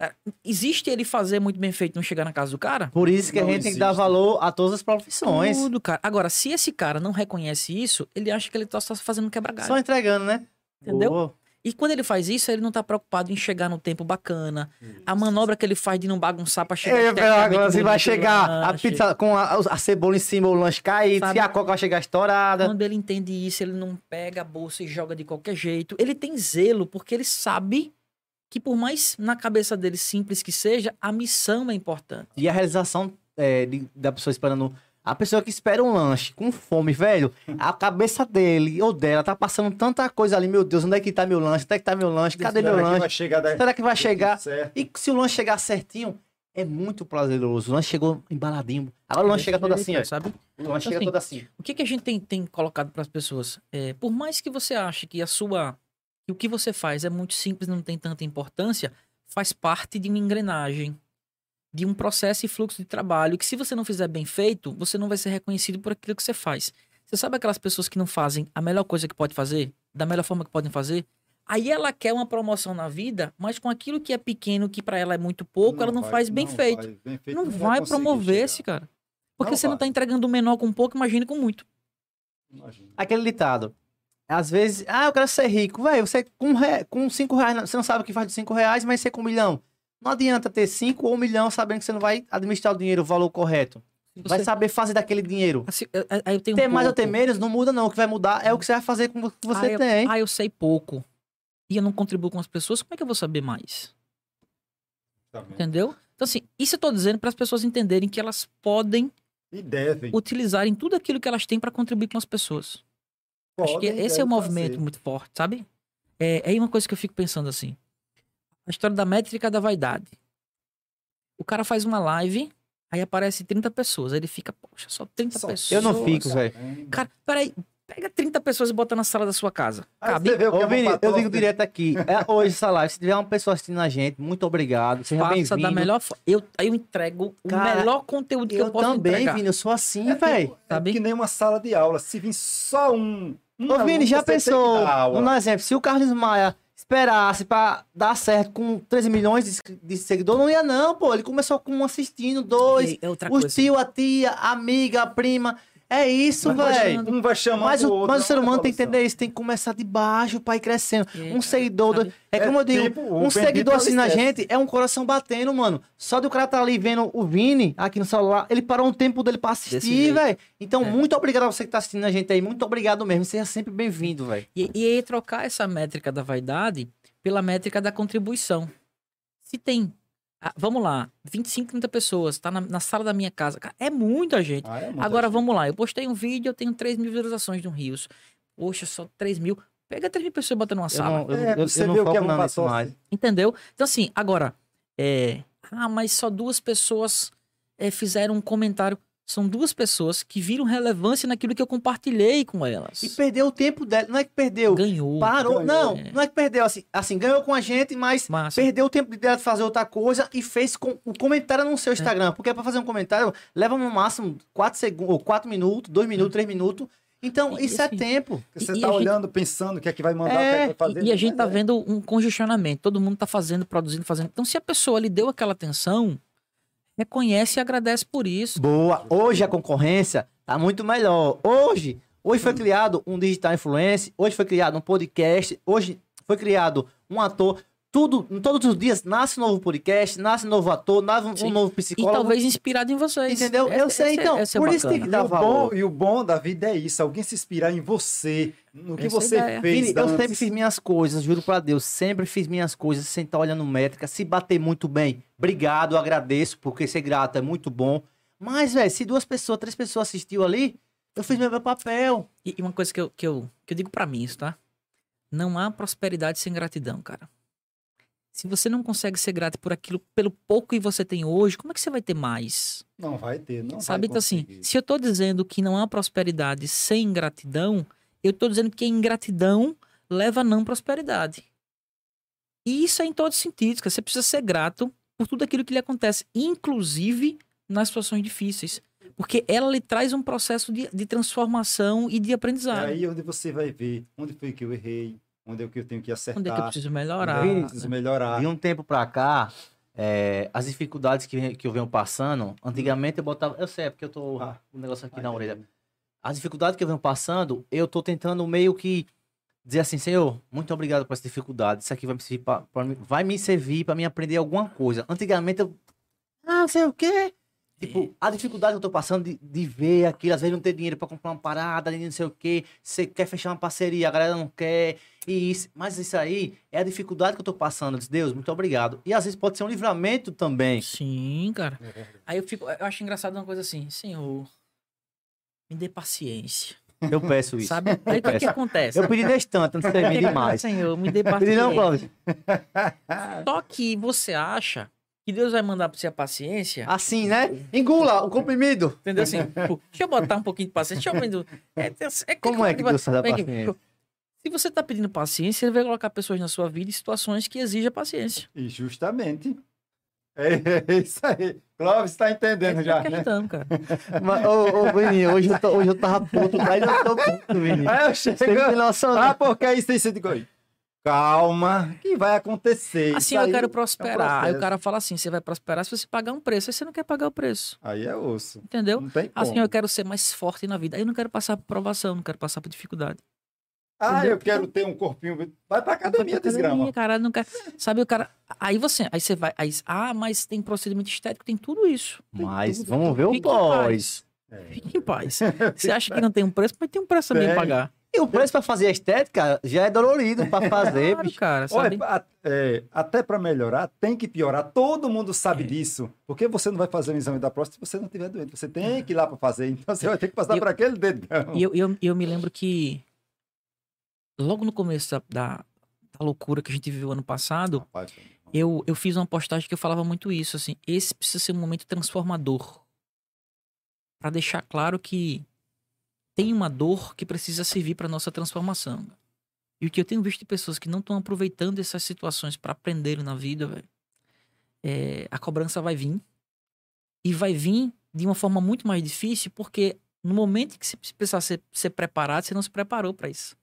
D: Existe ele fazer muito bem feito e não chegar na casa do cara?
B: Por isso que
C: Não
B: a gente tem que dar
C: existe.
B: valor a todas as profissões.
D: Tudo, cara. Agora, se esse cara não reconhece isso, ele acha que ele tá só fazendo quebra-galho.
B: Só entregando, né?
D: Entendeu?
B: Boa.
D: E quando ele faz isso, ele não tá preocupado em chegar no tempo bacana. A manobra que ele faz de não bagunçar pra chegar...
B: É,
D: esteticamente
B: agora você vai
D: bonito no
B: chegar a
D: lanche.
B: pizza com a, a cebola em cima, o lanche caído,
D: Sabe?
B: se a coca vai chegar estourada.
D: Quando ele entende isso, ele não pega a bolsa e joga de qualquer jeito. Ele tem zelo, porque ele sabe que por mais na cabeça dele simples que seja, a missão é importante.
B: E a realização é, de- da pessoa esperando. A pessoa que espera um lanche com fome, velho, a cabeça dele ou dela tá passando tanta coisa ali, meu Deus, onde é que tá meu lanche? Onde é que tá meu lanche? Cadê meu
C: Será que
B: lanche?
C: vai chegar da-
B: Será que vai chegar?
C: Certo.
B: E se o lanche chegar certinho, é muito prazeroso. O lanche chegou embaladinho. Agora o lanche chega todo assim, ó.
D: sabe?
B: O lanche
D: Assim,
B: chega todo assim.
D: O que, que a gente tem, tem colocado para as pessoas? É, por mais que você ache que a sua, que o que você faz é muito simples, não tem tanta importância, faz parte de uma engrenagem, de um processo e fluxo de trabalho, que se você não fizer bem feito, você não vai ser reconhecido por aquilo que você faz. Você sabe aquelas pessoas que não fazem a melhor coisa que pode fazer, da melhor forma que podem fazer? Aí ela quer uma promoção na vida, mas com aquilo que é pequeno, que para ela é muito pouco, ela não
C: vai-
D: faz bem
C: não
D: feito.
C: vai bem feito,
D: Não vai
C: conseguir
D: promover-se,
C: chegar.
D: cara. Porque
C: Não
D: você não
C: vai.
D: tá entregando o menor com pouco, imagine com muito.
C: Imagina.
B: Aquele ditado. Às vezes, ah, eu quero ser rico. Velho, você com, re... com cinco reais, você não sabe o que faz de cinco reais, mas você com um milhão. Não adianta ter cinco ou um milhão sabendo que você não vai administrar o dinheiro, o valor correto. Vai
D: Você-
B: saber fazer daquele dinheiro.
D: Assim, é- é- aí eu tenho
B: ter
D: um
B: mais ou
D: pouco.
B: ter menos não muda não. O que vai mudar é o que você vai fazer com o que você
D: ah, eu,
B: tem.
D: Ah, eu sei pouco. E eu não contribuo com as pessoas, como é que eu vou saber mais?
C: Tá vendo?
D: Entendeu? Então, assim, isso eu tô dizendo para as pessoas entenderem que elas podem
C: E devem.
D: utilizarem tudo aquilo que elas têm para contribuir com as pessoas. Acho que
C: podem,
D: esse é o
C: devem
D: movimento
C: fazer.
D: muito forte, sabe? É, é aí uma coisa que eu fico pensando assim. A história da métrica da vaidade. O cara faz uma live, aí aparece trinta pessoas. Aí ele fica, poxa, só trinta
C: Só
D: pessoas.
B: Eu não fico, velho.
D: Cara, peraí, pega trinta pessoas e bota na sala da sua casa.
C: Aí
D: Cabe?
C: você vê o que
B: Ô,
C: é
B: Vini,
C: uma
B: eu
C: patroa
B: digo
C: que-
B: direto aqui. É hoje essa live. Se tiver uma pessoa assistindo a gente, muito obrigado. Seja
D: Faça
B: bem-vindo.
D: da melhor forma. Eu, aí eu entrego o
B: Cara,
D: melhor conteúdo que eu,
B: Eu
D: posso
B: também,
D: entregar.
B: Vini. Eu sou assim,
C: É
B: velho.
C: tipo-
D: Sabe?
C: É que nem uma sala de aula. Se vir só um. um
B: Ô, Vini,
C: aluno,
B: já
C: você tem que
B: pensou,
C: dar aula.
B: um exemplo, se o Carlos Maia esperasse pra dar certo com treze milhões de, inscri- de seguidores, não ia não, pô. Ele começou com um assistindo, dois,
D: É outra
B: os
D: coisa.
B: tio, a tia, a amiga, a prima. É isso,
C: Mas vai
B: velho.
C: chamando- Um vai chamar
B: Mas, o, mas o ser humano tem que entender isso, tem que começar de baixo pra ir crescendo.
D: É,
B: Um seguidor,
D: sabe?
B: é como eu digo,
C: tipo o
B: um
C: bendito
B: seguidor assim na
C: alicerce.
B: gente é um coração batendo, mano. Só do cara tá ali vendo o Vini aqui no celular, ele parou um tempo dele pra
D: Desse
B: assistir,
D: jeito.
B: velho. Então,
D: É.
B: muito obrigado a você que tá assistindo a gente aí. Muito obrigado mesmo. Seja sempre bem-vindo, velho.
D: E, e aí trocar essa métrica da vaidade pela métrica da contribuição. Se tem, ah, vamos lá, vinte e cinco, trinta pessoas, tá na, na sala da minha casa. Cara, é muita gente.
C: Ah, é muita
D: Agora
C: gente.
D: vamos lá, eu postei um vídeo, eu tenho três mil visualizações no Rios. Poxa, só três mil. Pega três mil pessoas e bota numa
B: Eu
D: sala.
B: não, eu,
C: É,
B: eu,
C: você
B: eu não
C: vê o que
B: foco
C: é uma
B: não nisso
C: patroa-
B: mais.
D: Entendeu? Então, assim, agora, é. Ah, mas só duas pessoas é, fizeram um comentário. São duas pessoas que viram relevância naquilo que eu compartilhei com elas.
B: E perdeu o tempo dela. Não é que perdeu.
D: Ganhou.
B: Parou.
C: ganhou,
B: Não,
D: é.
B: não é que perdeu. Assim, assim, ganhou com a gente, mas
D: Massa.
B: perdeu o tempo dela de fazer outra coisa e fez com o comentário no seu Instagram. Porque pra fazer um comentário, leva no máximo quatro segundos, ou quatro minutos, dois minutos, três minutos. Então,
D: E
B: isso é
D: assim,
B: tempo.
C: Porque você
D: E- e
C: tá
D: a gente-
C: olhando, pensando o que é que vai mandar,
B: É,
C: o que é que vai fazer.
D: E, e a gente tá
C: mas é.
D: vendo um congestionamento. Todo mundo tá fazendo, produzindo, fazendo. Então, se a pessoa lhe deu aquela atenção, reconhece e agradece por isso.
B: Boa. Hoje a concorrência tá muito melhor. Hoje, hoje foi criado um digital influencer, hoje foi criado um podcast, hoje foi criado um ator. Tudo, todos os dias nasce um novo podcast, nasce um novo ator, nasce um,
D: Sim.
B: um novo
D: E
B: psicólogo.
D: talvez inspirado em vocês.
B: Entendeu? Eu sei, então,
D: essa é
B: por isso tem
D: bacana.
B: que dar
C: E o, bom,
B: valor.
C: e o bom da vida é isso, alguém se inspirar em você, no que
D: Essa é a
C: você
D: ideia.
C: fez.
B: Vini, eu
C: antes.
B: sempre fiz minhas coisas, juro pra Deus. Sempre fiz minhas coisas sem estar olhando métrica. Se bater muito bem, obrigado, agradeço, porque ser grato é muito bom. Mas, velho, se duas pessoas, três pessoas assistiu ali, eu fiz meu meu papel.
D: E e uma coisa que eu, que eu, que eu digo pra mim, isso, tá? Não há prosperidade sem gratidão, cara. Se você não consegue ser grato por aquilo, pelo pouco que você tem hoje, como é que você vai ter mais?
C: Não vai ter, não
D: Sabe?
C: vai
D: Então, assim,
C: conseguir.
D: se eu tô dizendo que não há prosperidade sem gratidão, eu tô dizendo que a ingratidão leva a não prosperidade. E isso é em todos os sentidos, cara. Você precisa ser grato por tudo aquilo que lhe acontece, inclusive nas situações difíceis. Porque ela lhe traz um processo de, de transformação e de
C: É
D: aprendizado.
C: aí onde você vai ver onde foi que eu errei, onde é que eu tenho que acertar,
D: Onde é que eu preciso
C: onde
D: melhorar?
C: é que eu preciso melhorar.
B: De um tempo pra cá, É, as dificuldades que, que eu venho passando, antigamente eu botava. Eu sei, é porque eu tô.
C: Ah.
B: O negócio aqui
C: Ah,
B: na
C: entendi.
B: orelha. As dificuldades que eu venho passando, eu tô tentando meio que dizer assim, Senhor, muito obrigado por essa dificuldade. Isso aqui vai me servir pra, pra mim- vai me servir para mim aprender alguma coisa. Antigamente eu. Ah, não sei o quê. Tipo, a dificuldade que eu tô passando de, de ver aquilo, às vezes não ter dinheiro pra comprar uma parada, nem não sei o quê. Você quer fechar uma parceria, a galera não quer. E isso, mas isso aí é a dificuldade que eu tô passando. Eu disse, Deus, muito obrigado. E às vezes pode ser um livramento também.
D: Sim, cara. Aí eu fico, eu acho engraçado uma coisa assim, Senhor, me dê paciência.
B: Eu peço isso.
D: Sabe? Aí o que, que acontece?
B: Eu pedi na estante, não sei demais.
D: Senhor, me dê
B: Pedi não,
D: paciência.
B: Cláudio.
D: Só que você acha que Deus vai mandar pra você a paciência?
B: Assim, né? Engula o comprimido.
D: Entendeu? Assim, pô, deixa eu botar um pouquinho de paciência. Deixa eu... É, é, é,
B: Como é que Deus faz a
D: é que-
B: paciência?
D: Se você tá pedindo paciência, ele vai colocar pessoas na sua vida em situações que exigem paciência.
C: E justamente. É isso aí. Clóvis está entendendo
D: Essa
C: já,
D: é a
C: né?
D: questão, cara.
B: Mas, ô, ô, Vini, hoje eu, tô, hoje eu tava puto, mas eu tô puto, Vini.
C: Aí eu
B: Você
C: chego.
B: não tem noção,
C: Ah,
B: não.
C: porque é isso aí, você digo aí. Calma, que vai acontecer.
D: Assim,
C: Isso
D: eu
C: aí
D: quero
C: é um
D: prosperar. Aí o
C: processo.
D: cara fala assim: você vai prosperar se você pagar um preço. Aí você não quer pagar o preço.
C: Aí é osso.
D: Entendeu?
C: Não tem como.
D: Assim, eu quero ser mais forte na vida. Aí eu não quero passar por provação, não quero passar por dificuldade.
C: Ah,
D: entendeu?
C: eu quero ter um corpinho. Vai pra academia,
D: Vai pra
C: desgrama.
D: academia, cara, não quer. Sabe, o cara. Aí você, aí você vai. Aí, ah, mas tem procedimento estético, tem tudo isso.
B: Mas
C: tudo,
B: vamos ver o
D: Fique em
B: pós.
D: paz. Fique em paz. Você acha que não tem um preço, mas tem um preço também
C: Tem.
D: a pagar.
B: E o preço pra fazer a estética já é dolorido pra fazer,
D: Claro,
B: bicho.
D: cara, sabe?
C: Olha, a- é, até para melhorar, tem que piorar. Todo mundo sabe
D: É.
C: disso. Porque você não vai fazer um exame da próstata se você não estiver doente. Você tem que ir lá para fazer. Então você vai ter que passar
D: E eu-
C: por aquele dedão.
D: E eu, eu, eu me lembro que logo no começo da, da, da loucura que a gente viveu ano passado,
C: Rapaz,
D: eu, eu fiz uma postagem que eu falava muito isso, assim, esse precisa ser um momento transformador. Pra deixar claro que tem uma dor que precisa servir pra nossa transformação. E o que eu tenho visto de pessoas que não estão aproveitando essas situações pra aprenderem na vida, velho, é, a cobrança vai vir. E vai vir de uma forma muito mais difícil, porque no momento que você precisar ser, ser preparado, você não se preparou pra isso.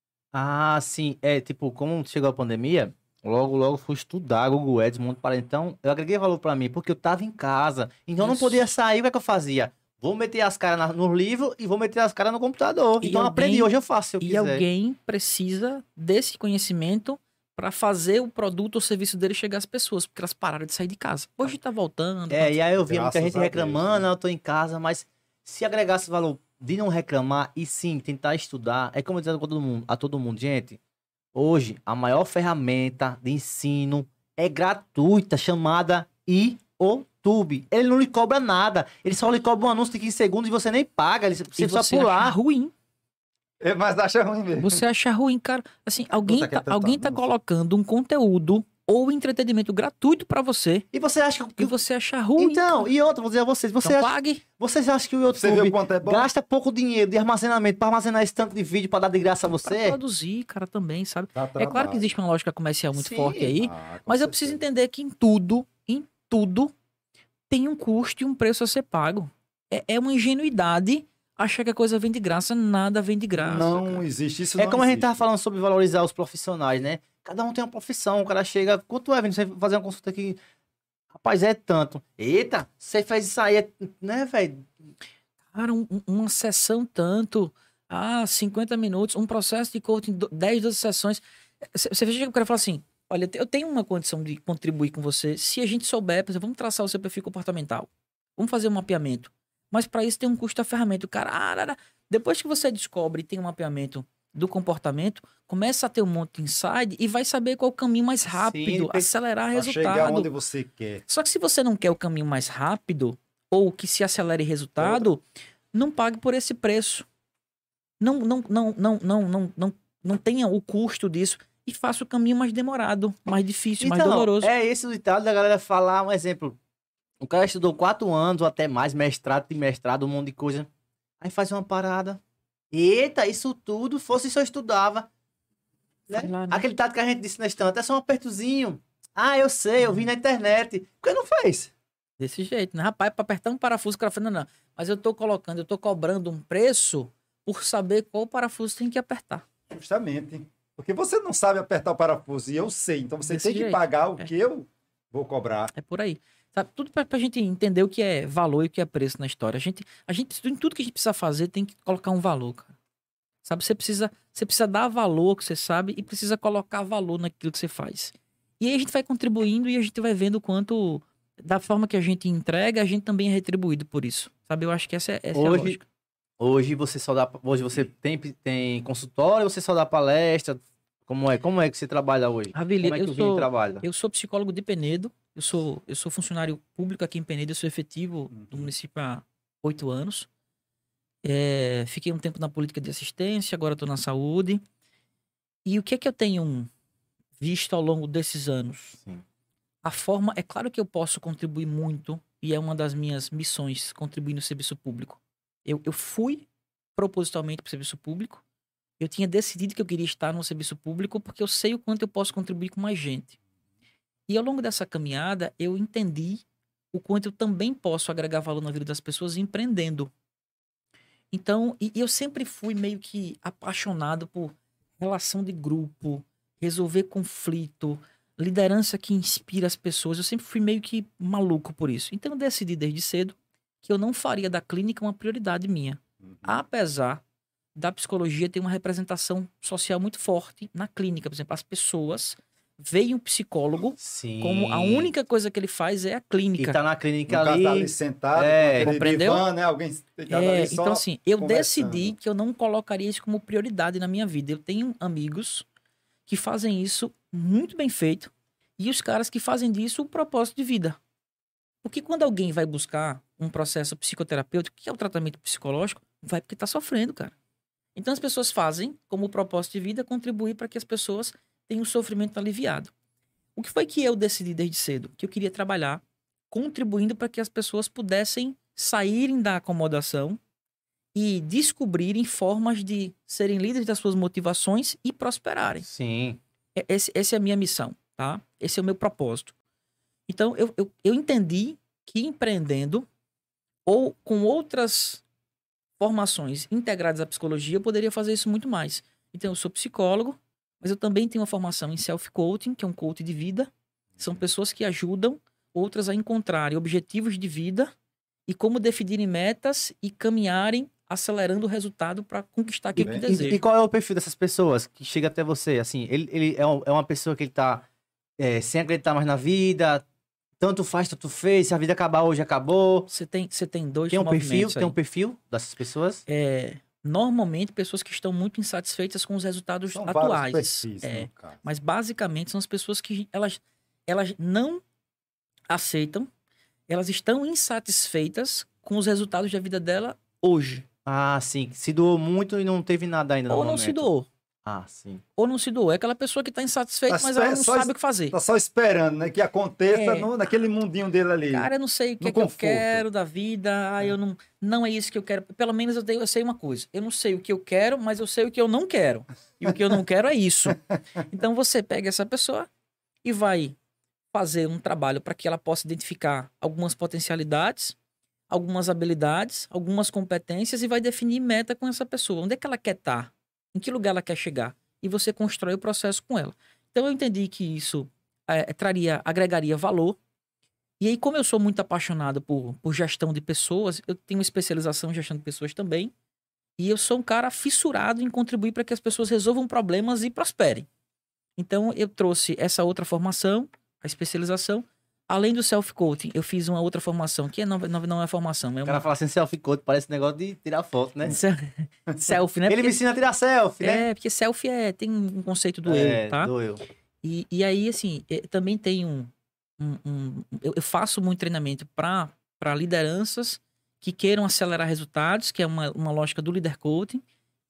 B: Ah, sim. É, tipo, como chegou a pandemia, logo, logo fui estudar Google Ads, muito para então, eu agreguei valor pra mim, porque eu tava em casa. Então eu não
D: Isso.
B: podia sair, o que é que eu fazia? Vou meter as caras na- no livro e vou meter as caras no computador.
D: E
B: então eu
D: alguém-
B: aprendi, hoje eu faço, se eu
D: E
B: quiser.
D: alguém precisa desse conhecimento pra fazer o produto ou serviço dele chegar às pessoas, porque elas pararam de sair de casa. Hoje tá voltando.
B: É, e aí eu via muita
C: Graças
B: gente
C: a Deus,
B: reclamando,
C: né?
B: "Ah, eu tô em casa, mas se agregasse valor de não reclamar e sim tentar estudar, é como eu dizer a todo mundo, a todo mundo, gente, hoje a maior ferramenta de ensino é gratuita, chamada YouTube. Ele não lhe cobra nada, ele só lhe cobra um anúncio de quinze segundos e você nem paga, ele,
D: E
B: você só
D: você acha
B: pular.
D: ruim.
C: É, mas acha ruim mesmo.
D: Você acha ruim, cara. Assim, alguém
C: Puta, que é
D: tá,
C: tanto
D: alguém tá
C: anúncio.
D: colocando um conteúdo ou entretenimento gratuito pra você
B: E você acha que...
D: e você acha ruim.
B: Então,
D: cara.
B: e outra, vou dizer a vocês, você
D: Então
B: acha,
D: pague.
B: vocês acham que o
C: Você vê o
B: YouTube
C: quanto é bom?
B: gasta pouco dinheiro de armazenamento pra armazenar esse tanto de vídeo pra dar de graça a
D: Pra
B: você?
D: produzir, cara, também, sabe?
C: Dá
D: É claro que
C: trabalho.
D: existe uma lógica comercial muito
B: Sim.
D: forte aí,
C: Ah, com
D: mas eu
C: certeza.
D: preciso entender que em tudo, em tudo, tem um custo e um preço a ser pago. É, é uma ingenuidade achar que a coisa vem de graça, nada vem de graça.
C: Não
D: cara.
C: existe isso.
B: É
C: não
B: como a gente
C: existe.
B: tava falando sobre valorizar os profissionais, né? Cada um tem uma profissão, o cara chega, quanto é, Vini, você fazer uma consulta aqui? Rapaz, é tanto. Eita, você fez isso aí, é... né, velho?
D: Cara, um- um- uma sessão tanto, ah, cinquenta minutos, um processo de coaching, do- dez, doze sessões. Você você veja que o cara fala assim, olha, eu te- eu tenho uma condição de contribuir com você, se a gente souber, por exemplo, vamos traçar o seu perfil comportamental, vamos fazer um mapeamento, mas para isso tem um custo da ferramenta. O cara, ah, arara. Depois que você descobre e tem um mapeamento do comportamento, começa a ter um monte de insight e vai saber qual é o caminho mais rápido,
B: tem-
D: acelerar
C: Pra chegar
D: resultado.
C: onde você quer.
D: Só que se você não quer o caminho mais rápido ou que se acelere resultado, não pague por esse preço. Não, não, não, não, não, não, não, não tenha o custo disso e faça o caminho mais demorado, mais difícil, mais doloroso.
B: é esse o ditado da galera falar, um exemplo. O cara estudou quatro anos ou até mais, mestrado, mestrado, um monte de coisa. Aí faz uma parada. Eita, isso tudo, fosse se eu estudava. Né?
D: Vai lá, né?
B: Aquele tato que a gente disse na estante, é só um apertozinho. Ah, eu sei, eu vi na internet. Por que não fez?
D: Desse jeito, né? Rapaz, para apertar um parafuso, o cara fala, não, não, mas eu tô colocando, eu tô cobrando um preço por saber qual parafuso tem que apertar.
C: Justamente. Porque você não sabe apertar o parafuso e eu sei. Então você
D: Desse
C: tem que
D: jeito.
C: pagar o
D: É.
C: que eu Vou cobrar.
D: É por aí. Sabe? Tudo pra, pra gente entender o que é valor e o que é preço na história. A gente, a gente, em tudo que a gente precisa fazer, tem que colocar um valor, cara. Sabe? Você precisa, você precisa dar valor ao que você sabe e precisa colocar valor naquilo que você faz. E aí a gente vai contribuindo e a gente vai vendo o quanto, da forma que a gente entrega, a gente também é retribuído por isso. Sabe? Eu acho que essa é, essa é a
B: Hoje,
D: lógica.
B: hoje você só dá, hoje você tem, tem consultório ou você só dá palestra? Como é? Como é que você trabalha hoje?
D: Ravili,
B: Como é que
D: eu
B: o Vini
D: sou,
B: trabalha?
D: eu sou psicólogo de Penedo, eu sou, eu sou funcionário público aqui em Penedo, eu sou efetivo do município há oito anos. É, fiquei um tempo na política de assistência, agora estou na saúde. E o que é que eu tenho visto ao longo desses anos?
B: Sim.
D: A forma, é claro que eu posso contribuir muito, e é uma das minhas missões, contribuir no serviço público. Eu, eu fui propositalmente para o serviço público, eu tinha decidido que eu queria estar no serviço público porque eu sei o quanto eu posso contribuir com mais gente. E ao longo dessa caminhada, eu entendi o quanto eu também posso agregar valor na vida das pessoas empreendendo. Então, e, e eu sempre fui meio que apaixonado por relação de grupo, resolver conflito, liderança que inspira as pessoas. Eu sempre fui meio que maluco por isso. Então, eu decidi desde cedo que eu não faria da clínica uma prioridade minha.
C: Uhum.
D: Apesar da psicologia ter uma representação social muito forte na clínica. Por exemplo, as pessoas veem o psicólogo
B: Sim.
D: como a única coisa que ele faz é a
B: E
D: clínica.
B: tá na
C: No
B: clínica
C: caso,
B: ali.
C: tá ali sentado,
B: É,
C: com aquele
D: compreendeu?
C: divã, né? Alguém deitado
D: É,
C: ali só
D: então, assim, eu
C: conversando.
D: decidi que eu não colocaria isso como prioridade na minha vida. Eu tenho amigos que fazem isso muito bem feito e os caras que fazem disso o propósito de vida. Porque quando alguém vai buscar um processo psicoterapêutico, que é o tratamento psicológico, vai porque tá sofrendo, cara. Então as pessoas fazem como propósito de vida contribuir para que as pessoas tenham o sofrimento aliviado. O que foi que eu decidi desde cedo? Que eu queria trabalhar contribuindo para que as pessoas pudessem saírem da acomodação e descobrirem formas de serem líderes das suas motivações e prosperarem.
B: Sim.
D: É- Esse, essa é a minha missão, tá? Esse é o meu propósito. Então, eu, eu, eu entendi que empreendendo ou com outras formações integradas à psicologia, eu poderia fazer isso muito mais. Então, eu sou psicólogo, mas eu também tenho uma formação em self-coaching, que é um coach de vida. São pessoas que ajudam outras a encontrarem objetivos de vida e como definirem metas e caminharem acelerando o resultado para conquistar aquilo que
C: Bem,
B: E,
D: deseja.
B: e qual é o perfil dessas pessoas que chega até você? Assim, ele, ele é, um- é uma pessoa que ele tá é, sem acreditar mais na vida, tanto faz, tanto fez, se a vida acabar hoje, acabou.
D: Você tem, você tem dois
B: Tem um perfil,
D: movimentos
B: tem um
D: aí.
B: perfil dessas pessoas?
D: É, normalmente, pessoas que estão muito insatisfeitas com os resultados
C: São vários
D: atuais.
C: perfis,
D: É,
C: no caso.
D: mas basicamente são as pessoas que elas, elas não aceitam, elas estão insatisfeitas com os resultados da vida dela hoje.
B: Ah, sim. Se doou muito e não teve nada ainda no
D: Ou não
B: momento.
D: se doou.
B: Ah, sim.
D: Ou não se doou. É aquela pessoa que está insatisfeita,
C: Tá
D: mas ela não
C: só-
D: sabe o que fazer.
C: Tá só esperando, né? Que aconteça
D: É.
C: no- naquele mundinho dele ali.
D: Cara, eu não sei o que
C: No
D: é que eu
C: conforto.
D: quero da vida. Ah, eu não, não é isso que eu quero. Pelo menos eu, tenho- eu sei uma coisa. Eu não sei o que eu quero, mas eu sei o que eu não quero. E o que eu não quero é isso. Então você pega essa pessoa e vai fazer um trabalho para que ela possa identificar algumas potencialidades, algumas habilidades, algumas competências e vai definir meta com essa pessoa. Onde é que ela quer estar? Em que lugar ela quer chegar? E você constrói o processo com ela. Então eu entendi que isso é, traria, agregaria valor. E aí, como eu sou muito apaixonado por, por gestão de pessoas, eu tenho uma especialização em gestão de pessoas também. E eu sou um cara fissurado em contribuir para que as pessoas resolvam problemas e prosperem. Então, eu trouxe essa outra formação, a especialização. Além do self-coaching, eu fiz uma outra formação, que não, não, não é formação, é
B: O cara
D: uma...
B: fala assim, selfie coach, parece negócio de tirar foto, né?
D: selfie, né?
B: Ele me
D: Porque-
B: ensina a tirar selfie, né?
D: É, porque selfie é, tem um conceito do
B: é,
D: eu, tá?
B: do eu.
D: E, e aí, assim, eh, também tem um. um- um- eu, eu faço muito treinamento para lideranças que queiram acelerar resultados, que é uma, uma lógica do Leader Coaching,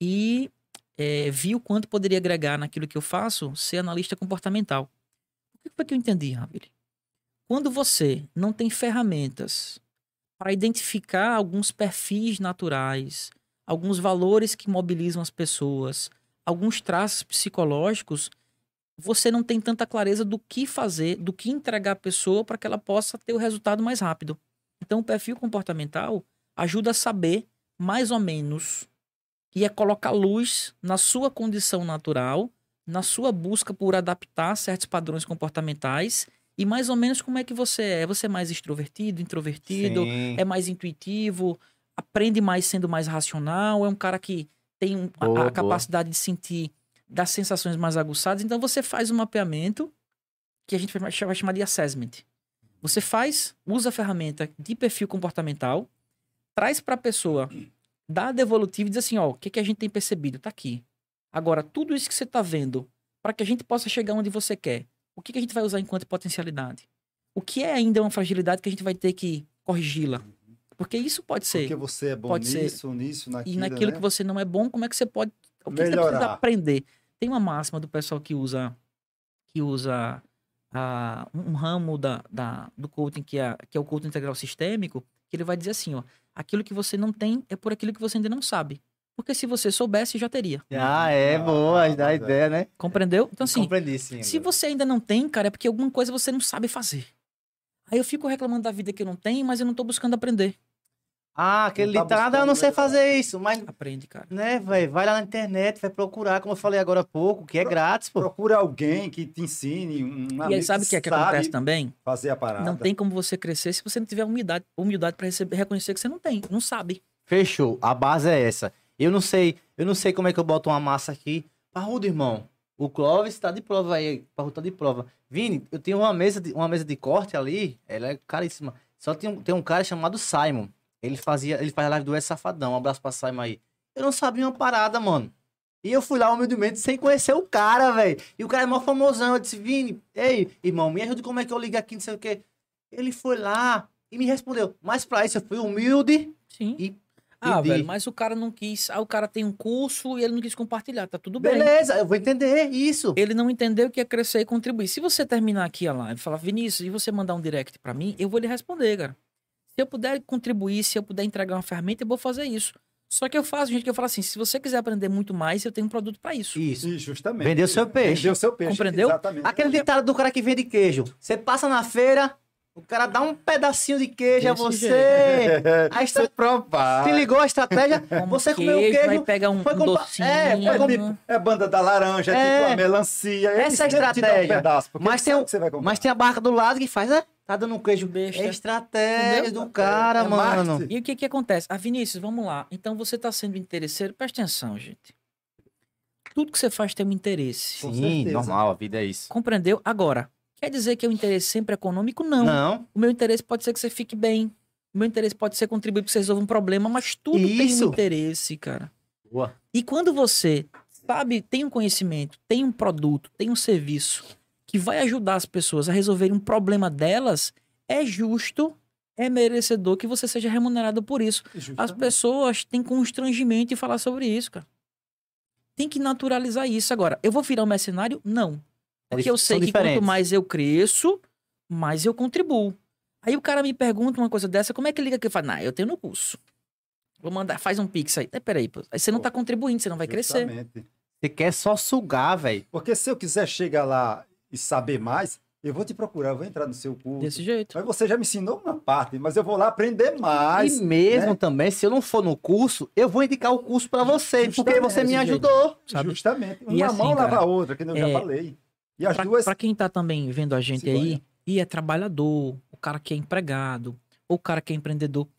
D: e eh, vi o quanto poderia agregar naquilo que eu faço ser analista comportamental. O que foi que eu entendi, Ravili? Quando você não tem ferramentas para identificar alguns perfis naturais, alguns valores que mobilizam as pessoas, alguns traços psicológicos, você não tem tanta clareza do que fazer, do que entregar à pessoa para que ela possa ter o resultado mais rápido. Então, o perfil comportamental ajuda a saber, mais ou menos, e é colocar luz na sua condição natural, na sua busca por adaptar certos padrões comportamentais e mais ou menos como é que você é. Você é mais extrovertido, introvertido,
B: Sim.
D: é mais intuitivo, aprende mais sendo mais racional, é um cara que tem um- a-
B: Boa,
D: a,
B: boa.
D: capacidade de sentir das sensações mais aguçadas. Então você faz um mapeamento que a gente vai vai chamar de assessment. Você faz, usa a ferramenta de perfil comportamental, traz para a pessoa, dá devolutivo e diz assim, ó, o que, que a gente tem percebido? Tá aqui. Agora, tudo isso que você tá vendo, para que a gente possa chegar onde você quer, o que, que a gente vai usar enquanto potencialidade? O que é ainda uma fragilidade que a gente vai ter que corrigi-la? Porque isso pode ser.
C: Porque você é bom
D: Pode ser.
C: nisso, nisso, naquilo,
D: E naquilo
C: né?
D: que você não é bom, como é que você pode... O que você
C: Melhorar.
D: precisa aprender? Tem uma máxima do pessoal que usa que usa ah, um ramo da, da, do coaching, que é, que é o coaching integral sistêmico, que ele vai dizer assim, ó, aquilo que você não tem é por aquilo que você ainda não sabe. Porque se você soubesse, já teria.
B: Ah, é, boa, dá a ideia, né?
D: Compreendeu? Então, assim,
B: Compreendi, sim.
D: se você ainda não tem, cara, é porque alguma coisa você não sabe fazer. Aí eu fico reclamando da vida que eu não tenho, mas eu não tô buscando aprender.
B: Ah, aquele
C: Não tá
B: ditado, ah, eu não sei
C: buscando
B: fazer isso, mas,
D: Aprende, cara.
B: né, velho, vai lá na internet, vai procurar, como eu falei agora há pouco, que é
C: Pro-
B: grátis, pô.
C: Procura alguém que te ensine, um
D: E
C: amigo
D: aí, sabe o que é que
C: sabe
D: acontece também?
C: fazer a parada.
D: Não tem como você crescer se você não tiver humildade, humildade para reconhecer que você não tem, não sabe.
B: Fechou, a base é essa. Eu não sei, eu não sei como é que eu boto uma massa aqui. Parrudo, irmão, o Clóvis tá de prova aí, Parrudo tá de prova. Vini, eu tenho uma mesa de, uma mesa de corte ali, ela é caríssima. Só tem um, tem um cara chamado Simon. Ele fazia, ele faz a live do É Safadão. Um abraço pra Simon aí. Eu não sabia uma parada, mano. E eu fui lá humildemente sem conhecer o cara, velho. E o cara é mó famosão. Eu disse, Vini, ei, irmão, me ajuda como é que eu ligo aqui, não sei o quê. Ele foi lá e me respondeu. Mas pra isso eu fui humilde
D: Sim.
B: e
D: Ah,
B: pedi.
D: velho, mas o cara não quis. Ah, o cara tem um curso e ele não quis compartilhar. Tá tudo bem.
B: Beleza, eu vou entender isso.
D: Ele não entendeu que ia crescer e contribuir. Se você terminar aqui a live e falar, Vinícius, e você mandar um direct pra mim, eu vou lhe responder, cara. Se eu puder contribuir, se eu puder entregar uma ferramenta, eu vou fazer isso. Só que eu faço, gente, que eu falo assim, se você quiser aprender muito mais, eu tenho um produto pra isso.
B: Isso.
C: E justamente.
B: Vendeu seu peixe.
C: Vendeu seu peixe.
D: Compreendeu?
C: Exatamente.
B: Aquele ditado do cara que vende queijo. Você passa na feira, o cara dá um pedacinho de queijo a
D: Desse
B: você.
C: É,
B: A estra...
C: você provar.
B: Se ligou a estratégia,
D: Como
B: você comeu o
D: queijo,
B: queijo.
D: vai pegar um,
B: foi
D: um
B: compa-
D: docinho.
B: É,
C: É,
B: foi
C: tipo, é banda da laranja, é,
B: É.
C: tipo a melancia. Ele
B: Essa é a
C: te dá um
B: estratégia.
C: pedaço, porque
B: Mas
C: ele
B: tem
C: sabe
B: um-
C: que você vai comprar.
B: Mas tem a barca do lado que faz, é, tá dando um queijo.
D: Besta.
B: É estratégia
C: Entendeu?
B: do cara,
C: É- é
B: mano.
C: marketing.
D: E o que que acontece? Ah, Vinícius, vamos lá. Então você tá sendo interesseiro? Presta atenção, gente. Tudo que você faz tem um interesse.
C: Com
B: Sim,
C: certeza.
B: normal, a vida é isso.
D: Compreendeu? Agora, quer dizer que é um interesse sempre econômico? Não.
B: Não.
D: O meu interesse pode ser que você fique bem. O meu interesse pode ser contribuir para que você resolva um problema, mas tudo tem
B: Isso.
D: um interesse, cara.
B: Boa.
D: E quando você, sabe, tem um conhecimento, tem um produto, tem um serviço que vai ajudar as pessoas a resolverem um problema delas, é justo, é merecedor que você seja remunerado por isso. As
C: Justamente.
D: pessoas têm constrangimento em falar sobre isso, cara. Tem que naturalizar isso. Agora, eu vou virar um mercenário? Não. Porque eu
B: São
D: sei que
B: diferentes.
D: quanto mais eu cresço, mais eu contribuo. Aí o cara me pergunta uma coisa dessa, como é que liga que eu falo? Não, eu tenho no curso. Vou mandar, faz um pix aí. É, peraí, pô. Aí você não tá contribuindo, você não vai crescer.
C: Justamente.
B: Você quer só sugar, velho.
C: Porque se eu quiser chegar lá e saber mais, eu vou te procurar, eu vou entrar no seu curso.
D: Desse jeito.
C: Mas você já me ensinou uma parte, mas eu vou lá aprender mais.
B: E mesmo
C: né?
B: também, se eu não for no curso, eu vou indicar o curso pra você, porque
C: Justamente,
B: você me
D: desse jeito.
B: ajudou.
D: Sabe?
C: Justamente.
D: E
C: Uma
D: assim,
C: mão lava
D: cara,
C: a outra, que eu já
D: é,
C: falei. E as
D: Pra,
C: duas.
D: pra quem tá também vendo a gente
C: Se
D: aí,
C: banha.
D: e é trabalhador, o cara que é empregado, ou o cara que é empreendedor,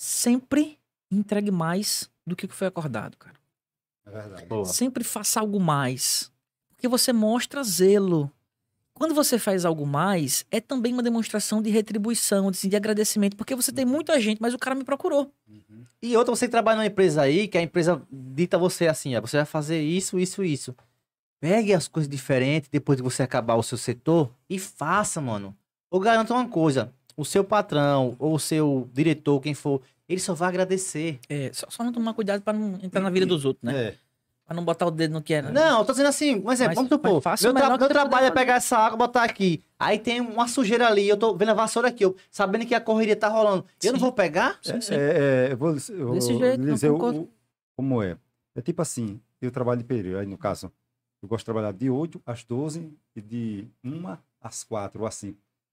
D: sempre entregue mais do que o que foi acordado, cara.
C: É verdade.
B: Boa.
D: Sempre faça algo mais. Porque você mostra zelo. Quando você faz algo mais, é também uma demonstração de retribuição, de, de agradecimento, porque você tem muita gente, mas o cara me procurou.
C: Uhum.
B: E outra, você trabalha numa empresa aí, que a empresa dita a você assim, ó, você vai fazer isso, isso, isso. Pegue as coisas diferentes depois que você acabar o seu setor e faça, mano. Eu garanto uma coisa, o seu patrão ou o seu diretor, quem for, ele só vai agradecer.
D: É, só, só não tomar cuidado pra não entrar na vida dos outros, né?
C: É.
D: Pra não botar o dedo no que é.
B: Não, eu tô dizendo assim, um exemplo,
D: Mas-
B: vamos supor,
D: mas faça
B: meu,
D: o melhor
B: tra-
D: que
B: meu
D: você
B: trabalho é
D: puder
B: pegar essa água e botar aqui. Aí tem uma sujeira ali, eu tô vendo a vassoura aqui, eu, sabendo que a correria tá rolando. Eu não
D: Sim.
B: vou pegar?
D: Sim, sim.
C: É, é, eu vou, eu vou
D: Desse jeito,
C: lhe
D: não
C: dizer o-
D: concordo.
C: o- como é. É tipo assim, eu trabalho de período, aí no caso, eu gosto de trabalhar de oito às doze e de uma às quatro ou assim.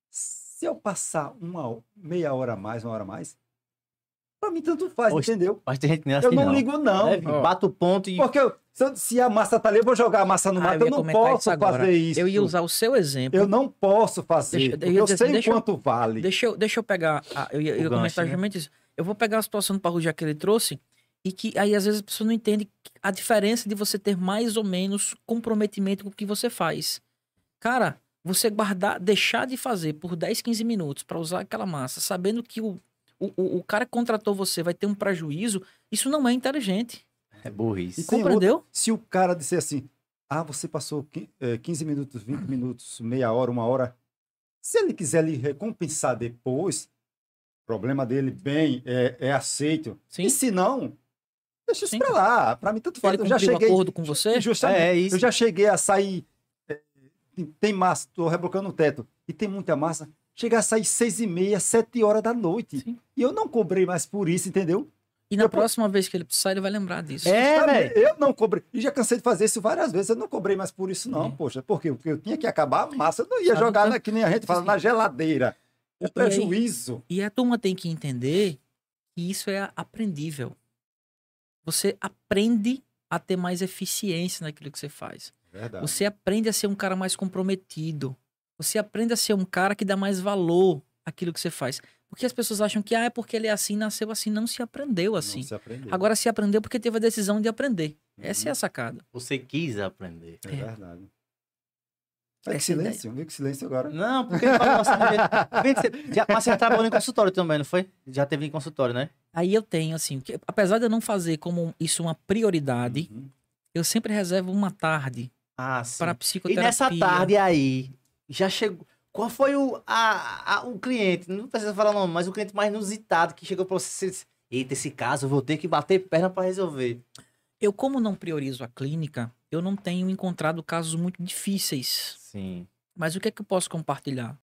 C: Se eu passar uma ho- meia hora a mais, uma hora a mais, pra mim tanto faz,
B: Oxe,
C: entendeu?
B: Mas tem gente que nem é assim,
C: Eu não,
B: não.
C: ligo não.
B: É, Vini,
C: Ó,
B: bata o ponto e...
C: Porque eu, Se, eu- se a massa tá ali, eu vou jogar a massa no
D: Ah,
C: mato.
D: eu
C: Eu,
D: ia
C: não
D: comentar
C: posso
D: isso agora.
C: fazer isso.
D: Eu ia usar o seu exemplo.
C: Eu não posso fazer,
D: Deixa- eu
C: porque
D: ia
C: eu
D: dizer
C: sei
D: assim,
C: o
D: deixa eu-
C: quanto vale.
D: Deixa eu, deixa eu pegar. a- eu ia, eu ia
B: O gancho,
D: comentar
B: né?
D: justamente isso. Eu vou pegar a situação do Parrujá que ele trouxe e que aí às vezes a pessoa não entende a diferença de você ter mais ou menos comprometimento com o que você faz. Cara, você guardar, deixar de fazer por dez, quinze minutos para usar aquela massa, sabendo que o, o, o o cara que contratou você vai ter um prejuízo, isso não é inteligente.
B: É burrice.
C: E tem
D: Compreendeu?
C: outra, se o cara disser assim, ah, você passou qui- eh, quinze minutos, vinte minutos, meia hora, uma hora, se ele quiser lhe recompensar depois, problema dele, bem, é, é aceito.
D: Sim.
C: E se não, deixa isso
D: Sim.
C: pra lá. Pra mim, tanto faz.
D: Ele
C: Eu já
D: cumpriu o
C: cheguei.
D: acordo com você?
C: Justamente.
B: É, é isso.
C: Eu já cheguei a sair. eh, tem- Tem massa, tô reblocando o teto. E tem muita massa. Chegar a sair seis e meia, sete horas da noite.
D: Sim.
C: E eu não cobrei mais por isso, entendeu?
D: E na
C: Eu-
D: próxima vez que ele precisar, ele vai lembrar disso.
B: É,
C: Justamente,
B: velho.
C: eu não cobrei. E já cansei de fazer isso várias vezes. Eu não cobrei mais por isso, não,
D: É.
C: poxa. Por quê? Porque eu tinha que acabar a massa. Eu não ia
D: Sabe,
C: jogar,
D: então-
C: na, que nem a gente fala,
D: Sim.
C: na geladeira.
D: E-
C: É
D: e aí-
C: prejuízo.
D: E a turma tem que entender que isso é aprendível. Você aprende a ter mais eficiência naquilo que você faz.
C: Verdade.
D: Você aprende a ser um cara mais comprometido. Você aprende a ser um cara que dá mais valor àquilo que você faz. Porque as pessoas acham que ah, é porque ele é assim, nasceu assim. Não se aprendeu assim.
C: Não se aprendeu.
D: Agora se aprendeu porque teve a decisão de aprender. Essa é a
C: Uhum.
D: sacada.
B: Você quis aprender.
C: É verdade.
D: Essa
C: É
D: é a
C: silêncio, viu que silêncio agora.
B: Não, porque ele falou assim. Vem, você- já, mas você trabalhou em consultório também, não foi? Já teve em consultório, né?
D: Aí eu tenho, assim, que, apesar de eu não fazer como isso uma prioridade,
C: Uhum.
D: eu sempre reservo uma tarde
B: Ah, sim.
D: para
B: E
D: psicoterapia.
B: nessa tarde aí, já chegou. Qual foi o, a, a- o cliente? Não precisa falar o nome, mas o cliente mais inusitado que chegou pra você. Você disse, eita, esse caso eu vou ter que bater perna pra resolver.
D: Eu, como não priorizo a clínica, eu não tenho encontrado casos muito difíceis.
B: Sim.
D: Mas o que é que eu posso compartilhar?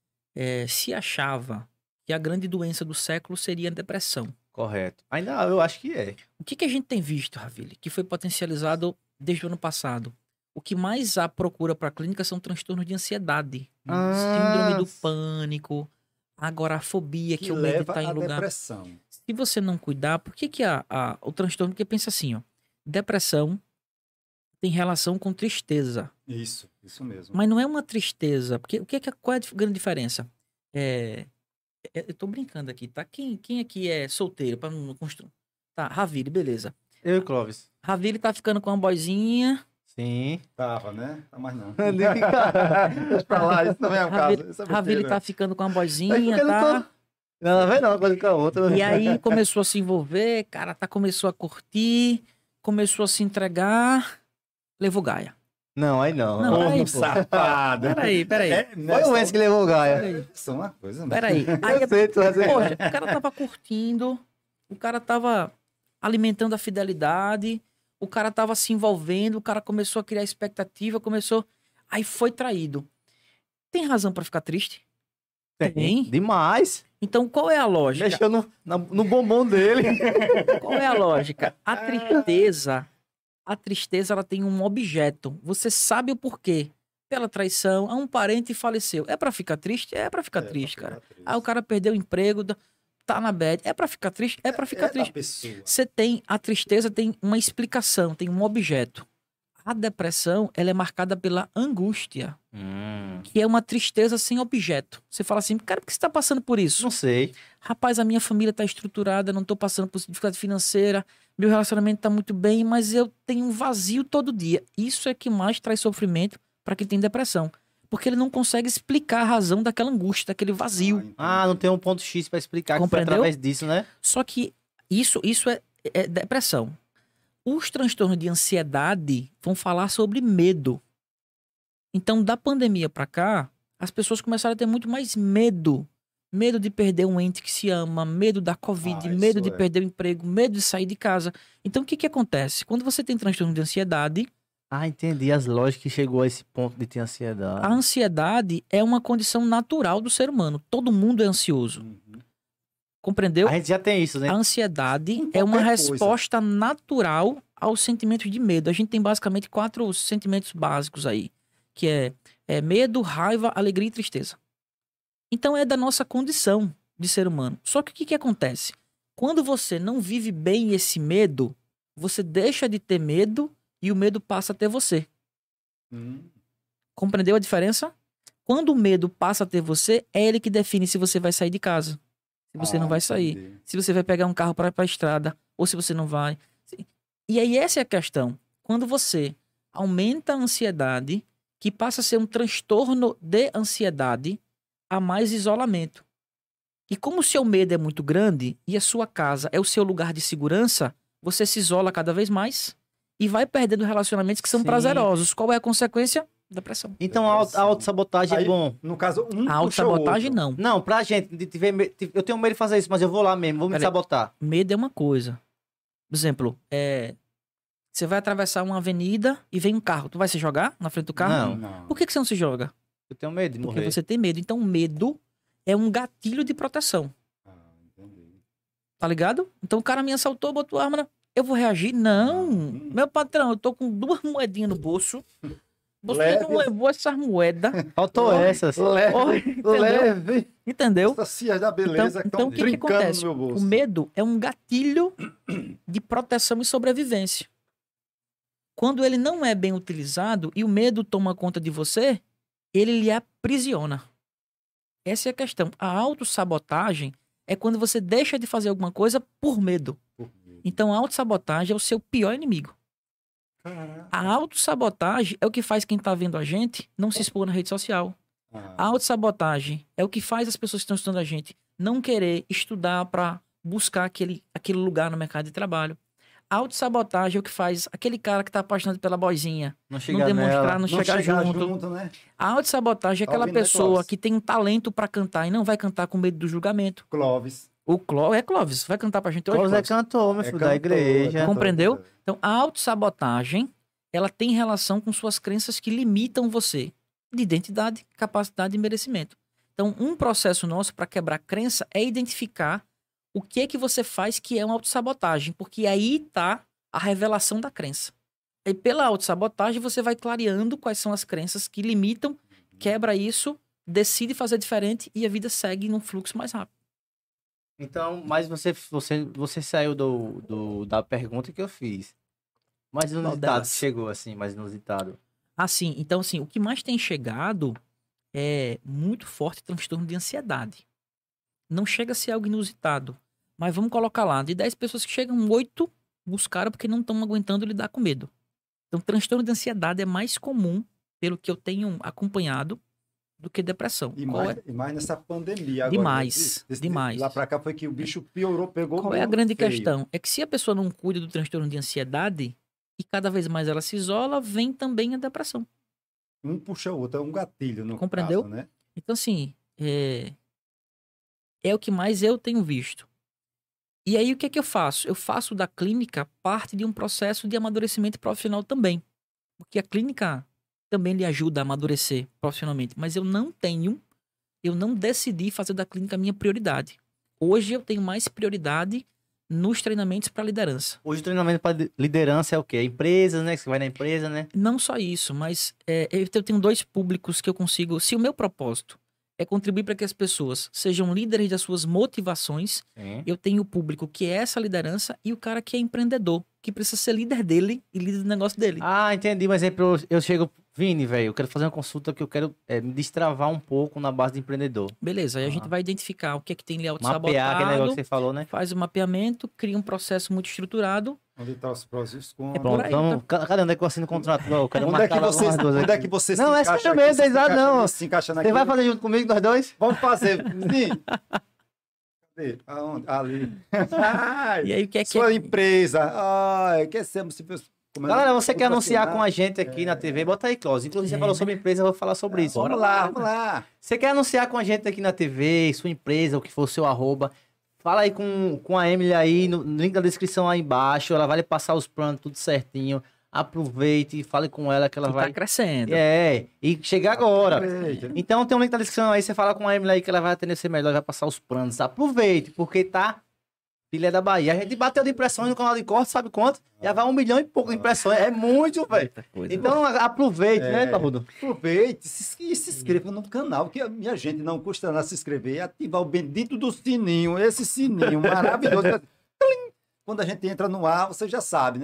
D: É, se achava que a grande doença do século seria a depressão.
B: Correto. Ainda eu acho que é.
D: O que, que a gente tem visto, Ravile, que foi potencializado desde o ano passado? O que mais há procura para a clínica são transtornos de ansiedade.
B: Ah.
D: Síndrome do pânico, agorafobia, que,
C: Que
D: o medo
C: leva
D: está em
C: à
D: lugar.
C: depressão.
D: Se você não cuidar, por que, que a, a- o transtorno? Porque pensa assim, ó, depressão tem relação com tristeza.
C: Isso, isso mesmo.
D: Mas não é uma tristeza. Porque o que é que, qual é a dif- grande diferença? É, é- eu tô brincando aqui, tá? Quem, quem aqui é solteiro para não construir? Tá, Ravile, beleza.
B: Eu e Clóvis.
D: Ravile tá ficando com uma boizinha.
B: Sim.
C: Tava, né? Tá mais não.
B: Nem fica-
C: Deixa pra lá, isso não é o caso.
D: Ravile,
C: Isso é
D: Ravile
C: besteira.
D: tá ficando com uma
B: Mas
D: boizinha,
B: porque eu não
D: tá?
B: tô- Nada a ver não, uma coisa com a outra.
D: E aí começou a se envolver, cara, tá, começou a curtir, começou a se entregar, levou Gaia.
B: Não, aí não.
D: Não,
C: Ô,
D: peraí, pô.
C: safado.
D: Peraí, peraí.
C: É,
B: Foi
C: nessa-
B: o Enzo que levou o Gaia.
D: Peraí,
C: Isso é uma coisa, né?
D: peraí. Aí,
B: Eu sei, tu vai dizer.
D: poxa, o cara tava curtindo, o cara tava alimentando a fidelidade, o cara tava se envolvendo, o cara começou a criar expectativa, começou... Aí foi traído. Tem razão pra ficar triste? Tem.
B: Demais.
D: Então, qual é a lógica?
B: Mexeu no, na- no bombom dele.
D: Qual é a lógica? A tristeza, a tristeza, ela tem um objeto. Você sabe o porquê. Pela traição, a um parente faleceu. É pra ficar triste? É pra ficar
C: É,
D: triste,
C: pra
D: cara.
C: ficar triste.
D: Aí o cara perdeu o emprego, tá na bad. É pra ficar triste? É pra ficar
C: É da
D: triste.
C: pessoa.
D: Você tem, a tristeza tem uma explicação, tem um objeto. A depressão, ela é marcada pela angústia,
B: Hum,
D: que é uma tristeza sem objeto. Você fala assim, cara, por que você tá passando por isso?
B: não sei.
D: Rapaz, a minha família tá estruturada, não tô passando por dificuldade financeira, meu relacionamento tá muito bem, mas eu tenho um vazio todo dia. Isso é que mais traz sofrimento para quem tem depressão. Porque ele não consegue explicar a razão daquela angústia, daquele vazio.
C: então.
B: Ah, não tem um ponto X pra explicar que foi
D: Compreendeu?
B: através disso, né?
D: Só que isso, isso é, é depressão. Os transtornos de ansiedade vão falar sobre medo. Então, da pandemia para cá, as pessoas começaram a ter muito mais medo. Medo de perder um ente que se ama, medo da Covid,
C: Ah,
D: medo
C: isso
D: de
C: é.
D: perder o emprego, medo de sair de casa. Então, o que que acontece? Quando você tem transtorno de ansiedade,
B: Ah, entendi as lógicas que chegou a esse ponto de ter ansiedade.
D: a ansiedade é uma condição natural do ser humano. Todo mundo é ansioso.
C: Uhum.
D: Compreendeu?
B: A gente já tem isso, né?
D: A ansiedade
C: Em
D: é uma
C: qualquer coisa.
D: resposta natural aos sentimentos de medo. A gente tem basicamente quatro sentimentos básicos aí, que é, é medo, raiva, alegria e tristeza. Então é da nossa condição de ser humano. Só que o que, que acontece? Quando você não vive bem esse medo, você deixa de ter medo e o medo passa a ter você.
C: Hum.
D: Compreendeu a diferença? Quando o medo passa a ter você, é ele que define se você vai sair de casa, se você
C: Ah,
D: não vai sair,
C: entendi.
D: se você vai pegar um carro para ir para a estrada, ou se você não vai. E aí essa é a questão. Quando você aumenta a ansiedade, que passa a ser um transtorno de ansiedade, há mais isolamento. E como o seu medo é muito grande e a sua casa é o seu lugar de segurança, você se isola cada vez mais e vai perdendo relacionamentos que são
B: Sim.
D: prazerosos. Qual é a consequência? Depressão.
B: Então a auto- a
C: Depressão.
B: autossabotagem é
C: Aí,
B: bom.
C: no caso, um
D: A
C: puxa o
D: autossabotagem,
C: outro.
D: não.
B: Não, pra gente, de tiver me- de- eu tenho medo de fazer isso, mas eu vou lá mesmo, vou me
D: Peraí.
B: sabotar.
D: Medo é uma coisa. Por exemplo, é... você vai atravessar uma avenida e vem um carro. Tu vai se jogar na frente do carro?
B: Não.
D: Por que, que você não se joga?
B: Eu tenho medo de
D: Porque
B: morrer.
D: você tem medo. Então, medo é um gatilho de proteção.
C: Ah, entendi.
D: Tá ligado? Então, o cara me assaltou, botou arma. Na... Eu vou reagir? Não.
C: Hum.
D: Meu patrão, eu tô com duas moedinhas no bolso. Você
C: Leve.
D: não levou essas moedas.
B: Faltou essas.
C: Leve,
D: Entendeu?
C: leve.
D: Entendeu?
C: Essas cias da beleza
D: Então,
C: que
D: então
C: estão
D: o que, que
C: brincando
D: acontece?
C: no meu bolso.
D: O medo é um gatilho de proteção e sobrevivência. Quando ele não é bem utilizado e o medo toma conta de você, ele lhe aprisiona. Essa é a questão. A autossabotagem é quando você deixa de fazer alguma coisa por medo. Então, a autossabotagem é o seu pior inimigo.
C: Caraca.
D: A autossabotagem é o que faz quem tá vendo a gente não se expor na rede social. A
C: Ah,
D: autossabotagem é o que faz as pessoas que estão estudando a gente não querer estudar para buscar aquele, aquele lugar no mercado de trabalho. A autossabotagem é o que faz aquele cara que tá apaixonado pela boizinha
B: Não
D: não
B: chegar
D: demonstrar,
B: nela.
D: não,
C: não
D: chegar,
C: chegar
D: junto.
C: junto, né?
D: A autossabotagem é
C: Tá
D: aquela
C: ouvindo, né,
D: pessoa
C: Clóvis?
D: que tem um talento para cantar e não vai cantar com medo do julgamento.
C: Clóvis.
D: O Cló é Clóvis, vai cantar pra gente hoje,
B: Clóvis é
D: Clóvis?
B: cantor, meu
C: É
B: filho,
C: cantor,
B: da
C: é
B: igreja.
C: cantor,
D: Compreendeu?
C: é.
D: Então, a autossabotagem, ela tem relação com suas crenças que limitam você de identidade, capacidade e merecimento. Então, um processo nosso para quebrar crença é identificar o que é que você faz que é uma autossabotagem, porque aí tá a revelação da crença. E pela autossabotagem, você vai clareando quais são as crenças que limitam, quebra isso, decide fazer diferente e a vida segue num fluxo mais rápido.
B: Então, mas você, você, você saiu do, do, da pergunta que eu fiz. Mais inusitado
D: delas?
B: que chegou, assim, mais inusitado.
D: Assim, então, assim, o que mais tem chegado é muito forte transtorno de ansiedade. Não chega a ser algo inusitado. Mas vamos colocar lá, de dez pessoas que chegam, oito buscaram porque não estão aguentando lidar com medo. Então, transtorno de ansiedade é mais comum, pelo que eu tenho acompanhado, do que depressão.
C: E
D: Qual
C: mais,
D: é,
C: e mais nessa pandemia agora.
D: Demais,
C: né? Desse- desse-
D: demais.
C: Lá pra cá foi que o bicho piorou, pegou
D: qual é a
C: muito
D: grande
C: feio.
D: questão? É que se a pessoa não cuida do transtorno de ansiedade, e cada vez mais ela se isola, vem também a depressão.
C: Um puxa o outro, é um gatilho no
D: Compreendeu?
C: caso, né?
D: Então, assim, é... é o que mais eu tenho visto. E aí, o que é que eu faço? Eu faço da clínica parte de um processo de amadurecimento profissional também. Porque a clínica também lhe ajuda a amadurecer profissionalmente. Mas eu não tenho, eu não decidi fazer da clínica a minha prioridade. Hoje eu tenho mais prioridade nos treinamentos para liderança.
B: Hoje o treinamento para liderança é o quê? Empresas, né? Que você vai na empresa, né?
D: Não só isso, mas é, eu tenho dois públicos que eu consigo... Se o meu propósito é contribuir para que as pessoas sejam líderes das suas motivações,
B: Sim.
D: eu tenho o público que é essa liderança e o cara que é empreendedor, que precisa ser líder dele e líder do negócio dele.
B: Ah, entendi. Mas exemplo, eu, eu chego... Vini, velho, eu quero fazer uma consulta que eu quero é, me destravar um pouco na base de empreendedor.
D: Beleza, aí a
B: Ah.
D: gente vai identificar o que é que tem ali
B: Mapear aquele negócio
D: auto-sabotado,
B: que você falou, né?
D: faz o mapeamento, cria um processo muito estruturado.
C: Onde tá os prós e os contras.
D: É por
B: Pronto,
D: aí,
B: então, ca- cadê onde é que eu assino o contrato? Não, eu quero
C: Onde é que
B: marcar lá
C: você,
B: umas duas
C: onde é
B: aqui.
C: que você
B: Não,
C: se
B: é
C: encaixa
B: sério
C: aqui,
B: mesmo,
C: você se
B: exato,
C: encaixa
B: não.
C: nisso, se encaixa
B: Você
C: naquilo?
B: vai fazer junto comigo, nós dois?
C: Vamos fazer. Sim. Cadê? Aonde? Ali. Ai,
D: E aí o que é que
C: sua
D: é...
C: empresa. Ai, quer ser... como é-
B: Galera, você quer anunciar
C: patrocinar?
B: com a gente aqui na T V? Bota aí, Close. Inclusive, você
D: É,
B: falou
D: né?
B: sobre empresa, eu vou falar sobre isso.
C: Vamos lá, vamos lá.
B: Você quer anunciar com a gente aqui na T V, sua empresa, o que for o seu arroba, fala aí com, com a Emily aí, no link da descrição aí embaixo, ela vai lhe passar os planos tudo certinho. Aproveite e fale com ela que ela
D: que
B: vai...
D: tá crescendo.
B: É, e chega agora.
C: Eita.
B: Então tem um link na descrição aí, você fala com a Emily aí que ela vai atender você melhor, vai passar os planos. Aproveite, porque tá filha da Bahia. A gente bateu de impressões no canal de corte, sabe quanto? Já vai um milhão e pouco de impressões. É muito, velho.
D: Muita coisa.
B: Então aproveite,
C: É.
B: né, Parrudo?
C: Aproveite se, e se inscreva no canal, que a minha gente não custa nada se inscrever e ativar o bendito do sininho, esse sininho maravilhoso. Tlim! Quando a gente entra no ar, você já sabe, né?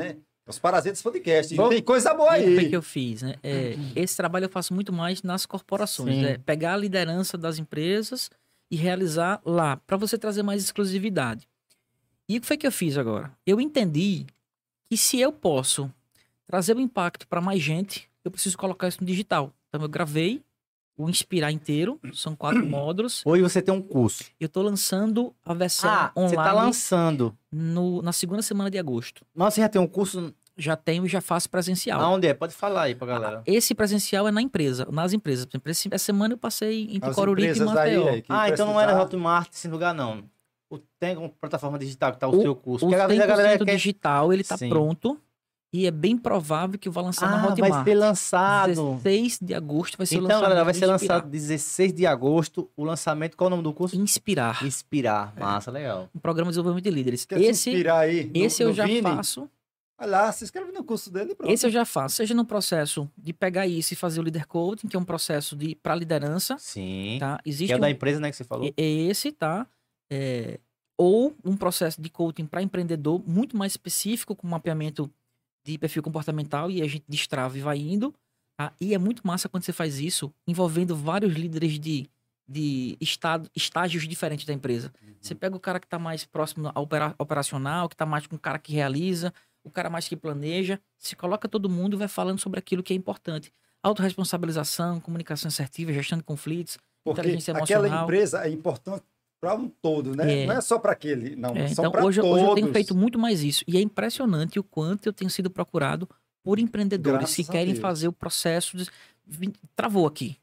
C: Os parasitas podcast.
B: Bom,
C: Tem coisa boa
D: E o que
C: aí.
D: que eu fiz, né? É, esse trabalho eu faço muito mais nas corporações.
B: Sim.
D: É pegar a liderança das empresas e realizar lá, para você trazer mais exclusividade. E o que foi que eu fiz agora? Eu entendi que se eu posso trazer o impacto para mais gente, eu preciso colocar isso no digital. Então eu gravei o Inspirar inteiro, são quatro módulos.
B: Hoje você tem um curso.
D: Eu tô lançando a versão
B: Ah, você
D: online
B: tá lançando.
D: no, na segunda semana de agosto.
B: Mas você já tem um curso.
D: Já tenho e já faço presencial.
B: Aonde é? Pode falar aí pra galera.
D: Esse presencial é na empresa, nas empresas. Por exemplo, esse- essa semana eu passei entre
C: As
D: Coruripe e
C: empresas aí,
D: Maceió.
C: aí, que
B: Ah, então não era
C: precisar-
B: Hotmart esse lugar, não. O- Tem uma plataforma digital que tá o,
D: O-
B: seu curso.
D: O
B: Porque a
D: cem por
B: galera
D: cento
B: quer...
D: digital, ele tá
B: Sim.
D: pronto. E é bem provável que eu vá lançar na
B: Ah,
D: Hotmart.
B: vai ser lançado.
D: dezesseis de agosto vai ser o
B: Então,
D: lançamento.
B: galera, vai
D: do
B: ser
D: Inspirar.
B: lançado dezesseis de agosto. O lançamento, qual é o nome do curso?
D: Inspirar.
B: Inspirar. Massa, legal.
D: Um programa de desenvolvimento de líderes.
C: Quer se
D: Esse,
C: inspirar aí no-
D: esse eu
C: no
D: já
C: Vini?
D: faço.
C: Vai lá, se inscreve no curso dele e pronto.
D: Esse eu já faço. Seja no processo de pegar isso e fazer o Leader Coaching, que é um processo de para liderança.
B: Sim.
D: Tá?
B: Que
D: Existe
B: é o da
D: um-
B: empresa, né, que você falou.
D: É é esse, tá? É, ou um processo de coaching para empreendedor muito mais específico, com mapeamento de perfil comportamental, e a gente destrava e vai indo. Tá? E é muito massa quando você faz isso, envolvendo vários líderes de, de estado, estágios diferentes da empresa. Você pega o cara que está mais próximo ao opera- operacional, que está mais com o cara que realiza, o cara mais que planeja. Se coloca todo mundo e vai falando sobre aquilo que é importante. Autorresponsabilização, comunicação assertiva, gestão de conflitos,
C: Porque
D: inteligência
C: aquela
D: emocional.
C: empresa é importante para um todo, né?
D: É.
C: Não é só para aquele, não.
D: É,
C: São
D: então,
C: para
D: hoje,
C: todos.
D: hoje eu tenho feito muito mais isso. E é impressionante o quanto eu tenho sido procurado por empreendedores
C: Graças
D: que
C: a
D: querem
C: Deus.
D: fazer o processo. De... Vim- Travou aqui.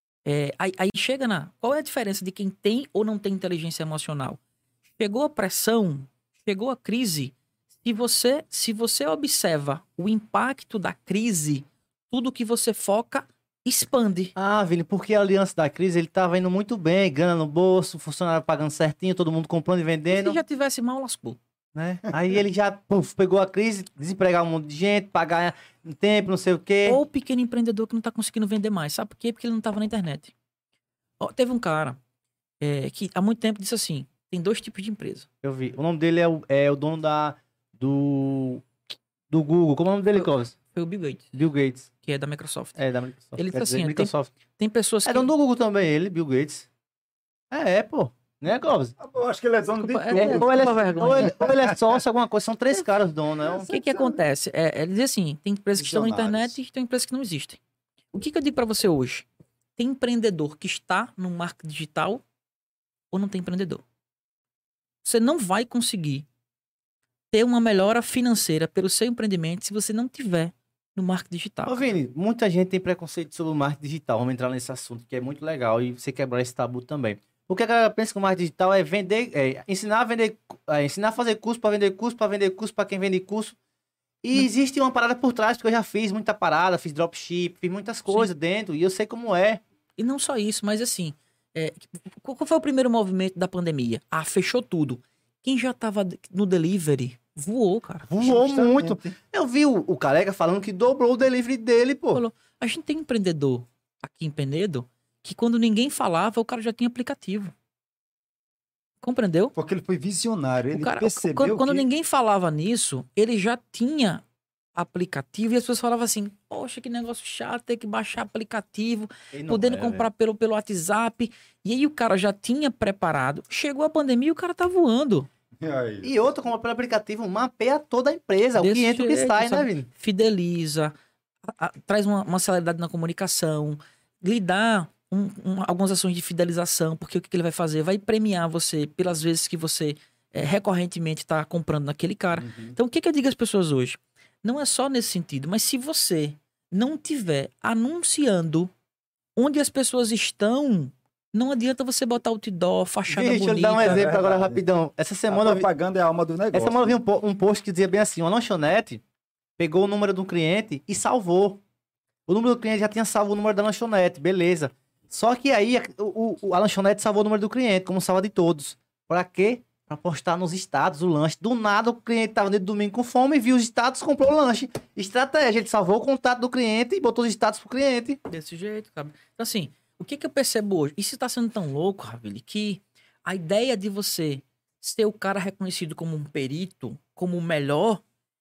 D: É, aí, aí chega na. Qual é a diferença de quem tem ou não tem inteligência emocional? Chegou a pressão, chegou a crise. Se você, se você observa o impacto da crise, tudo que você foca expande.
B: Ah, Vini, porque a aliança da crise, ele tava indo muito bem, grana no bolso, funcionário pagando certinho, todo mundo comprando e vendendo,
D: Se já tivesse mal, lascou.
B: né? Aí ele já puf, pegou a crise, desempregar um monte de gente, pagar um tempo, não sei o quê.
D: Ou o pequeno empreendedor que não tá conseguindo vender mais. Sabe por quê? Porque ele não tava na internet. Ó, teve um cara é, que há muito tempo disse assim, tem dois tipos de empresa.
B: Eu vi. O nome dele é o, é o dono da, do, do Google. Como é o nome dele, Clóvis?
D: Foi o Bill Gates,
B: Bill Gates.
D: que é da Microsoft.
B: É, da Microsoft.
D: Ele
B: Quer
D: disse
B: dizer,
D: assim, tem-
B: Microsoft.
D: Tem pessoas
B: É
D: que...
B: dono do Google também, ele, Bill Gates. É, é, pô. Né, Clóvis?
C: Eu acho que ele é dono de
D: Desculpa,
C: tudo.
D: é-
B: ou, ele é,
D: desculpa a vergonha.
B: ou, ele, ou ele é sócio, alguma coisa. São três caras donos, né?
D: O que que acontece? É, ele diz assim, tem empresas que estão na
C: Visionários.
D: internet e tem empresas que não existem. O que que eu digo pra você hoje? Tem empreendedor que está no marketing digital ou não tem empreendedor? Você não vai conseguir ter uma melhora financeira pelo seu empreendimento se você não tiver no marketing digital.
B: Ô, Vini, muita gente tem preconceito sobre o marketing digital. Vamos entrar nesse assunto, que é muito legal. E você quebrar esse tabu também. Porque a galera pensa que o marketing digital é vender, é ensinar a vender, é ensinar a fazer curso para vender curso, para vender curso para quem vende curso. E
D: Não.
B: existe uma parada por trás, porque eu já fiz muita parada, fiz dropship, fiz muitas coisas dentro, e eu sei como é.
D: E não só isso, mas assim, é, qual qual foi o primeiro movimento da pandemia? Ah, fechou tudo. Quem já tava no delivery voou, cara.
B: Voou
C: Justamente.
B: muito. Eu vi o, o Careca falando que dobrou o delivery dele, pô.
D: Falou. A gente tem um empreendedor aqui em Penedo que quando ninguém falava, o cara já tinha aplicativo. Compreendeu?
C: Porque ele foi visionário. Ele
D: O cara,
C: percebeu
D: quando, quando
C: que...
D: ninguém falava nisso, ele já tinha aplicativo e as pessoas falavam assim, poxa, que negócio chato, ter que baixar aplicativo,
B: Ele não
D: podendo
B: é,
D: comprar pelo, pelo WhatsApp. E aí o cara já tinha preparado. Chegou a pandemia e o cara tá voando.
C: Aí.
B: E outra, como pelo aplicativo, mapeia toda a empresa, o
D: Desse
B: que entra e o que
D: jeito,
B: sai, né,
D: sabe?
B: Vini?
D: Fideliza, a- a- traz uma, uma celeridade na comunicação, lhe dá um- um- algumas ações de fidelização, porque o que, que ele vai fazer? Vai premiar você pelas vezes que você é, recorrentemente está comprando naquele cara.
C: Uhum.
D: Então, o que, que eu digo às pessoas hoje? Não é só nesse sentido, mas se você não tiver anunciando onde as pessoas estão, não adianta você botar outdoor, fachada
B: Deixa eu
D: bonita.
B: lhe dar um exemplo
C: verdade.
B: agora rapidão. Essa
C: A
B: semana eu vi,
C: propaganda é a alma do negócio.
B: essa semana eu vi um, po- um post que dizia bem assim, uma lanchonete pegou o número do cliente e salvou. O número do cliente já tinha salvo o número da lanchonete, beleza. Só que aí a, o, o- a lanchonete salvou o número do cliente, como salva de todos. Pra quê? Pra postar nos status o lanche. Do nada o cliente tava dentro do domingo com fome, viu os status, comprou o lanche. Estratégia, ele salvou o contato do cliente e botou os status pro cliente.
D: Desse jeito, cara. Então, assim, o que, que eu percebo hoje? Isso tá sendo tão louco, Ravili, que a ideia de você ser o cara reconhecido como um perito, como o melhor,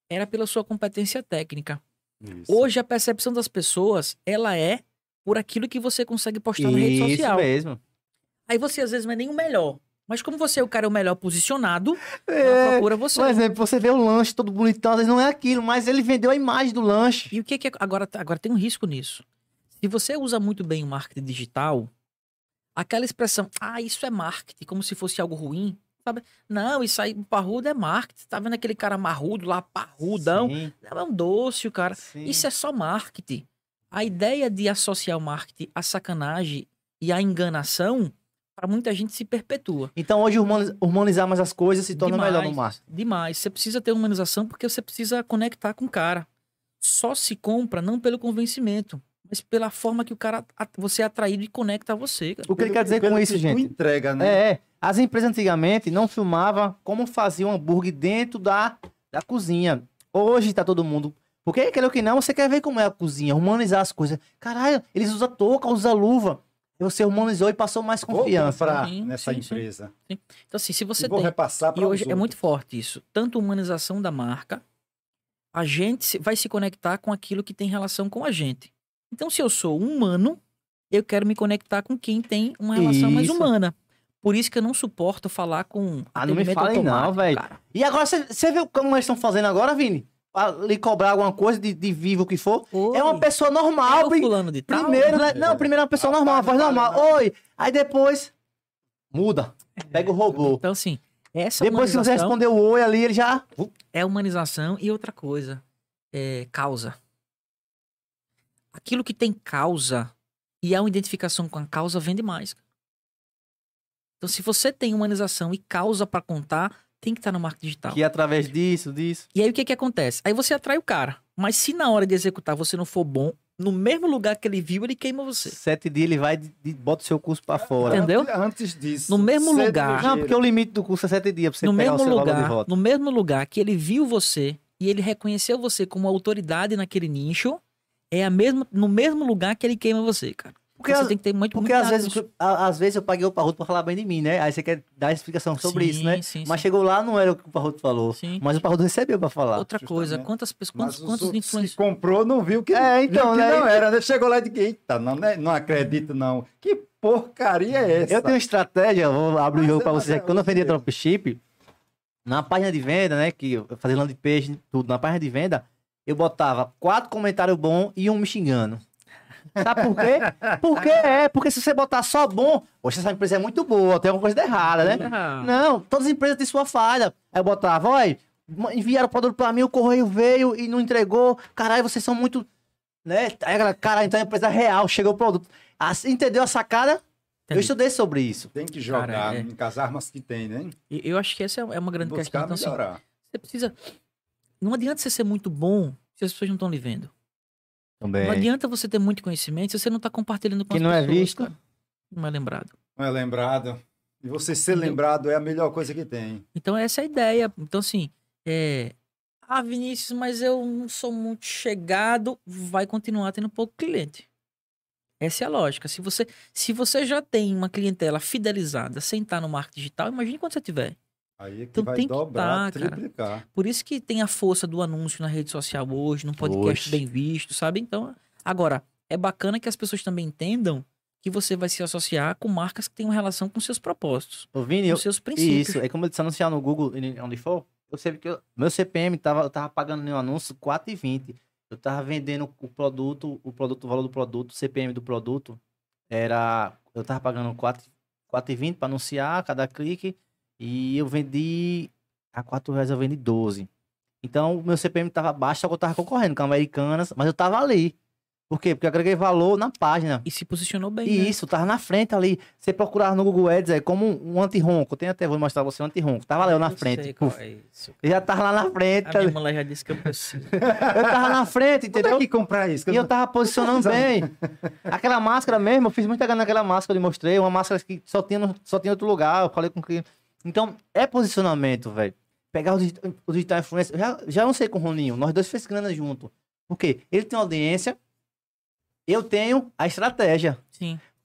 D: era pela sua competência técnica.
C: Isso.
D: Hoje, a percepção das pessoas, ela é por aquilo que você consegue postar na rede
B: Isso
D: social.
B: mesmo.
D: Aí você, às vezes, não é nem o melhor. Mas como você é o cara é o melhor posicionado, ela
B: É,
D: procura você.
B: por exemplo, você vê o lanche todo bonitão, às vezes não é aquilo, mas ele vendeu a imagem do lanche.
D: E o que que é... Agora, agora tem um risco nisso. Se você usa muito bem o marketing digital, aquela expressão, ah, isso é marketing, como se fosse algo ruim, sabe? Não, isso aí, parrudo é marketing. Tá vendo aquele cara marrudo lá, parrudão?
B: Sim,
D: Não, é um doce, o cara.
B: sim.
D: Isso é só marketing. A ideia de associar o marketing à sacanagem e à enganação, para muita gente se perpetua.
B: Então hoje humani- humanizar mais as coisas se torna
D: Demais.
B: melhor no máximo.
D: Demais. Você precisa ter humanização porque você precisa conectar com o cara. Só se compra não pelo convencimento, mas pela forma que o cara, você é atraído e conecta a você, cara.
B: O que ele
C: Pelo-
B: quer dizer
C: pelo
B: com
C: que
B: isso,
C: tu
B: gente?
C: entrega, né?
B: É, é, as empresas antigamente não filmavam como fazia um hambúrguer dentro da, da cozinha. Hoje tá todo mundo... Porque, quer ou que não, você quer ver como é a cozinha, humanizar as coisas. Caralho, eles usam touca, usam luva. E você humanizou e passou mais
C: Vou
B: confiança.
C: comprar
D: Sim,
C: nessa
D: sim, sim.
C: empresa.
D: Então, assim, se você
C: E vou
D: tem...
C: repassar
D: E
C: para
D: hoje é muito forte isso. Tanto a humanização da marca, a gente se- vai se conectar com aquilo que tem relação com a gente. Então, se eu sou humano, eu quero me conectar com quem tem uma relação mais
B: Isso.
D: humana. Por isso que eu não suporto falar com
B: Ah, não me
D: atendimento
B: falem não,
D: automático,
B: velho.
D: cara.
B: E agora, você viu como eles estão fazendo agora, Vini? Pra lhe cobrar alguma coisa de, de vivo que for. É uma
D: Oi,
B: pessoa
D: é
B: normal,
D: o
B: pri-
D: fulano de tal.
B: primeiro, né? Não, primeiro é uma pessoa
C: Ah,
B: normal, uma
C: para,
B: voz
C: para,
B: normal.
C: não.
B: Oi. Aí depois, muda. Pega o robô.
D: Então, assim, essa
B: Depois que você
D: humanização
B: respondeu o oi ali, ele já...
D: é humanização e outra coisa, é causa. Aquilo que tem causa e há uma identificação com a causa vende mais. Então, se você tem humanização e causa para contar, tem que estar no marketing digital.
B: Que através disso, disso.
D: E aí o que que acontece? Aí você atrai o cara. Mas se na hora de executar você não for bom, no mesmo lugar que ele viu, ele queima você.
B: Sete dias ele vai e de- bota o seu curso pra fora.
D: Entendeu?
C: Antes, antes disso.
D: No mesmo
C: cedo
D: lugar.
C: ligeiro.
B: Não, porque o limite do curso é sete dias pra você
D: No
B: pegar
D: mesmo
B: o seu valor de
D: lugar,
B: volta.
D: no mesmo lugar que ele viu você e ele reconheceu você como autoridade naquele nicho, é a mesma, no mesmo lugar que ele queima você, cara.
B: Porque,
D: você
B: às-
D: tem que ter muito
B: porque
D: muito
B: às
D: cuidado
B: vezes,
D: com isso.
B: a- às vezes eu paguei o Parruto pra falar bem de mim, né? Aí você quer dar explicação sobre
D: Sim,
B: isso, né?
D: sim,
B: Mas
D: sim.
B: chegou lá, não era o que o Parruto falou.
D: Sim.
B: Mas o Parruto recebeu pra falar.
D: Outra coisa,
C: justamente.
D: quantas pessoas,
C: Mas
D: quantos,
C: os
D: quantos
C: outros que
D: influencers...
C: comprou não viu que,
B: É, então,
C: viu que
B: né?
C: não era, né? Chegou lá e disse, eita, não, né? Não acredito não. Que porcaria é essa?
B: Eu tenho uma estratégia, eu vou abrir o
C: Mas
B: jogo
C: é-
B: pra
C: mas
B: vocês.
C: é
B: aqui. Quando eu vendia
C: hoje mesmo.
B: dropship, na página de venda, né? Que eu fazia landing page, tudo, na página de venda, eu botava quatro comentários bons e um me xingando. Sabe por quê? Porque é, porque se você botar só bom, poxa, essa empresa é muito boa, tem alguma coisa de errada, né?
D: Ah,
B: Não, todas as empresas têm sua falha. Aí eu botava, olha, enviaram o produto pra mim, o correio veio e não entregou. Caralho, vocês são muito. Né? Aí, a galera, caralho, então é uma empresa real, chegou o produto. Assim, entendeu a sacada? Eu
D: entendi.
B: estudei sobre isso.
C: Tem que jogar
D: Cara, é.
C: com as armas que tem, né?
D: E eu acho que essa é uma grande questão.
C: Buscar
D: Então, assim,
C: melhorar.
D: você precisa... Não adianta você ser muito bom se as pessoas não estão lhe vendo. Não
B: Também.
D: adianta você ter muito conhecimento se você não está compartilhando com
B: Que
D: as
B: não é
D: pessoas.
B: visto.
D: Cara. Não é lembrado.
C: Não é lembrado. E você ser
D: Entendeu?
C: lembrado é a melhor coisa que tem.
D: Então, essa é a ideia. Então, assim, é... Ah, Vinícius, mas eu não sou muito chegado. Vai continuar tendo pouco cliente. Essa é a lógica. Se você, se você já tem uma clientela fidelizada sem estar no marketing digital, imagine quando você tiver.
C: Aí é que
D: Então
C: vai
D: tem que
C: dobrar,
D: tá, cara.
C: triplicar.
D: Por isso que tem a força do anúncio na rede social hoje, num podcast
B: Oxe.
D: bem visto, sabe? Então, agora, é bacana que as pessoas também entendam que você vai se associar com marcas que têm uma relação com seus propósitos,
B: Ô, Vini,
D: com
B: eu,
D: seus princípios.
B: isso, é como eu disse, anunciar no Google, e onde for, eu sei que eu- meu C P M tava, eu tava pagando no anúncio quatro e vinte. Eu tava vendendo o produto, o produto, o valor do produto, o C P M do produto era, eu tava pagando quatro e vinte para anunciar cada clique e eu vendi a quatro reais, eu vendi doze. Então, o meu C P M tava baixo, só que eu tava concorrendo com Americanas, mas eu tava ali. Por quê? Porque eu agreguei valor na página.
D: E se posicionou bem,
B: E
D: né?
B: isso, tava na frente ali. Você procurar no Google Ads, é como um, um anti-ronco. Tem até, vou mostrar pra você um anti-ronco. Tava lá eu na
D: Eu
B: frente.
D: sei qual
B: Puf.
D: é isso.
B: Eu já tava lá na frente.
D: A
B: tá
D: minha
B: ali.
D: mulher já disse que eu preciso.
B: Eu tava na frente,
C: Onde é
B: entendeu?
C: que comprar isso? Que
B: E eu tava posicionando bem. Aquela máscara mesmo, eu fiz muita grana naquela máscara, eu lhe mostrei. Uma máscara que só tinha, no- só tinha em outro lugar. Eu falei com o cliente. Então, é posicionamento, velho. Pegar o digital, o digital influencer. Eu já, já não sei com o Roninho. Nós dois fez grana junto. Por quê? Ele tem audiência. Eu tenho a estratégia.
D: Sim.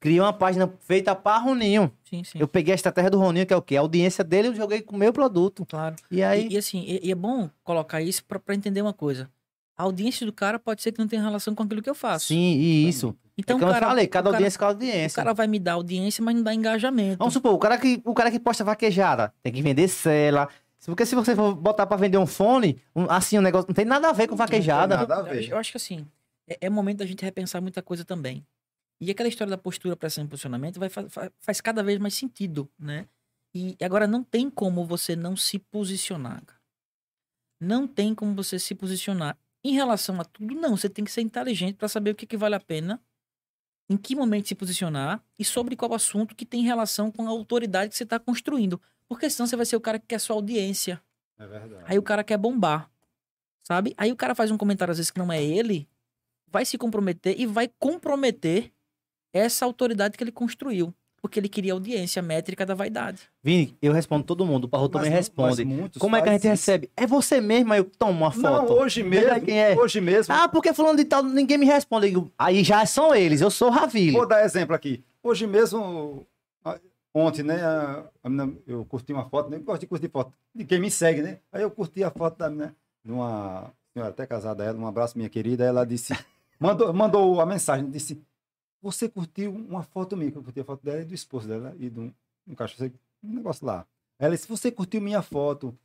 B: criei uma página feita para Roninho.
D: Sim, sim.
B: Eu peguei a estratégia do Roninho, que é o quê? A audiência dele, eu joguei com o meu produto.
D: Claro.
B: E aí...
D: E, e assim, e, e é bom colocar isso pra, pra entender uma coisa. A audiência do cara pode ser que não tenha relação com aquilo que eu faço.
B: Sim, e isso.
D: Então,
B: é como
D: o cara,
B: eu falei, cada
D: o cara-
B: audiência com a
D: o
B: audiência.
D: cara vai me dar audiência, mas não dá engajamento.
B: Vamos supor, o cara, que, o cara que posta vaquejada tem que vender cela. Porque se você for botar pra vender um fone, um- assim, o negócio não tem nada a ver com vaquejada.
C: nada a
D: Eu,
C: ver.
D: eu acho que assim, é, é momento da gente repensar muita coisa também. E aquela história da postura, pressão e posicionamento vai, fa- fa- faz cada vez mais sentido, né? E agora não tem como você não se posicionar. Cara. Não tem como você se posicionar. Em relação a tudo, não. Você tem que ser inteligente para saber o que, que vale a pena, em que momento se posicionar e sobre qual assunto que tem relação com a autoridade que você está construindo. Porque senão você vai ser o cara que quer sua audiência.
C: É verdade.
D: Aí o cara quer bombar, sabe? Aí o cara faz um comentário às vezes que não é ele, vai se comprometer e vai comprometer essa autoridade que ele construiu. Porque ele queria audiência métrica da vaidade.
B: Vini, eu respondo todo mundo, o Parro também
C: Mas-
B: responde.
C: mas muitos
B: Como é que a gente
C: fazem isso.
B: recebe? É você mesmo, aí eu tomo uma
C: Não,
B: foto.
C: hoje
B: Veja
C: mesmo,
B: quem é.
C: hoje mesmo,
B: Ah, porque falando de tal, ninguém me responde. Eu digo, aí já são eles, eu sou o Ravile.
C: vou dar exemplo aqui. Hoje mesmo, a- ontem, né, a, a menina- eu curti uma foto, né, eu gosto de curtir foto de quem me segue, né? Aí eu curti a foto da menina, de uma senhora até casada, ela, um abraço, minha querida, ela disse, mandou, mandou a mensagem, disse, você curtiu uma foto minha, que eu curti a foto dela e do esposo dela e de um, um cachorro, um negócio lá. Ela disse, você curtiu minha foto?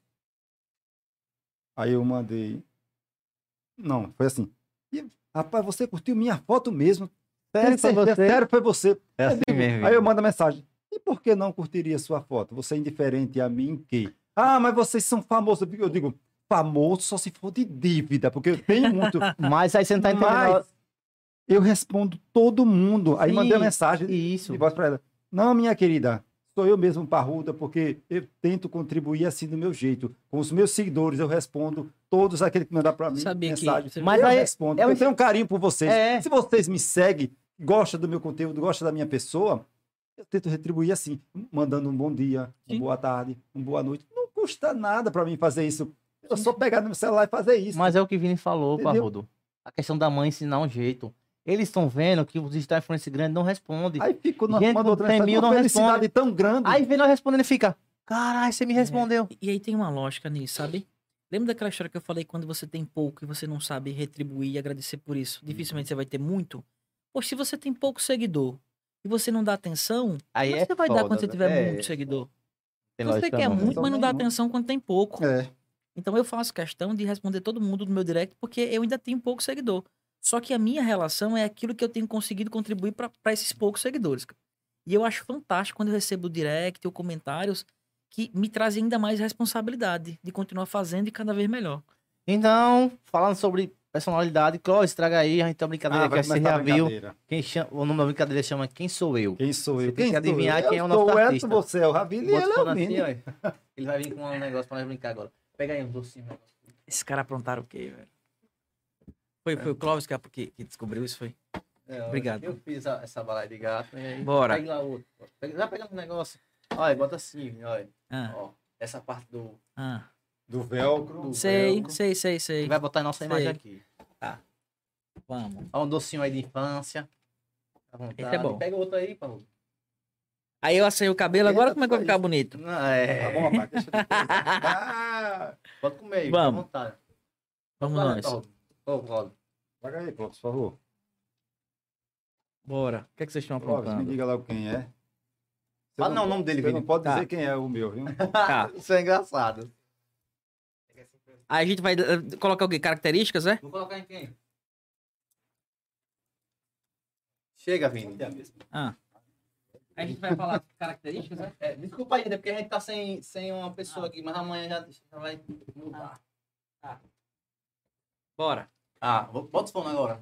C: Aí eu mandei, não, foi assim, e, rapaz, você curtiu minha foto mesmo?
B: Sério,
C: Tem
B: foi
C: certeza?
B: você?
C: Sério, foi você.
B: É assim mesmo.
C: Aí eu mando a mensagem. E por que não curtiria sua foto? Você é indiferente a mim em quê? Ah, mas vocês são famosos. Eu digo, famoso só se for de dívida, porque eu tenho muito.
B: Mas aí você não tá entendendo.
C: Mas eu respondo todo mundo. Aí
B: Sim,
C: mandei a mensagem
B: Isso.
C: e voz para ela. Não, minha querida, sou eu mesmo parruda, porque eu tento contribuir assim do meu jeito. Com os meus seguidores, eu respondo todos aqueles que mandam para mim
D: Sabia que-
C: mensagem.
D: você-
B: Mas
C: eu
B: aí
C: respondo.
B: é um-
C: Eu tenho um carinho por vocês.
B: É.
C: Se vocês me seguem, gostam do meu conteúdo, gostam da minha pessoa, eu tento retribuir assim, mandando um bom dia, uma
D: Sim.
C: boa tarde, uma boa noite. Não custa nada para mim fazer isso. Eu só pegar no meu celular e fazer isso.
B: Mas é o que o Vini falou,
C: Entendeu?
B: Parrudo. A questão da mãe ensinar um jeito. Eles estão vendo que os digital influencers grandes não respondem.
C: Aí fico na
B: Gente,
C: mandou
B: com
C: outra
B: cem
C: mensagem,
B: mil
C: uma
B: não
C: felicidade
B: responde.
C: tão grande.
B: Aí vem nós respondendo e fica, caralho, você me respondeu.
D: E aí tem uma lógica nisso, sabe? Lembra daquela história que eu falei quando você tem pouco e você não sabe retribuir e agradecer por isso? Dificilmente você vai ter muito. Poxa, se você tem pouco seguidor e você não dá atenção,
B: Aí
D: como
B: é
D: você vai dar
B: foda,
D: quando você
B: né?
D: tiver
B: É,
D: muito seguidor?
B: tem
D: Você
B: lógica
D: quer
B: não, né?
D: muito, mas não dá
C: Nenhuma.
D: atenção quando tem pouco.
C: É.
D: Então eu faço questão de responder todo mundo do meu direct porque eu ainda tenho pouco seguidor. Só que a minha relação é aquilo que eu tenho conseguido contribuir para esses poucos seguidores. cara. E eu acho fantástico quando eu recebo direct ou comentários que me trazem ainda mais responsabilidade de continuar fazendo e cada vez melhor.
B: Então, falando sobre personalidade, Clóvis, traga aí, a gente tem uma brincadeira
C: Ah,
B: que
C: vai
B: você
C: começar
B: já
C: a
B: viu.
C: brincadeira.
B: Quem chama, o nome da brincadeira chama Quem Sou Eu?
C: Quem sou eu?
B: Você tem que
C: sou
B: adivinhar
C: eu?
B: quem é o
C: Eu
B: nosso
C: sou o
B: artista.
C: Edson, você é o Ravile e
B: Bota
C: ele é
B: falando
C: o
B: assim,
C: Mini.
B: ó. Ele vai vir com um negócio pra nós brincar agora. Pega aí um docinho. um negócio.
D: Esses caras aprontaram o quê, velho? Foi, foi o Clóvis que, que, que descobriu isso, foi?
B: É,
D: Obrigado.
B: Eu fiz a- essa bala de gato. E aí,
D: Bora.
B: Pega lá outro. Pega, já pegando um negócio. Olha, bota assim, olha.
D: Ah,
B: Ó, essa parte do...
D: ah.
C: Do velcro.
B: do
D: Sei,
B: velcro.
D: sei, sei, sei.
B: Vai botar a nossa
D: Sei.
B: imagem aqui.
D: Vamos.
B: Ó, um docinho aí de infância. À vontade.
D: Esse é bom.
B: Pega outro aí, Paulo.
D: Aí eu assei o cabelo, agora como é que vai ficar bonito?
B: Não,
C: Tá
B: é...
C: bom, rapaz, deixa eu depois. Ah,
B: Pode comer aí,
D: Vamos.
B: fica à vontade.
D: Vamos
B: Vai,
D: nós.
B: Paulo. Ô, Paulo.
C: paga aí, Clóvis, por favor.
D: Bora. O que, é que vocês estão
C: Clóvis, me
D: aprontando?
C: diga logo quem é. Você
B: Ah, não, o nome dele,
C: Você não
B: Vini.
C: pode
D: Tá.
C: dizer quem é o meu, viu?
D: Tá.
B: Isso é engraçado.
D: Aí a gente vai eh, colocar o quê? Características, é?
B: Vou colocar em quem? Chega, Vini.
D: Ah. Aí a gente vai falar características, né?
B: É, desculpa aí, né? Porque a gente tá sem, sem uma pessoa aqui, mas amanhã já, já vai mudar.
D: Bora.
B: Ah, vou- bota o fone agora.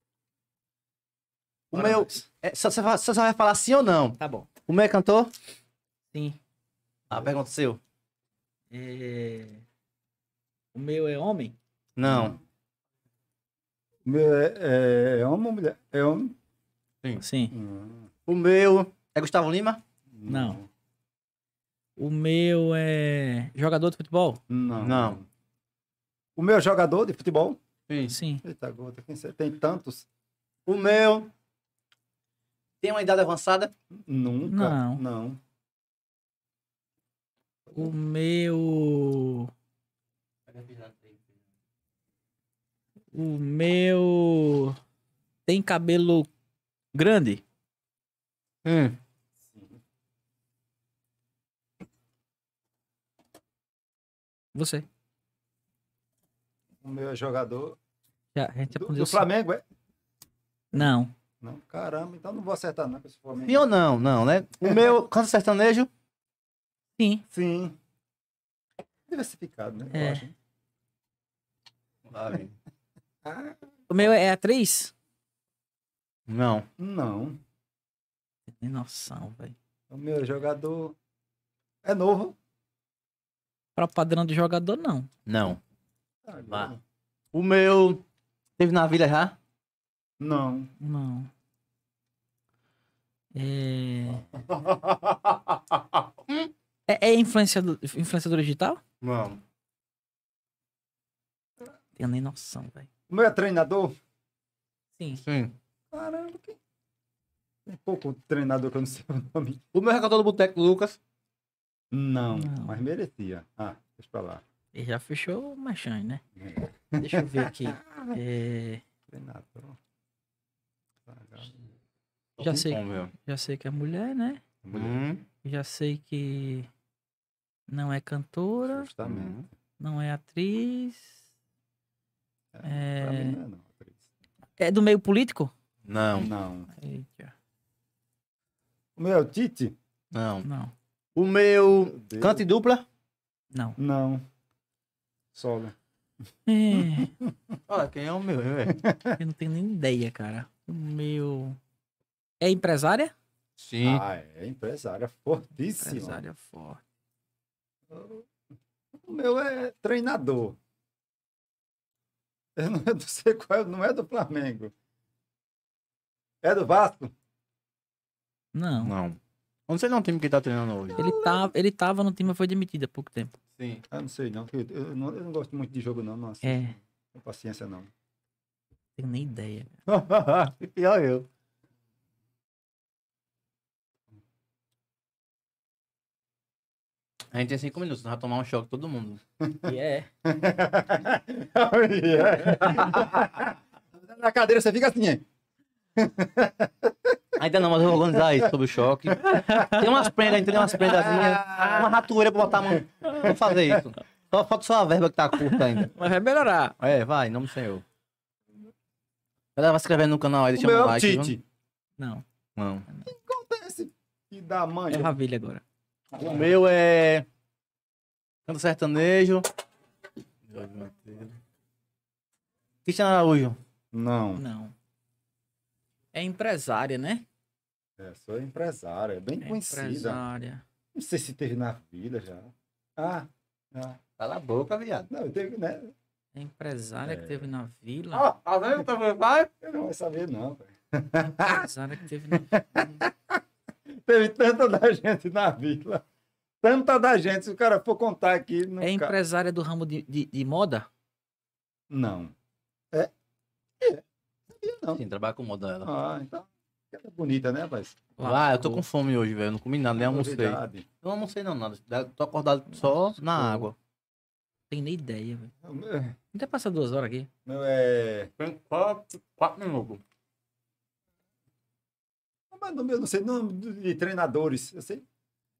B: O
D: Bora
B: meu.
D: nós.
B: É, só, você, vai- só você vai falar sim ou não?
D: Tá bom.
B: O meu é cantor?
D: Sim.
B: Ah, pergunta seu.
D: É... O meu é homem?
B: Não.
C: O meu é, é, é homem ou mulher? É homem?
D: Sim.
C: Hum,
B: O meu é Gustavo Lima?
D: Não. O meu é jogador de futebol?
C: Não.
B: Não.
C: O meu é jogador de futebol?
B: Sim.
D: Sim.
C: Eita, gota, quem sabe? Tem tantos.
B: O meu Tem uma idade avançada?
C: Nunca.
D: Não.
C: Não.
D: O meu. O meu. Tem cabelo grande?
B: Hum.
D: Você.
C: O meu é jogador
D: Já, a gente já
C: do,
D: respondeu
C: do
D: sim.
C: Flamengo, é?
D: Não.
C: Não, caramba, então não vou acertar não com esse Flamengo.
B: Sim ou não? Não, né? O meu canta sertanejo?
D: Sim.
C: Sim. Diversificado, né? Eu
D: É.
C: acho, né?
D: O meu é atriz?
B: Não.
C: Não.
D: Tem noção, velho.
C: O meu jogador é novo.
D: Pra padrão de jogador, não.
B: Não.
C: Agora.
B: Vá. O meu teve na vila já?
C: Não.
D: Não. É. É, é influenciador, influenciador digital?
B: Não.
D: Tenho nem noção, velho.
C: O meu é treinador.
D: Sim.
B: Sim.
C: Caramba, que... Tem pouco treinador que eu não sei o nome.
B: O meu recador do Boteco Lucas?
C: Não,
D: Não.
C: mas merecia. Ah, deixa pra lá.
D: Ele já fechou o machão, né?
C: É.
D: Deixa eu ver aqui. É,
C: Treinador.
D: já sei,
B: Bom, meu.
D: já sei que é mulher, né?
B: Hum.
D: Já sei que não é cantora,
C: Justamente.
D: não é atriz.
C: É, pra mim não é não, atriz.
D: É do meio político?
B: Não.
C: Não.
D: Eita,
C: O meu é o Tite?
B: Não.
D: não,
B: O meu
C: Meu Deus.
B: canta e dupla?
D: não.
C: Não. Solo.
D: É,
B: Olha, quem é o meu, velho?
D: eu não tenho nem ideia, cara. O meu. É empresária?
B: Sim.
C: Ah, é empresária fortíssima.
D: Empresária forte.
C: O meu é treinador. Eu não, eu não sei qual é, não é do Flamengo. É do Vasco?
D: Não.
B: Não. Eu não sei não o time que tá treinando hoje.
D: Ele, tá, ele tava no time, mas foi demitido há pouco tempo.
B: Sim.
C: Eu não sei não, porque eu, eu não, eu não gosto muito de jogo não, não assisto.
D: É.
C: Não tenho paciência não.
D: Tenho nem ideia.
B: E pior eu. A gente tem cinco minutos, nós vamos tomar um choque todo mundo.
D: E é.
C: Na cadeira você fica assim, hein?
B: Ainda não, mas eu vou organizar isso sobre o choque. Tem umas prendas, tem umas prendazinhas, uma ratoeira pra botar a mão. Vamos fazer isso. Só falta só a verba que tá curta ainda.
D: Mas vai melhorar.
B: É, vai, em nome do Senhor. Ela vai se inscrevendo no canal aí,
C: O
B: deixa
C: meu
B: um
C: é o
B: like. viu?
C: Tite.
D: Não.
B: Não.
C: Acontece. E da mãe.
D: É Ravilha agora.
B: O meu é. Canto sertanejo. Cristiano Araújo.
C: Não.
D: Não. É empresária, né?
C: É, sou empresária, é bem
D: É
C: conhecida.
D: empresária.
C: Não sei se teve na vida já. Ah, ah.
B: Cala a boca, viado.
C: Não, teve, né?
D: É empresária que
C: É.
D: teve na vila.
B: Ó, tá vendo que eu vai?
C: Eu não vou saber, não, velho.
D: Empresária que teve na vila.
C: Teve tanta da gente na vila. Tanta da gente, se o cara for contar aqui. Não
D: É
C: ca-
D: empresária do ramo de, de, de moda?
C: Não. É? É. Sabia não.
B: Sim, trabalha com moda ela.
C: Ah, então. Ela é bonita, né, rapaz?
B: Ah, eu tô com fome hoje, velho. Eu não comi nada, nem almocei.
C: Novidade.
B: Não almocei não, nada. Tô acordado só na água.
D: Tem nem ideia, velho.
C: O meu-
D: Não tem passar duas horas aqui.
C: meu é.
B: Tem quatro, quatro minutos.
C: Mas no meu, não sei, nome de treinadores. Eu sei.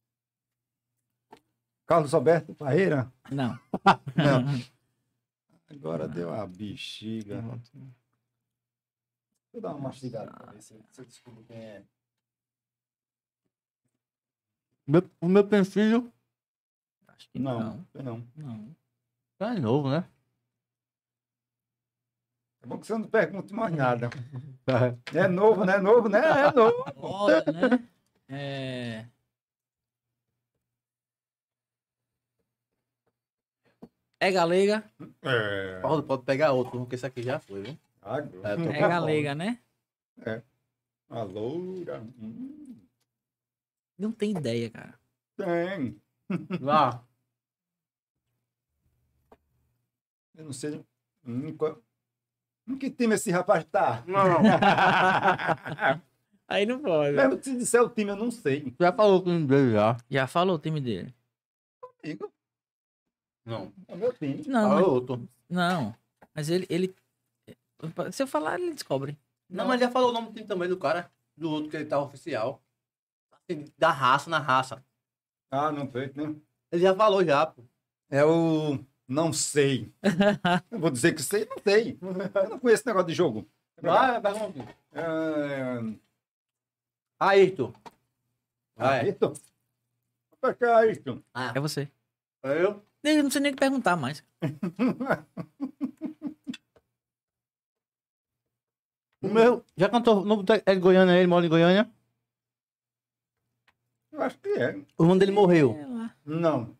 C: Carlos Alberto Parreira.
D: Não.
C: Não. Agora deu a bexiga. Deixa eu dar uma mastigada pra ver se eu, se eu descubro quem é.
B: Meu, o meu pensilho
D: Acho que
C: Não,
D: não.
C: eu não.
D: Não.
B: é novo, né?
C: É bom que você não pergunte mais nada. É novo, né? Novo, né? É novo.
D: Moda, né? É... É galega.
C: É.
B: Paulo, pode pegar outro, porque esse aqui já foi, viu?
C: Agora.
B: É, tô
D: É galega, né?
C: A loura. Hum,
D: Não tem ideia, cara.
C: tem.
B: Lá.
C: Eu não sei. Hum, qual... Em que time esse rapaz tá?
B: Não.
D: Aí não pode.
C: Mesmo se disser o time, eu não sei.
B: Já falou com o dele já.
D: Já falou o time dele.
C: Amigo,
B: Não.
C: é o meu time.
D: Não,
B: Falou
D: mas,
B: outro.
D: não. Mas ele, ele. Se eu falar, ele descobre.
B: Não, mas já falou o nome do time também do cara. Do outro que ele tava oficial. Assim, da raça, na raça.
C: Ah, não sei, né?
B: Ele já falou já, pô.
C: É o não sei. Eu vou dizer que sei, não sei. Eu não conheço esse negócio de jogo.
B: Vai, pergunta.
C: É...
B: Ayrton. Vai.
C: Ayrton? Pra cá, Ayrton.
B: Ah,
D: É você.
B: eu?
D: Eu não sei nem o que perguntar mais.
B: O meu, já cantou no é de Goiânia, ele mora em Goiânia.
C: Eu acho que é.
B: O irmão dele morreu.
D: É lá.
C: Não.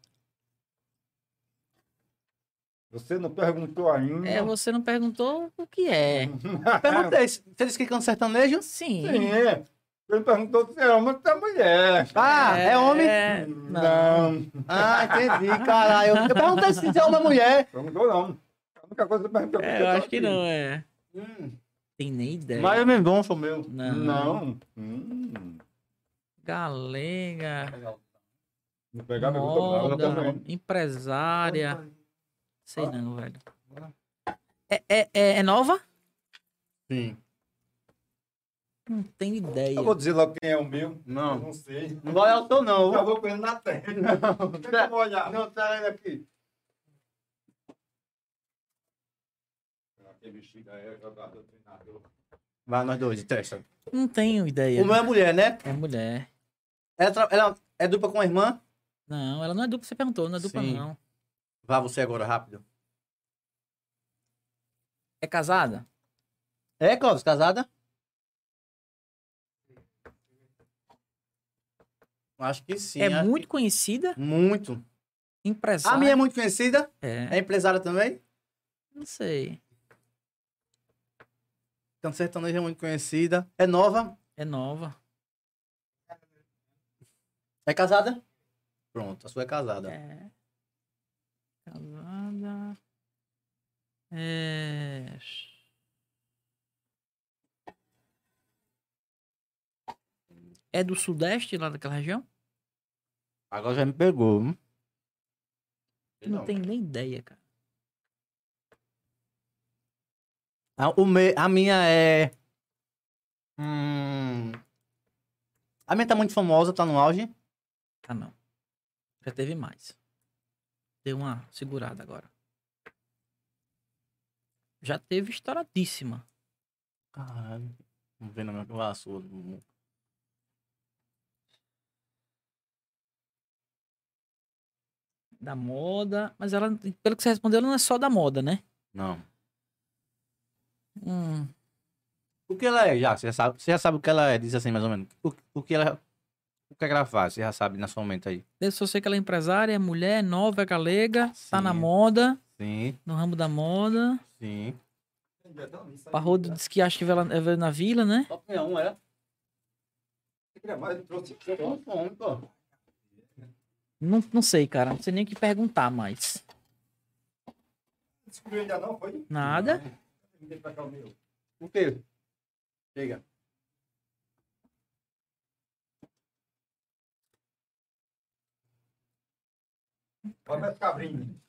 C: Você não perguntou ainda.
D: É, você não perguntou o que é.
B: Perguntei, você disse que canta sertanejo?
D: Sim.
C: Sim, é. Você perguntou se é homem ou se é mulher.
B: Ah, é, homem?
D: É,
C: Não.
B: Ah, entendi, caralho. Eu perguntei se é homem ou mulher.
C: Perguntou não. A única coisa que eu perguntei
D: É, eu acho que não, é.
B: Hum.
D: Tem nem ideia.
B: Mas é Mendonça, o meu.
D: Não.
C: Não. Hum.
D: Galega,
C: Vou pegar, perguntou não.
D: moda,
C: Não.
D: empresária. Sei não, velho. É, é, é, é nova?
B: Sim.
D: Não tenho ideia.
C: Eu vou dizer logo quem é o meu. Eu
B: Não.
C: não sei.
B: Não vai ao seu, não.
C: Eu vou com ele na terra. Não. Deixa eu olhar.
B: Não, tá vendo aqui.
C: Aquele bexiga é jogador, treinador.
B: Vai, nós dois, de testa.
D: Não tenho ideia.
B: O meu é mulher, né?
D: É mulher.
B: Ela, tra- ela é dupla com a irmã?
D: Não, ela não é dupla, você perguntou, não é dupla
B: Sim.
D: não.
B: Vá você agora, rápido.
D: É casada?
B: É, Clóvis, casada? Acho que sim.
D: é
B: acho
D: muito
B: que-
D: conhecida?
B: Muito.
D: Empresária?
B: A minha é muito conhecida?
D: É,
B: É empresária também?
D: não sei.
B: Então, sertaneja é muito conhecida. É nova?
D: É nova.
B: É casada? Pronto, a sua é casada.
D: É. Casada. É. É do Sudeste, lá daquela região?
B: Agora já me pegou. hum?
D: Eu não tenho nem ideia, cara.
B: A, o me, a minha é. Hum, a minha tá muito famosa, tá no auge.
D: Ah, não. Já teve mais. Deu uma segurada agora. Já teve estouradíssima.
B: Caralho. Vamos ver na minha vassoura.
D: Da moda. Mas ela, pelo que você respondeu, ela não é só da moda, né?
B: Não.
D: Hum.
B: O que ela é, já? Você já sabe, você já sabe o que ela é, diz assim, mais ou menos. O, o que ela. O que, é que ela faz? Você já sabe nesse momento aí.
D: Eu só sei que ela é empresária, é mulher, é nova, é galega, tá
B: Sim.
D: na moda,
B: Sim,
D: no ramo da moda.
B: sim.
D: Parrodo disse que acha que veio, veio na vila, né?
B: Só tinha um, era?
C: Mas trouxe
B: Eu com fome, pô.
D: Não, não sei, cara. Não sei nem o que perguntar mais.
C: Descobriu ainda não, foi?
D: Nada.
C: Vem pra cá o meu.
B: O quê? Chega.
C: Olha esse cabrinho.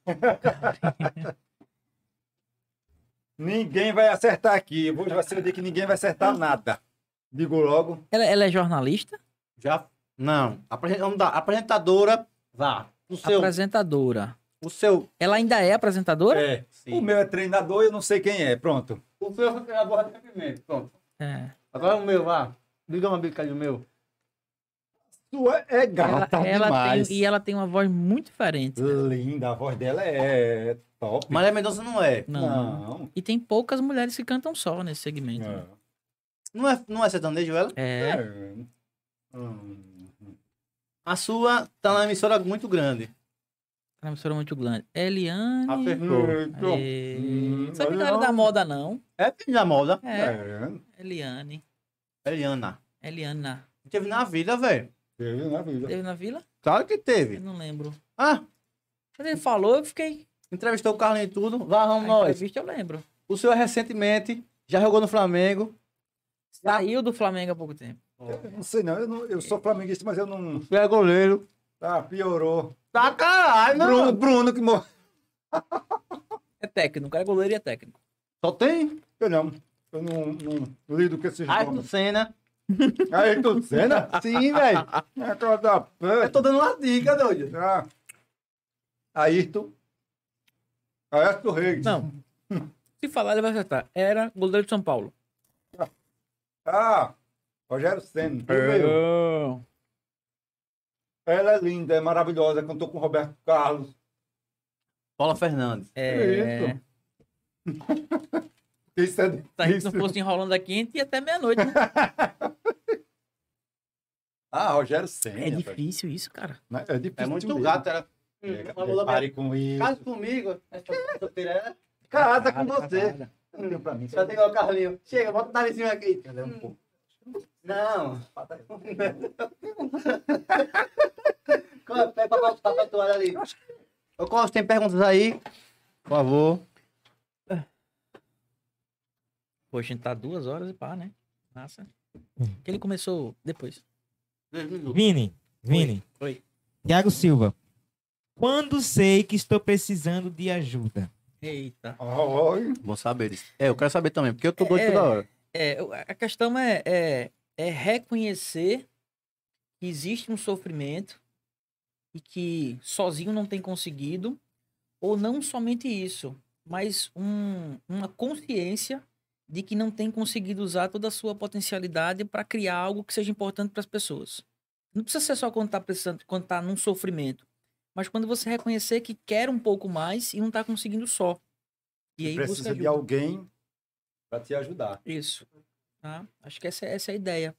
C: Ninguém vai acertar aqui. Hoje vai ser o dia que ninguém vai acertar nada. Digo logo.
D: Ela, ela é jornalista?
B: Já? Não. Apresen- Vamos dar. Apresentadora. Vá. O seu.
D: Apresentadora.
B: O seu.
D: Ela ainda é apresentadora?
C: É.
B: Sim.
C: O meu é treinador e eu não sei quem é. Pronto.
B: O seu é a borra de pimenta. Pronto.
D: É.
B: Agora o meu, vá. Diga uma bica do meu.
C: Sua é
D: Ela,
C: gata
D: ela
C: demais.
D: tem, e ela tem uma voz muito diferente.
C: Linda. A voz dela é top.
B: Maria Mendonça não é.
D: Não.
C: Não.
D: E tem poucas mulheres que cantam só nesse segmento. né?
B: Não é, não é sertanejo ela?
D: É.
C: É. Hum.
B: A sua tá na emissora muito grande.
D: É uma emissora muito grande. Eliane.
B: Acertou.
C: Hum,
D: É...
C: hum,
D: Sabe que não
C: olha
D: era da
C: não.
D: moda, não?
B: É filho da moda.
D: É.
C: É.
D: Eliane.
B: Eliana.
D: Eliana.
B: Teve na vida, velho.
C: Teve na vida.
D: Teve na vila?
B: Claro que
D: Eu
B: teve.
D: não lembro.
B: Ah,
D: Quando ele falou, eu fiquei.
B: entrevistou o Carlinhos e tudo. Vá,
D: A
B: vamos nós.
D: entrevista eu lembro.
B: O senhor recentemente já jogou no Flamengo.
D: Saiu do Flamengo há pouco tempo.
C: Eu não sei não, eu, não, eu sou flamenguista, mas eu não...
B: Tu é goleiro.
C: Tá, piorou.
B: Tá caralho,
C: Bruno,
B: não.
C: Bruno que morreu.
D: É técnico, o cara é goleiro e é técnico.
B: Só tem?
C: Eu não, eu não, não lido com esses
B: Ayrton
C: nomes.
B: Senna.
C: Ayrton Senna?
B: Sim, velho.
C: É aquela da
B: Eu tô dando uma dica, doido.
C: Ah, Ayrton. Ayrton Reis.
D: Não. Se falar, ele vai acertar. Era goleiro de São Paulo.
C: Ah, Rogério Senna. Meu. Ela é linda, é maravilhosa. Cantou com o Roberto Carlos.
B: Paula Fernandes.
D: É.
C: Isso. Isso é
D: Se a gente
C: difícil.
D: não fosse enrolando aqui, a gente ia até meia-noite. Né?
C: Ah, Rogério Senna.
D: É
C: rapaz.
D: difícil isso, cara.
C: Né? É difícil.
B: É muito
C: mesmo.
B: gato, era.
C: Chega,
B: Uma bola
C: pare com isso.
B: Casa comigo. Essa solteira é.
C: Casa com
D: Cara,
C: você.
D: cara.
C: Não tem pra mim.
B: Só tem igual o Carlinho. Chega, bota o narizinho aqui.
C: Cadê um pouco?
B: Não. Pega pra papel toalha ali. Ô, Costa, tem perguntas aí? Por favor.
D: Poxa, a gente tá duas horas e pá, né? Massa. Que ele começou depois.
A: Vini, Vini.
D: Oi.
A: Thiago Silva. Quando sei que estou precisando de ajuda?
D: Eita.
C: Oi.
B: Bom saber isso. É, eu quero saber também, porque eu tô doido
D: É.
B: toda hora.
D: É, o- a questão é, é, é reconhecer que existe um sofrimento e que sozinho não tem conseguido, ou não somente isso, mas um- uma consciência de que não tem conseguido usar toda a sua potencialidade para criar algo que seja importante para as pessoas. Não precisa ser só quando está precisando, quando tá num sofrimento, mas quando você reconhecer que quer um pouco mais e não está conseguindo só. E aí busca
C: Precisa de
D: ajuda.
C: alguém para te ajudar.
D: Isso. Tá? Acho que essa, é- essa é a ideia.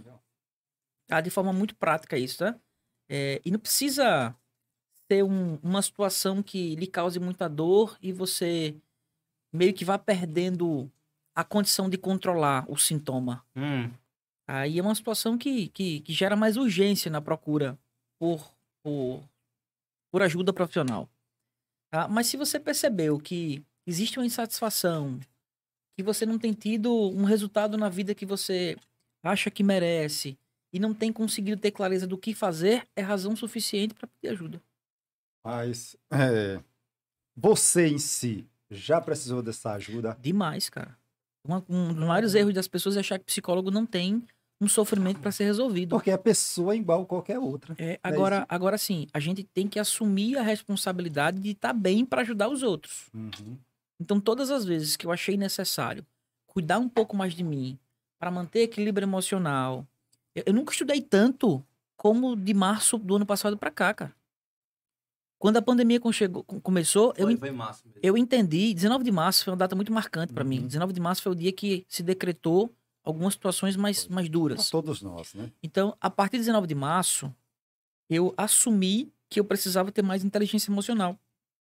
D: Tá? De forma muito prática isso, tá? É, e não precisa ser um- uma situação que lhe cause muita dor e você meio que vá perdendo a condição de controlar o sintoma.
B: Hum.
D: Aí é uma situação que, que, que gera mais urgência na procura por, por, por ajuda profissional. Tá? Mas se você percebeu que existe uma insatisfação, que você não tem tido um resultado na vida que você acha que merece e não tem conseguido ter clareza do que fazer, é razão suficiente para pedir ajuda.
C: Mas é, você em si já precisou dessa ajuda?
D: Demais, cara. Uma- um dos maiores erros das pessoas é achar que psicólogo não tem um sofrimento para ser resolvido.
C: Porque a pessoa é igual a qualquer outra.
D: É,
C: É
D: agora,
C: isso.
D: agora sim, a gente tem que assumir a responsabilidade de estar bem para ajudar os outros.
C: Uhum.
D: Então, todas as vezes que eu achei necessário cuidar um pouco mais de mim, para manter equilíbrio emocional, eu, eu nunca estudei tanto como de março do ano passado para cá, cara. Quando a pandemia com- chegou- com- começou, eu,
B: Foi,
D: en-
B: foi massa mesmo.
D: eu entendi. dezenove de março foi uma data muito marcante para mim.
C: Uhum.
D: dezenove de março foi o dia que se decretou algumas situações mais, mais
C: Pra
D: duras.
C: todos nós, né?
D: Então, a partir de dezenove de março, eu assumi que eu precisava ter mais inteligência emocional.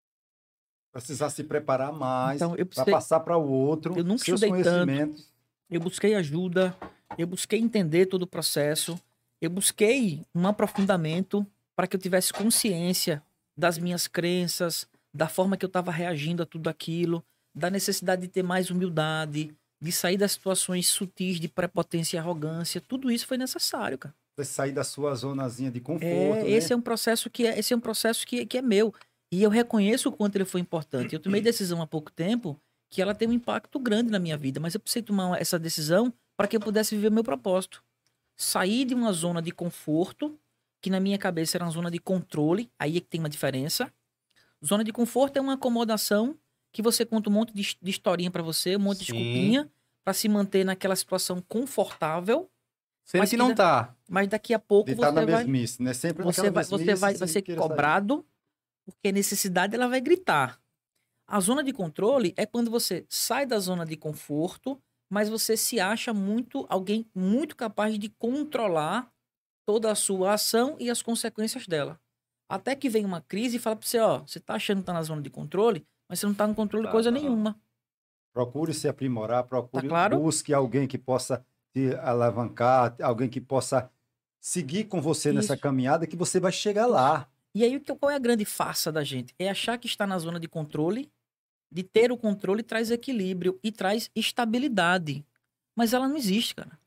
C: Precisar se preparar mais
D: Então, eu
C: para
D: precisei-
C: passar para o outro
D: Eu nunca
C: seus
D: estudei tanto.
C: conhecimentos.
D: Eu busquei ajuda, eu busquei entender todo o processo, eu busquei um aprofundamento para que eu tivesse consciência das minhas crenças, da forma que eu estava reagindo a tudo aquilo, da necessidade de ter mais humildade, de sair das situações sutis de prepotência e arrogância. Tudo isso foi necessário, cara.
C: Você sair da sua zonazinha de conforto,
D: É,
C: né?
D: esse é um processo que é, esse é um processo que, que é meu. E eu reconheço o quanto ele foi importante. Eu tomei decisão há pouco tempo que ela tem um impacto grande na minha vida, mas eu precisei tomar essa decisão para que eu pudesse viver o meu propósito. Sair de uma zona de conforto, que na minha cabeça era uma zona de controle, aí é que tem uma diferença. Zona de conforto é uma acomodação que você conta um monte de, de historinha para você, um monte de
B: Sim.
D: desculpinha para se manter naquela situação confortável,
B: Sendo
D: mas
B: que
D: que
B: não
D: dá-
B: tá.
D: mas daqui a pouco
C: De
D: você
C: estar na
D: vai
C: mesmice, né? Sempre
D: você
C: naquela
D: vai, você
C: mesmice,
D: vai,
C: sem
D: vai ser
C: querer sair.
D: cobrado, porque a necessidade ela vai gritar. A zona de controle é quando você sai da zona de conforto, mas você se acha muito alguém muito capaz de controlar toda a sua ação e as consequências dela. Até que vem uma crise e fala pra você, ó, você tá achando que tá na zona de controle, mas você não tá no controle de
B: Tá,
D: coisa
B: tá.
D: nenhuma.
C: Procure se aprimorar, procure,
D: Tá claro?
C: busque alguém que possa te alavancar, alguém que possa seguir com você nessa
D: Isso.
C: caminhada, que você vai chegar lá.
D: E aí, o que- qual é a grande farsa da gente? É achar que está na zona de controle, de ter o controle traz equilíbrio e traz estabilidade. Mas ela não existe, cara.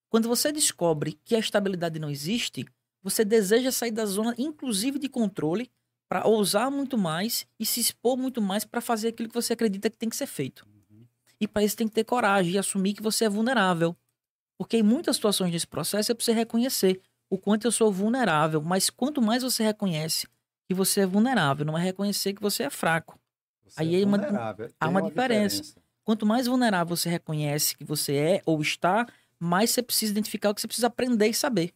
D: Quando você descobre que a estabilidade não existe, você deseja sair da zona, inclusive de controle, para ousar muito mais e se expor muito mais para fazer aquilo que você acredita que tem que ser feito. E para isso tem que ter coragem e assumir que você é vulnerável. Porque em muitas situações desse processo é para você reconhecer o quanto eu sou vulnerável. Mas quanto mais você reconhece que você é vulnerável, não é reconhecer que você é fraco.
C: Você
D: Aí
C: é
D: é uma-
C: vulnerável,
D: há
C: tem
D: uma diferença. Quanto mais vulnerável você reconhece que você é ou está, mais você precisa identificar o que você precisa aprender e saber.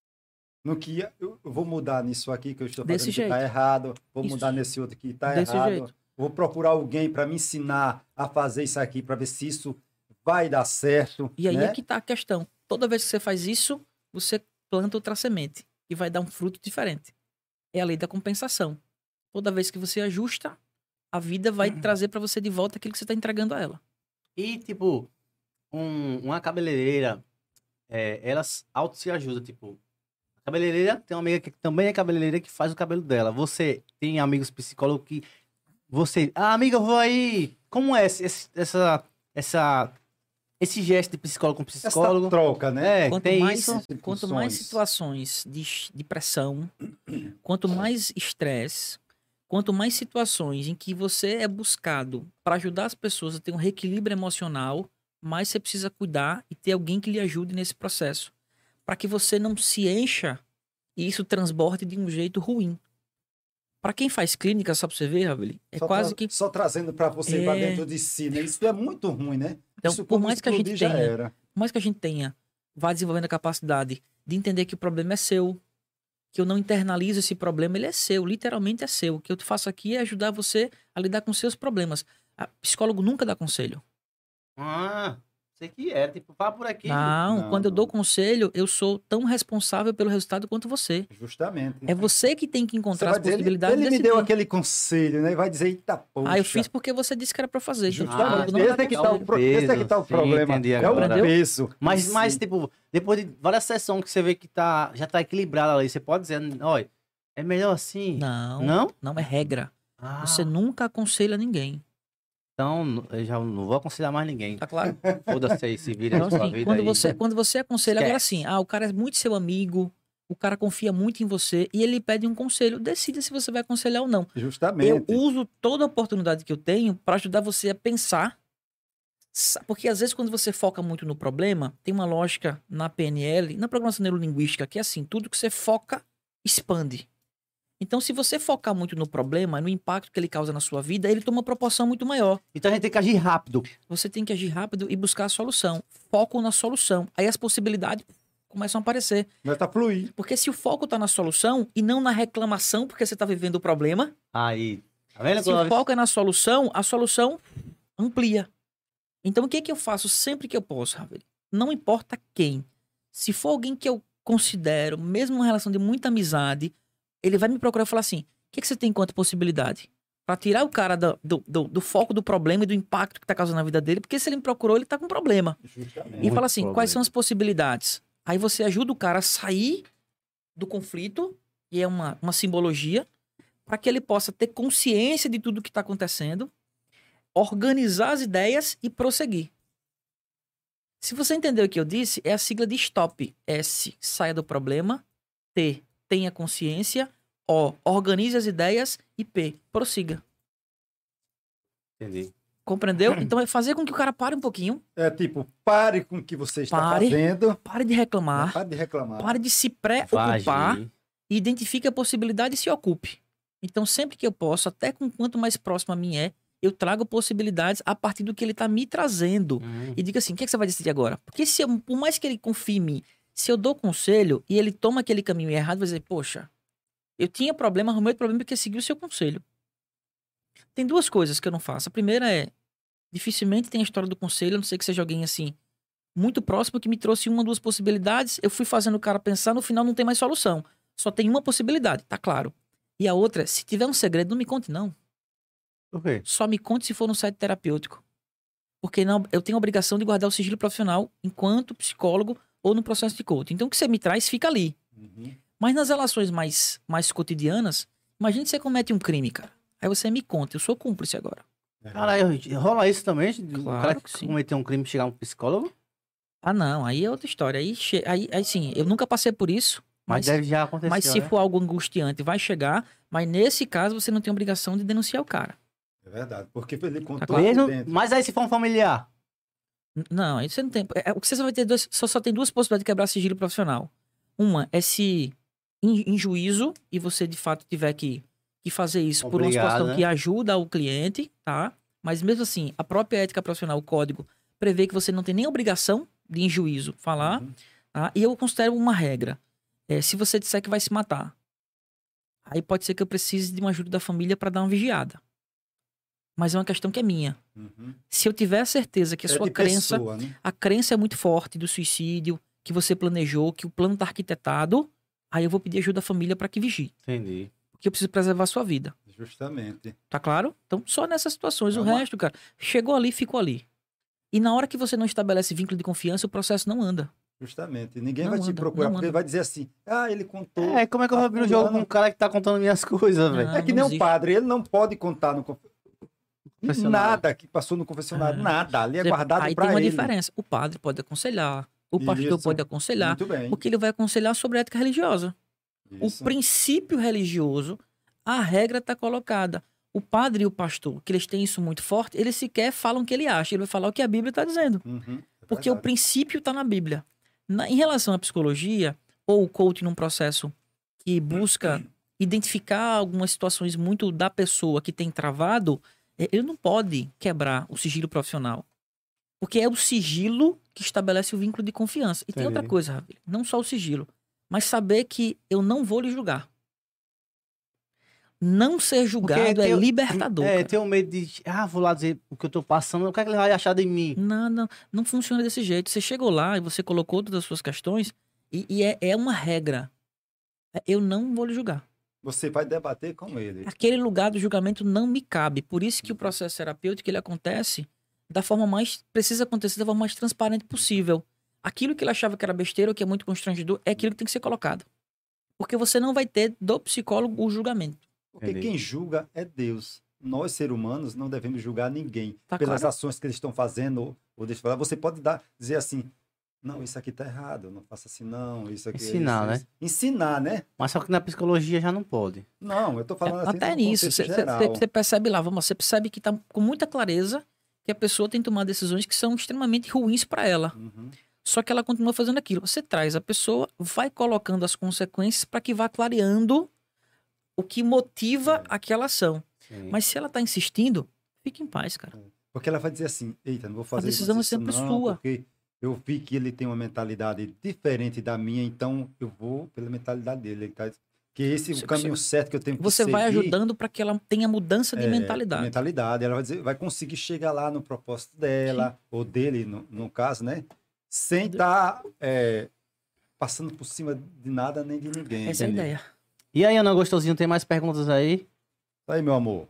C: No que eu eu vou mudar nisso aqui que eu estou
D: Desse
C: fazendo que tá
D: jeito.
C: errado, vou
D: Isso.
C: mudar nesse outro que tá
D: Desse
C: errado.
D: jeito.
C: Vou procurar alguém para me ensinar a fazer isso aqui, para ver se isso vai dar certo.
D: E aí
C: né?
D: é que tá a questão. Toda vez que você faz isso, você planta outra semente e vai dar um fruto diferente. É a lei da compensação. Toda vez que você ajusta, a vida vai trazer para você de volta aquilo que você tá entregando a ela.
B: E, tipo, um- uma cabeleireira, é, elas auto se ajudam, tipo, a cabeleireira, tem uma amiga que também é cabeleireira que faz o cabelo dela. Você tem amigos psicólogos que você, ah, amiga, eu vou aí. Como é esse, esse- essa, essa, esse gesto de psicólogo com
C: Essa
B: psicólogo?
C: troca, né?
B: É,
D: Quanto
B: tem
D: mais,
B: isso.
D: quanto mais
C: Funções.
D: situações de, es- de pressão, quanto mais estresse, quanto mais situações em que você é buscado para ajudar as pessoas a ter um reequilíbrio emocional, mais você precisa cuidar e ter alguém que lhe ajude nesse processo. Para que você não se encha e isso transborde de um jeito ruim. Para quem faz clínica, só para você ver, Raveli, é
C: só
D: quase
C: tra-
D: que.
C: Só trazendo para você
D: É.
C: para dentro de si, né? Isso é muito ruim, né?
D: Então,
C: Isso
D: por
C: quando
D: mais que a gente
C: explodir, já
D: tenha-
C: era.
D: Por mais que a gente tenha, vá desenvolvendo a capacidade de entender que o problema é seu, que eu não internalizo esse problema, ele é seu, literalmente é seu. O que eu faço aqui é ajudar você a lidar com seus problemas. A psicólogo nunca dá conselho.
B: Ah, sei que é, tipo, fala por aqui.
D: Não,
C: Não,
D: quando eu
C: não.
D: dou conselho, eu sou tão responsável pelo resultado quanto você.
C: Justamente.
D: É você que tem que
C: Você
D: encontrar
C: vai
D: as
C: dizer, ele,
D: possibilidades
C: ele
D: de
C: me
D: decidir.
C: deu aquele conselho, né? E vai dizer, eita, poxa.
D: Ah, eu fiz porque você disse que era pra fazer. Então,
C: Justamente.
D: psicólogo não
C: esse,
D: dá
C: é que tá
D: conselho.
C: o, pro- esse é que tá o
B: Sim,
C: problema.
B: entendi
C: É o
B: agora.
C: peso.
B: Mas,
C: em
B: mas,
C: si.
B: tipo, depois de várias sessões que você vê que tá, já tá equilibrado ali, você pode dizer, olha, é melhor assim?
D: Não,
B: Não?
D: não é regra.
B: Ah,
D: Você nunca aconselha ninguém.
B: então, eu já não vou aconselhar mais ninguém.
D: Tá claro?
B: Foda-se aí, se vira
D: Então,
B: aí sua
D: assim,
B: vida
D: quando
B: aí.
D: você, quando você aconselha, agora
B: Esquece.
D: sim, ah, o cara é muito seu amigo, o cara confia muito em você e ele pede um conselho. Decida se você vai aconselhar ou não. Eu
C: Justamente.
D: uso toda a oportunidade que eu tenho para ajudar você a pensar. Sa- Porque às vezes quando você foca muito no problema, tem uma lógica na P N L, na programação neurolinguística, que é assim, tudo que você foca, expande. Então, se você focar muito no problema, no impacto que ele causa na sua vida, ele toma uma proporção muito maior.
B: Então a gente tem que agir rápido.
D: Você tem que agir rápido e buscar a solução. Foco na solução. Aí as possibilidades começam a aparecer.
C: Vai tá fluir.
D: Porque se o foco tá na solução e não na reclamação, porque você tá vivendo o problema,
B: Aí, tá vendo?
D: se o
B: Clóvis?
D: foco é na solução, a solução amplia. Então, o que que eu faço sempre que eu posso, Ravel? Não importa quem. Se for alguém que eu considero, mesmo uma relação de muita amizade, ele vai me procurar e falar assim, o que, que você tem enquanto possibilidade? Pra tirar o cara do, do, do- do foco do problema e do impacto que tá causando na vida dele, porque se ele me procurou, ele tá com problema.
C: Justamente.
D: E
B: Muito
D: fala assim,
B: problema.
D: quais são as possibilidades? Aí você ajuda o cara a sair do conflito, e é uma, uma simbologia, para que ele possa ter consciência de tudo que está acontecendo, organizar as ideias e prosseguir. Se você entendeu o que eu disse, é a sigla de STOP. S, saia do problema. T, tenha consciência. O, organize as ideias. E P, prossiga.
B: Entendi.
D: Compreendeu? Então é fazer com que o cara pare um pouquinho,
C: É tipo, pare com o que você está
D: Pare.
C: fazendo.
D: pare de reclamar,
C: Pare de reclamar.
D: pare de se
B: Vai
D: preocupar,
B: agir.
D: e identifique a possibilidade e se ocupe. Então, sempre que eu posso, até com quanto mais próximo a mim é, eu trago possibilidades a partir do que ele está me trazendo.
B: Hum.
D: E diga assim, o que, é que você vai decidir agora? Porque se eu- por mais que ele confie em mim, se eu dou conselho e ele toma aquele caminho errado, vai dizer, poxa, eu tinha problema, arrumei o problema porque segui o seu conselho. Tem duas coisas que eu não faço. A primeira é, dificilmente tem a história do conselho, a não ser que seja alguém assim, muito próximo, que me trouxe uma, duas possibilidades, eu fui fazendo o cara pensar, no final não tem mais solução. Só tem uma possibilidade, tá claro. E a outra, se tiver um segredo, não me conte não.
B: Por quê?
D: Só me conte se for no site terapêutico. Porque não, eu tenho a obrigação de guardar o sigilo profissional enquanto psicólogo ou no processo de coaching. Então o que você me traz fica ali.
C: Uhum.
D: Mas nas relações mais, mais cotidianas, imagine que você comete um crime, cara. Aí você me conta, eu sou cúmplice agora.
B: Caralho, rola isso também? O
D: Claro
B: cara
D: que
B: que
D: sim.
B: cometeu um crime chegar um psicólogo?
D: Ah, não, aí é outra história. Aí, che... aí, aí sim, eu nunca passei por isso,
B: Mas,
D: mas,
B: deve já acontecer.
D: mas se
B: né?
D: for algo angustiante, vai chegar. Mas nesse caso, você não tem obrigação de denunciar o cara.
C: É verdade, porque ele contou
D: claro.
B: Mesmo,
C: por dentro.
B: mas aí se for um familiar.
D: N- Não, aí você não tem. é- é- O que você só vai ter dois, só, só tem duas possibilidades de quebrar sigilo profissional. Uma é se em, em juízo e você de fato tiver que, que fazer isso por uma
B: Obrigado,
D: situação
B: né?
D: que ajuda o cliente, tá? Mas mesmo assim, a própria ética profissional, o código, prevê que você não tem nem obrigação de em juízo falar,
C: Uhum.
D: tá? E eu considero uma regra. É, se você disser que vai se matar, aí pode ser que eu precise de uma ajuda da família para dar uma vigiada. Mas é uma questão que é minha.
C: Uhum.
D: Se eu tiver a certeza que a
C: É
D: sua
C: de
D: crença,
C: pessoa, né?
D: a crença é muito forte do suicídio, que você planejou, que o plano tá arquitetado, aí eu vou pedir ajuda da família para que vigie.
B: Entendi.
D: Porque eu preciso preservar a sua vida.
C: Justamente.
D: Tá claro? Então, só nessas situações.
C: É
D: o
C: uma-
D: resto, cara, chegou ali, ficou ali. E na hora que você não estabelece vínculo de confiança, o processo não anda.
C: Justamente. Ninguém
D: Não
C: vai te
D: anda,
C: procurar,
D: não
C: porque
D: anda.
C: vai dizer assim, ah, ele contou.
B: É, como é que eu vou abrir um jogo com um cara que tá contando minhas coisas, velho?
D: Não,
C: É que nem um
D: existe.
C: padre, ele não pode contar no conf-
B: Confessionário.
C: nada que passou no confessionário,
D: Ah.
C: nada. Ali é
D: Você-
C: guardado
D: aí
C: para
D: tem uma
C: ele.
D: diferença. O padre pode aconselhar, o pastor
C: Isso.
D: pode aconselhar,
C: Muito bem.
D: porque ele vai aconselhar sobre ética religiosa.
C: Isso.
D: O princípio religioso, a regra está colocada. O padre e o pastor, que eles têm isso muito forte, eles sequer falam o que ele acha, ele vai falar o que a Bíblia está dizendo.
C: Uhum. É
D: Porque o
C: verdade.
D: princípio está na Bíblia. Na- em relação à psicologia, ou o coaching num processo que busca identificar algumas situações muito da pessoa que tem travado, eh, ele não pode quebrar o sigilo profissional. Porque é o sigilo que estabelece o vínculo de confiança. E tem outra
B: Entendi.
D: coisa, Ravi, não só o sigilo, mas saber que eu não vou lhe julgar. Não ser julgado é
B: tem-
D: libertador.
B: É,
D: cara.
B: eu tenho medo de. Ah, vou lá dizer o que eu tô passando. O que é que ele vai achar de mim?
D: Não, não, não funciona desse jeito. Você chegou lá e você colocou todas as suas questões e, e é, é uma regra. É, eu não vou lhe julgar.
C: Você vai debater com ele.
D: Aquele lugar do julgamento não me cabe. Por isso que o processo terapêutico ele acontece da forma mais... Precisa acontecer da forma mais transparente possível. Aquilo que ele achava que era besteira ou que é muito constrangedor é aquilo que tem que ser colocado. Porque você não vai ter do psicólogo o julgamento.
C: Porque
B: Entendi.
C: quem julga é Deus. Nós, seres humanos, não devemos julgar ninguém
D: Tá
C: pelas
D: claro.
C: ações que eles estão fazendo ou, ou deixa eu falar. Você pode dar, dizer assim, não, isso aqui tá errado, não faça assim não, isso aqui é
B: Ensinar,
C: isso,
B: né?
C: isso. Ensinar, né?
B: Mas só que na psicologia já não pode.
C: Não, eu tô falando assim
D: Até
C: no
D: nisso.
C: contexto
D: Você
C: geral.
D: percebe lá, vamos, você percebe que tá com muita clareza que a pessoa tem que tomar decisões que são extremamente ruins para ela.
C: Uhum.
D: Só que ela continua fazendo aquilo. Você traz a pessoa, vai colocando as consequências para que vá clareando o que motiva
C: É.
D: aquela ação.
B: Sim.
D: Mas se ela tá insistindo, fique em paz, cara.
C: Porque ela vai dizer assim, eita, não vou fazer
D: decisão
C: isso
D: é sempre
C: não,
D: sua.
C: porque eu vi que ele tem uma mentalidade diferente da minha, então eu vou pela mentalidade dele. Ele tá, que esse é
D: Você-
C: o caminho certo que eu tenho que
D: Você
C: seguir.
D: vai ajudando para que ela tenha mudança de
C: É,
D: mentalidade.
C: mentalidade. Ela vai, dizer, vai conseguir chegar lá no propósito dela, ou dele, no, no caso, né? Sem estar passando por cima de nada nem de ninguém.
D: Essa é a
C: entendeu?
D: ideia.
B: E aí, Ana Gostosinho, tem mais perguntas aí?
C: Aí, meu amor.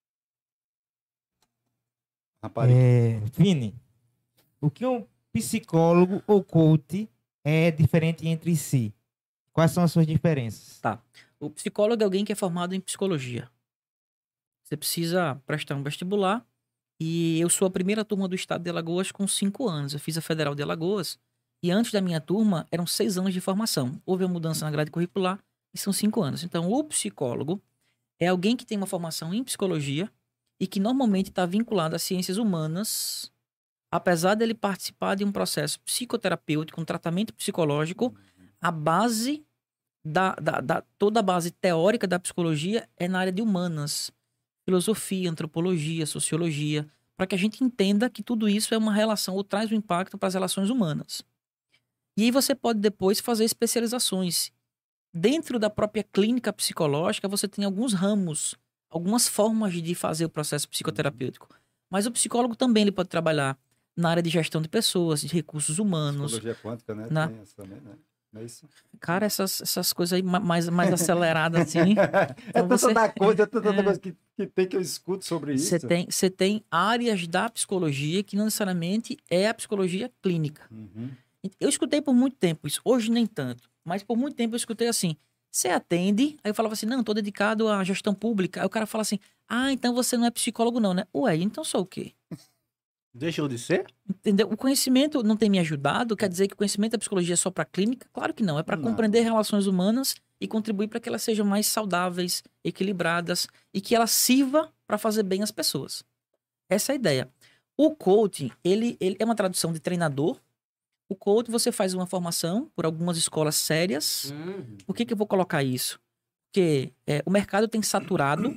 C: Rapaz,
A: É, Vini, o que um psicólogo ou coach é diferente entre si? Quais são as suas diferenças?
D: O psicólogo é alguém que é formado em psicologia. Você precisa prestar um vestibular. E eu sou a primeira turma do estado de Alagoas com cinco anos. Eu fiz a Federal de Alagoas. E antes da minha turma, eram seis anos de formação. Houve uma mudança na grade curricular e são cinco anos. Então, o psicólogo é alguém que tem uma formação em psicologia e que normalmente está vinculado às ciências humanas, apesar dele participar de um processo psicoterapêutico, um tratamento psicológico, a base da, da, da toda a base teórica da psicologia é na área de humanas, filosofia, antropologia, sociologia, para que a gente entenda que tudo isso é uma relação ou traz um impacto para as relações humanas. E aí você pode depois fazer especializações. Dentro da própria clínica psicológica, você tem alguns ramos, algumas formas de fazer o processo psicoterapêutico. Mas o psicólogo também ele pode trabalhar na área de gestão de pessoas, de recursos humanos.
C: psicologia quântica, né?
D: Na-
C: Tem essa também, né? Não é isso?
D: Cara, essas, essas coisas aí ma- mais, mais aceleradas assim.
C: é
D: Então
C: tanta
D: você-
C: da coisa, é tanta
D: É.
C: coisa que, que tem que eu escuto sobre isso.
D: Você tem, você tem áreas da psicologia que não necessariamente é a psicologia clínica.
C: Uhum.
D: Eu escutei por muito tempo isso, hoje nem tanto, mas por muito tempo eu escutei assim, você atende? Aí eu falava assim, não, tô dedicado à gestão pública. Aí o cara fala assim, ah, então você não é psicólogo não, né? Ué, então sou o quê?
B: Deixou de ser?
D: Entendeu? O conhecimento não tem me ajudado, quer dizer que o conhecimento da psicologia é só para clínica? Claro que não, é para
C: Não.
D: compreender relações humanas e contribuir para que elas sejam mais saudáveis, equilibradas e que ela sirva para fazer bem as pessoas. Essa é a ideia. O coaching, ele, ele é uma tradução de treinador. O coaching, você faz uma formação por algumas escolas sérias.
B: Hum.
D: Por que que eu vou colocar isso? Porque é, o mercado tem saturado,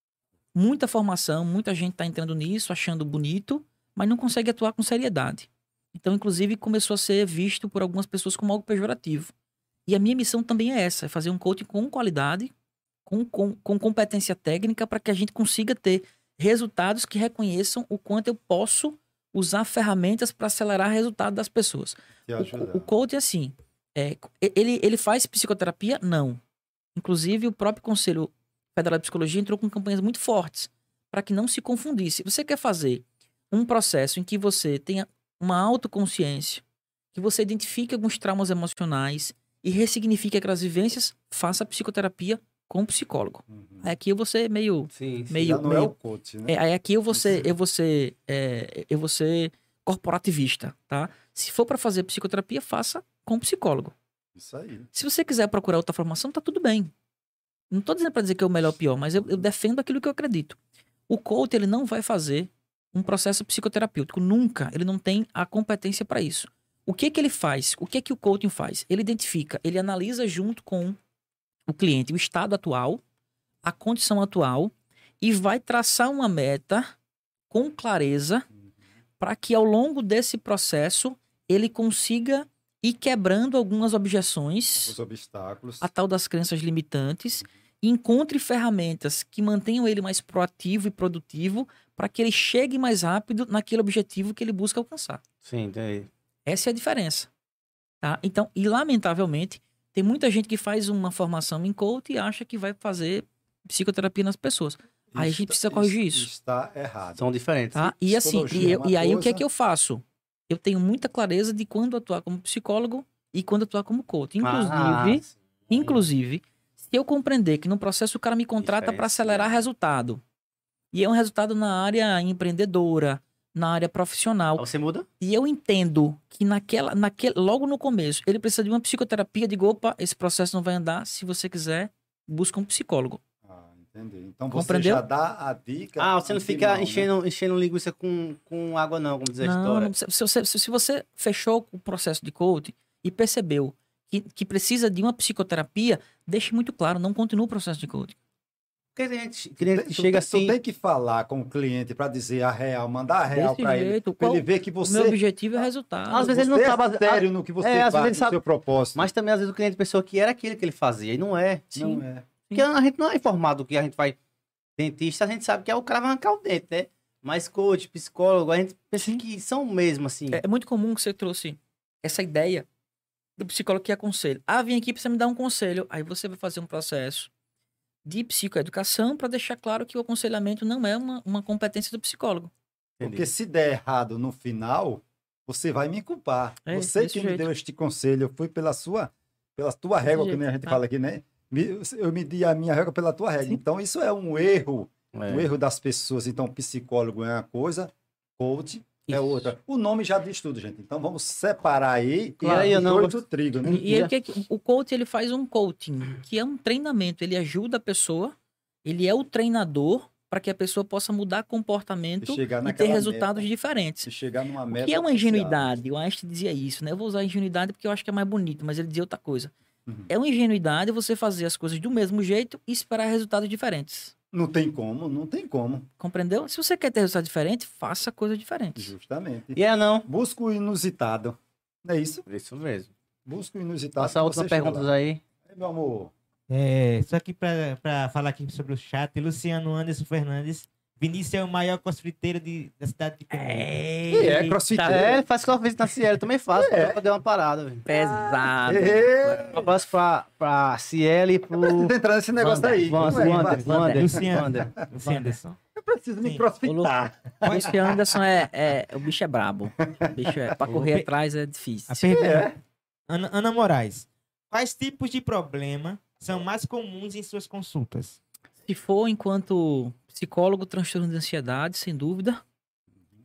D: muita formação, muita gente está entrando nisso, achando bonito, mas não consegue atuar com seriedade. Então, inclusive, começou a ser visto por algumas pessoas como algo pejorativo. E a minha missão também é essa, é fazer um coaching com qualidade, com, com, com competência técnica, para que a gente consiga ter resultados que reconheçam o quanto eu posso usar ferramentas para acelerar o resultado das pessoas.
C: Te ajudar.
D: O, o coaching, assim, é, ele, ele faz psicoterapia? Não. Inclusive, o próprio Conselho Federal de Psicologia entrou com campanhas muito fortes para que não se confundisse. Você quer fazer um processo em que você tenha uma autoconsciência, que você identifique alguns traumas emocionais e ressignifique aquelas vivências, faça a psicoterapia com o psicólogo.
C: Uhum.
D: Aí aqui eu vou ser meio...
B: Sim, sim.
D: meio,
C: Já não
D: meio
C: é o coach, né?
D: é, aí aqui eu vou ser, eu vou ser, é, eu vou ser corporativista, tá? Se for para fazer psicoterapia, faça com o psicólogo.
C: Isso aí.
D: Se você quiser procurar outra formação, tá tudo bem. Não tô dizendo para dizer que é o melhor ou pior, mas eu, eu defendo aquilo que eu acredito. O coach, ele não vai fazer um processo psicoterapêutico, nunca. Ele não tem a competência para isso. O que que ele faz? O que que o coaching faz? Ele identifica, ele analisa junto com o cliente o estado atual, a condição atual e vai traçar uma meta com clareza para que ao longo desse processo ele consiga ir quebrando algumas objeções,
C: Os obstáculos.
D: a tal das crenças limitantes, e encontre ferramentas que mantenham ele mais proativo e produtivo para que ele chegue mais rápido naquele objetivo que ele busca alcançar.
B: Sim, entendi.
D: Essa é a diferença. Tá? Então, e lamentavelmente, tem muita gente que faz uma formação em coach e acha que vai fazer psicoterapia nas pessoas. Aí a gente
C: Está-
D: precisa corrigir isso.
C: Está errado.
B: São diferentes.
D: Tá? E assim,
C: Psicologia
D: e,
C: é
D: eu-
C: uma
D: e aí o que é
C: coisa-
D: que eu faço? Eu tenho muita clareza de quando atuar como psicólogo e quando atuar como coach. Inclusive,
B: Ah, sim.
D: inclusive, se eu compreender que no processo o cara me contrata para
C: Diferencia.
D: acelerar resultado, e é um resultado na área empreendedora, na área profissional,
B: Você muda?
D: e eu entendo que naquela, naquele, logo no começo ele precisa de uma psicoterapia, digo, opa, esse processo não vai andar, se você quiser, busca um psicólogo.
C: Ah, entendi. Então você
D: Compreendeu?
C: já dá a dica.
B: Ah, você não
C: de
B: fica
C: mão, né?
B: enchendo, enchendo linguiça com, com água, não, como diz a
D: Não,
B: história.
D: não precisa- se, você, se se você fechou o processo de coaching e percebeu que, que precisa de uma psicoterapia, deixe muito claro, não continue o processo de coaching.
B: Porque tem gente, cliente que
C: Tu
B: chega
C: tem- tu
B: assim.
C: tem que falar com o cliente para dizer a real, mandar a real
D: Desse
C: para ele,
D: jeito,
C: para ele
D: qual-
C: ver que
D: O meu
C: você,
D: objetivo é resultado.
B: Às vezes ele
C: você
B: não sabe-
C: é sério no que você
B: É, às vezes
C: faz,
B: ele
C: no
B: sabe-
C: seu propósito.
B: Mas também, às vezes, o cliente pensou que era aquilo que ele fazia. E não é.
C: não é.
B: Porque a gente não é informado que a gente vai. Dentista, a gente sabe que é o cara vai arrancar o dente, né? Mas coach, psicólogo, a gente pensa que são o mesmo, assim.
D: É, é muito comum que você trouxe essa ideia do psicólogo que aconselha. Ah, vem aqui pra você me dar um conselho. Aí você vai fazer um processo de psicoeducação para deixar claro que o aconselhamento não é uma, uma competência do psicólogo.
C: Porque se der errado no final, você vai me culpar.
D: É,
C: você
D: desse
C: que me
D: jeito.
C: deu este conselho, eu fui pela sua, pela tua régua, que
D: jeito,
C: nem a gente
D: tá.
C: fala aqui, né? Me- Eu medi a minha régua pela tua régua.
D: Sim.
C: Então, isso é um erro,
B: É.
C: um erro das pessoas. Então, psicólogo é uma coisa, coach é
D: Isso.
C: outra. O nome já diz tudo, gente. Então, vamos separar aí
B: Claro,
C: e
B: eu
C: o
B: não-
C: joio do trigo, né?
D: E, e aí, o que é que- o coach ele faz um coaching, que é um treinamento. Ele ajuda a pessoa, ele é o treinador para que a pessoa possa mudar comportamento
C: E chegar
D: e ter
C: naquela
D: resultados
C: meta.
D: diferentes.
C: Se chegar numa
D: O
C: meta.
D: que é uma
C: associada.
D: ingenuidade? O Einstein dizia isso, né? Eu vou usar ingenuidade porque eu acho que é mais bonito, mas ele dizia outra coisa.
C: Uhum.
D: É uma ingenuidade você fazer as coisas do mesmo jeito e esperar resultados diferentes.
C: Não tem como, não tem como.
D: Compreendeu? Se você quer ter resultados diferentes, faça coisas diferentes.
C: Justamente.
B: E é não.
C: Busca o inusitado. Não é isso?
B: Isso mesmo.
C: Busca o inusitado.
B: Passa a
C: que
B: última
C: você chega
B: pergunta
C: lá.
B: aí.
C: Ei, meu amor.
A: É, só aqui pra, pra falar aqui sobre o chat, Luciano Anderson Fernandes. Vinícius é o maior cosfriteiro de, da cidade de Penedo.
C: E é crossfiteiro.
B: É, ele faz crossfit na Cielo, eu também faço. É. Pra dar uma parada, velho.
D: Pesado.
C: Ê,
B: Um abraço pra, pra Cielo e pro.
C: Preciso entrar nesse negócio
B: Wander,
C: aí.
B: Wander,
C: Como é que
B: Wander,
C: vai?
B: Wander,
A: Luciano.
B: Wander.
A: Luciano Anderson.
C: Eu preciso me
A: Sim.
C: crossfitar.
D: Esse Anderson é, é. O bicho é brabo. O bicho é. Pra correr
A: Pe-
D: atrás é difícil.
A: A pergunta
C: É.
A: Ana, Ana Moraes. Quais tipos de problema são mais comuns em suas consultas?
D: Se for enquanto psicólogo, transtorno de ansiedade, sem dúvida.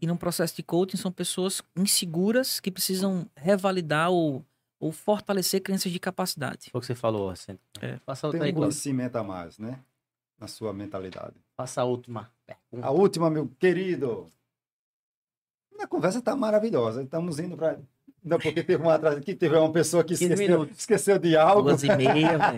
D: E num processo de coaching são pessoas inseguras que precisam revalidar ou, ou fortalecer crenças de capacidade.
B: Foi o que você falou, assim.
D: É.
B: Passa outra
C: Tem
B: aí,
C: um
B: Cláudio.
C: conhecimento a mais, né? Na sua mentalidade.
B: Passa a última pergunta.
C: A última, meu querido. A conversa tá maravilhosa. Estamos indo para. Não, porque teve uma atrás aqui, teve uma pessoa que
B: quinze
C: esqueceu,
B: minutos.
C: esqueceu de algo.
D: Duas e meia, velho.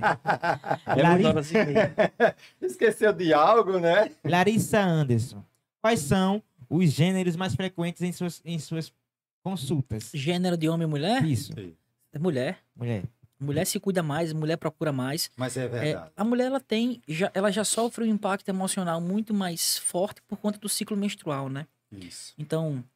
D: Duas horas e meia.
C: Esqueceu de algo, né?
A: Larissa Anderson, quais são os gêneros mais frequentes em suas, em suas consultas?
D: Gênero de homem e mulher?
A: Isso,
D: É mulher.
A: mulher.
D: Mulher se cuida mais, mulher procura mais.
C: Mas é
D: É,
C: verdade.
D: a mulher ela tem, já, ela já sofre um impacto emocional muito mais forte por conta do ciclo menstrual, né?
C: Isso.
D: Então,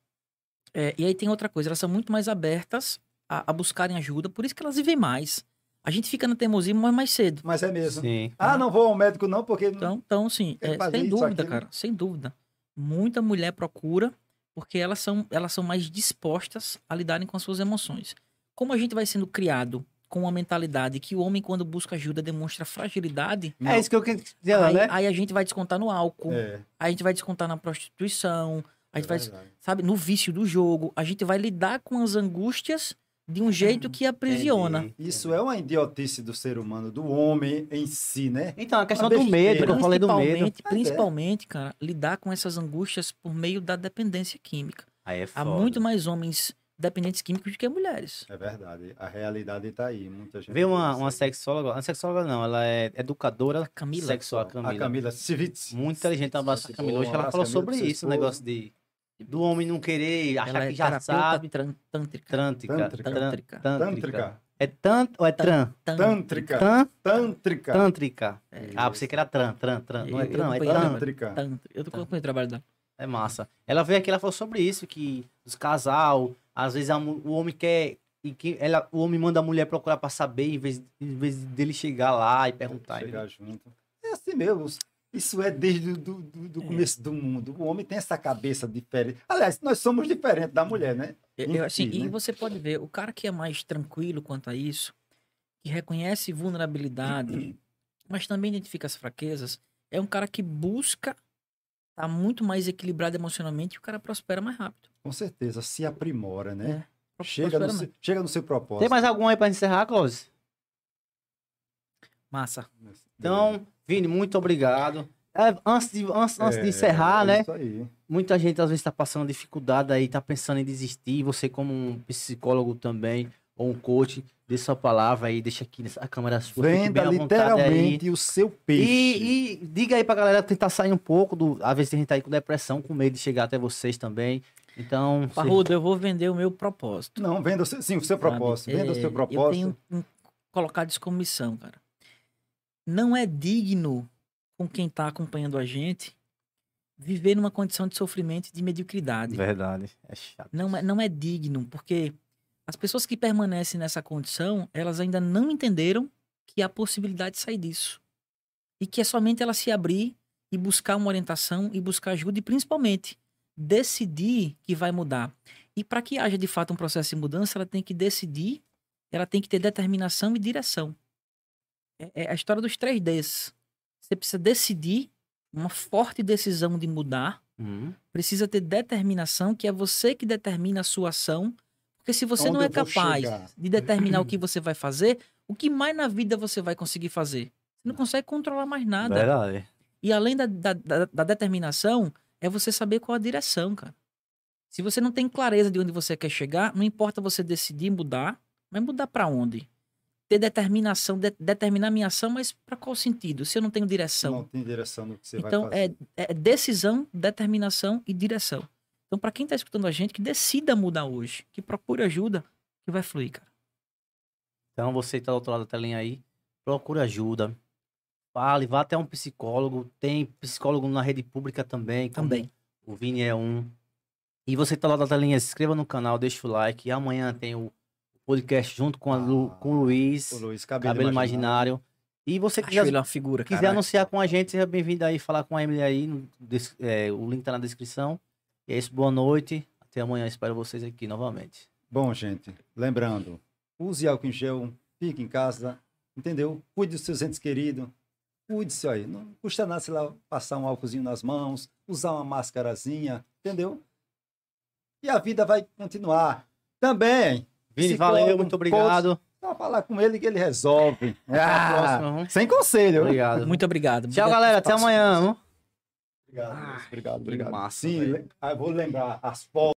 D: é, e aí tem outra coisa, elas são muito mais abertas a, a buscarem ajuda, por isso que elas vivem mais. A gente fica na teimosia, mas mais cedo.
C: Mas é mesmo.
B: Sim.
C: Ah, não vou ao médico não, porque...
D: Então, então sim,
C: Quer
D: é,
C: fazer
D: sem
C: isso,
D: dúvida,
C: aquilo.
D: cara, sem dúvida. Muita mulher procura porque elas são, elas são mais dispostas a lidarem com as suas emoções. Como a gente vai sendo criado com uma mentalidade que o homem, quando busca ajuda, demonstra fragilidade,
C: Não.
B: É isso que eu queria dizer,
D: aí,
B: né?
D: aí a gente vai descontar no álcool,
C: É,
D: aí a gente vai descontar na prostituição, a
C: é
D: gente vai,
C: verdade.
D: sabe, no vício do jogo. A gente vai lidar com as angústias de um jeito que aprisiona.
B: Entendi.
C: Isso é uma idiotice do ser humano, do homem em si, né?
B: Então, a questão
C: Uma
B: do medo, que
C: besteira.
B: eu falei do medo.
D: Principalmente,
C: Mas é.
D: principalmente, cara, lidar com essas angústias por meio da dependência química.
B: Aí é
D: Há
B: foda.
D: muito mais homens dependentes químicos do que mulheres.
C: É verdade. A realidade tá aí. Muita gente.
B: Veio uma,
C: pensa
B: uma
C: isso.
B: sexóloga, não sexóloga não, ela é educadora
D: Camila.
B: sexual, a
C: A
B: Camila.
C: Camila Civitz.
B: Muito inteligente, um abraço pra Camila. Hoje
C: Um
B: ela
C: abraço,
B: falou
C: Camila,
B: sobre
C: pro seu
B: isso, o
C: esposo.
B: negócio de do homem não querer, achar
D: Ela é
B: que já
D: terapeuta
B: sabe.
D: tran- tântrica.
B: Trântrica.
C: Tântrica.
B: Tântrica.
C: Tântrica.
B: É tant ou é tran?
C: Tântrica.
B: Tan?
C: Tântrica.
B: Tântrica.
D: É.
B: Ah, você que era tran, tran, tran. Não é
D: Eu- eu
B: tran, é
D: acompanhei
B: tran.
D: ela.
C: Tântrica.
D: Tântrica. Eu tô acompanhando o trabalho dela.
B: É massa. Ela veio aqui, ela falou sobre isso, que os casal, às vezes a mu- o homem quer. E que ela, o homem manda a mulher procurar pra saber, em vez, em vez dele chegar lá e perguntar.
C: Chegar junto. É assim mesmo. Isso é desde o do, do, do começo do mundo. O homem tem essa cabeça diferente. Aliás, nós somos diferentes da mulher, né?
D: Eu- eu, assim,
C: Enfim,
D: e
C: né?
D: você pode ver, o cara que é mais tranquilo quanto a isso, que reconhece vulnerabilidade, mas também identifica as fraquezas, é um cara que busca estar muito mais equilibrado emocionalmente e o cara prospera mais rápido.
C: Com certeza, se aprimora, né?
D: É,
C: Chega,
D: prospera
C: no,
D: mais.
C: seu- chega no seu propósito.
B: Tem mais algum aí pra encerrar, Close?
D: Massa.
B: Então, Vini, muito obrigado. É, antes de, antes, antes de
C: É,
B: encerrar,
C: é
B: né?
C: Isso aí.
B: Muita gente às vezes está passando dificuldade aí, tá pensando em desistir. Você, como um psicólogo também, ou um coach, dê sua palavra aí, deixa aqui nessa câmera sua. fique
C: Venda
B: bem à vontade aí.
C: literalmente o seu peixe.
B: E, e diga aí pra galera tentar sair um pouco do. Às vezes a gente tá aí com depressão, com medo de chegar até vocês também. Então. você-
D: Parrudo, eu vou vender o meu propósito.
C: Não, venda o seu, sim, o seu
D: sabe?
C: propósito. Venda o
D: É,
C: seu
D: Eu
C: propósito.
D: tenho um, colocado isso como missão, cara. Não é digno com quem tá acompanhando a gente viver numa condição de sofrimento e de mediocridade.
B: Verdade. É chato.
D: Não é, não é digno, porque as pessoas que permanecem nessa condição, elas ainda não entenderam que há possibilidade de sair disso. E que é somente ela se abrir e buscar uma orientação e buscar ajuda e principalmente decidir que vai mudar. E para que haja de fato um processo de mudança, ela tem que decidir, ela tem que ter determinação e direção. É, é a história dos três Ds. Você precisa decidir, uma forte decisão de mudar,
B: Hum.
D: precisa ter determinação, que é você que determina a sua ação. Porque se você
C: Onde
D: não é
C: eu vou
D: capaz
C: chegar?
D: de determinar o que você vai fazer, o que mais na vida você vai conseguir fazer? Você não consegue controlar mais nada.
B: Verdade.
D: E além da, da, da, da determinação, é você saber qual a direção, cara. Se você não tem clareza de onde você quer chegar, não importa você decidir mudar, mas mudar pra onde? Ter determinação, de, determinar minha ação, mas pra qual sentido? Se eu não tenho direção.
C: Não tem direção no que você
D: Então,
C: vai fazer.
D: é, é decisão, determinação e direção. Então, para quem está escutando a gente, que decida mudar hoje, que procure ajuda, que vai fluir, cara.
B: Então você que tá do outro lado da telinha aí, procura ajuda. Fale, vá até um psicólogo. Tem psicólogo na rede pública também. como
D: Também.
B: O Vini é um. E você que tá lá da telinha, se inscreva no canal, deixa o like. E amanhã tem o podcast junto com, a Lu-
C: Ah,
B: com o Luiz,
C: O Luiz,
B: Cabelo,
C: cabelo,
B: Imaginário. E você que
D: Acho ele
B: quiser,
D: uma figura,
B: quiser
D: cara.
B: anunciar com a gente, seja bem-vindo aí, falar com a Emily aí. no des- é, o link tá na descrição. E é isso, boa noite. Até amanhã, espero vocês aqui novamente.
C: Bom, gente, lembrando, use álcool em gel, fique em casa, entendeu? Cuide dos seus entes queridos, cuide-se aí. Não custa nada, sei lá, passar um álcoolzinho nas mãos, usar uma máscarazinha, entendeu? e a vida vai continuar. Também.
B: Vini,
C: psicólogo,
B: valeu, muito obrigado.
C: Só falar com ele que ele resolve.
B: Até a próxima.
C: Ah,
B: viu?
C: sem conselho.
B: Obrigado.
D: Muito obrigado.
B: Tchau,
D: Obrigado
B: galera.
D: pelo
B: Até
D: espaço.
B: amanhã. viu?
C: Obrigado, Deus, obrigado,
B: que
C: obrigado.
B: massa,
C: Sim,
B: velho.
C: le- ah, vou lembrar as fotos.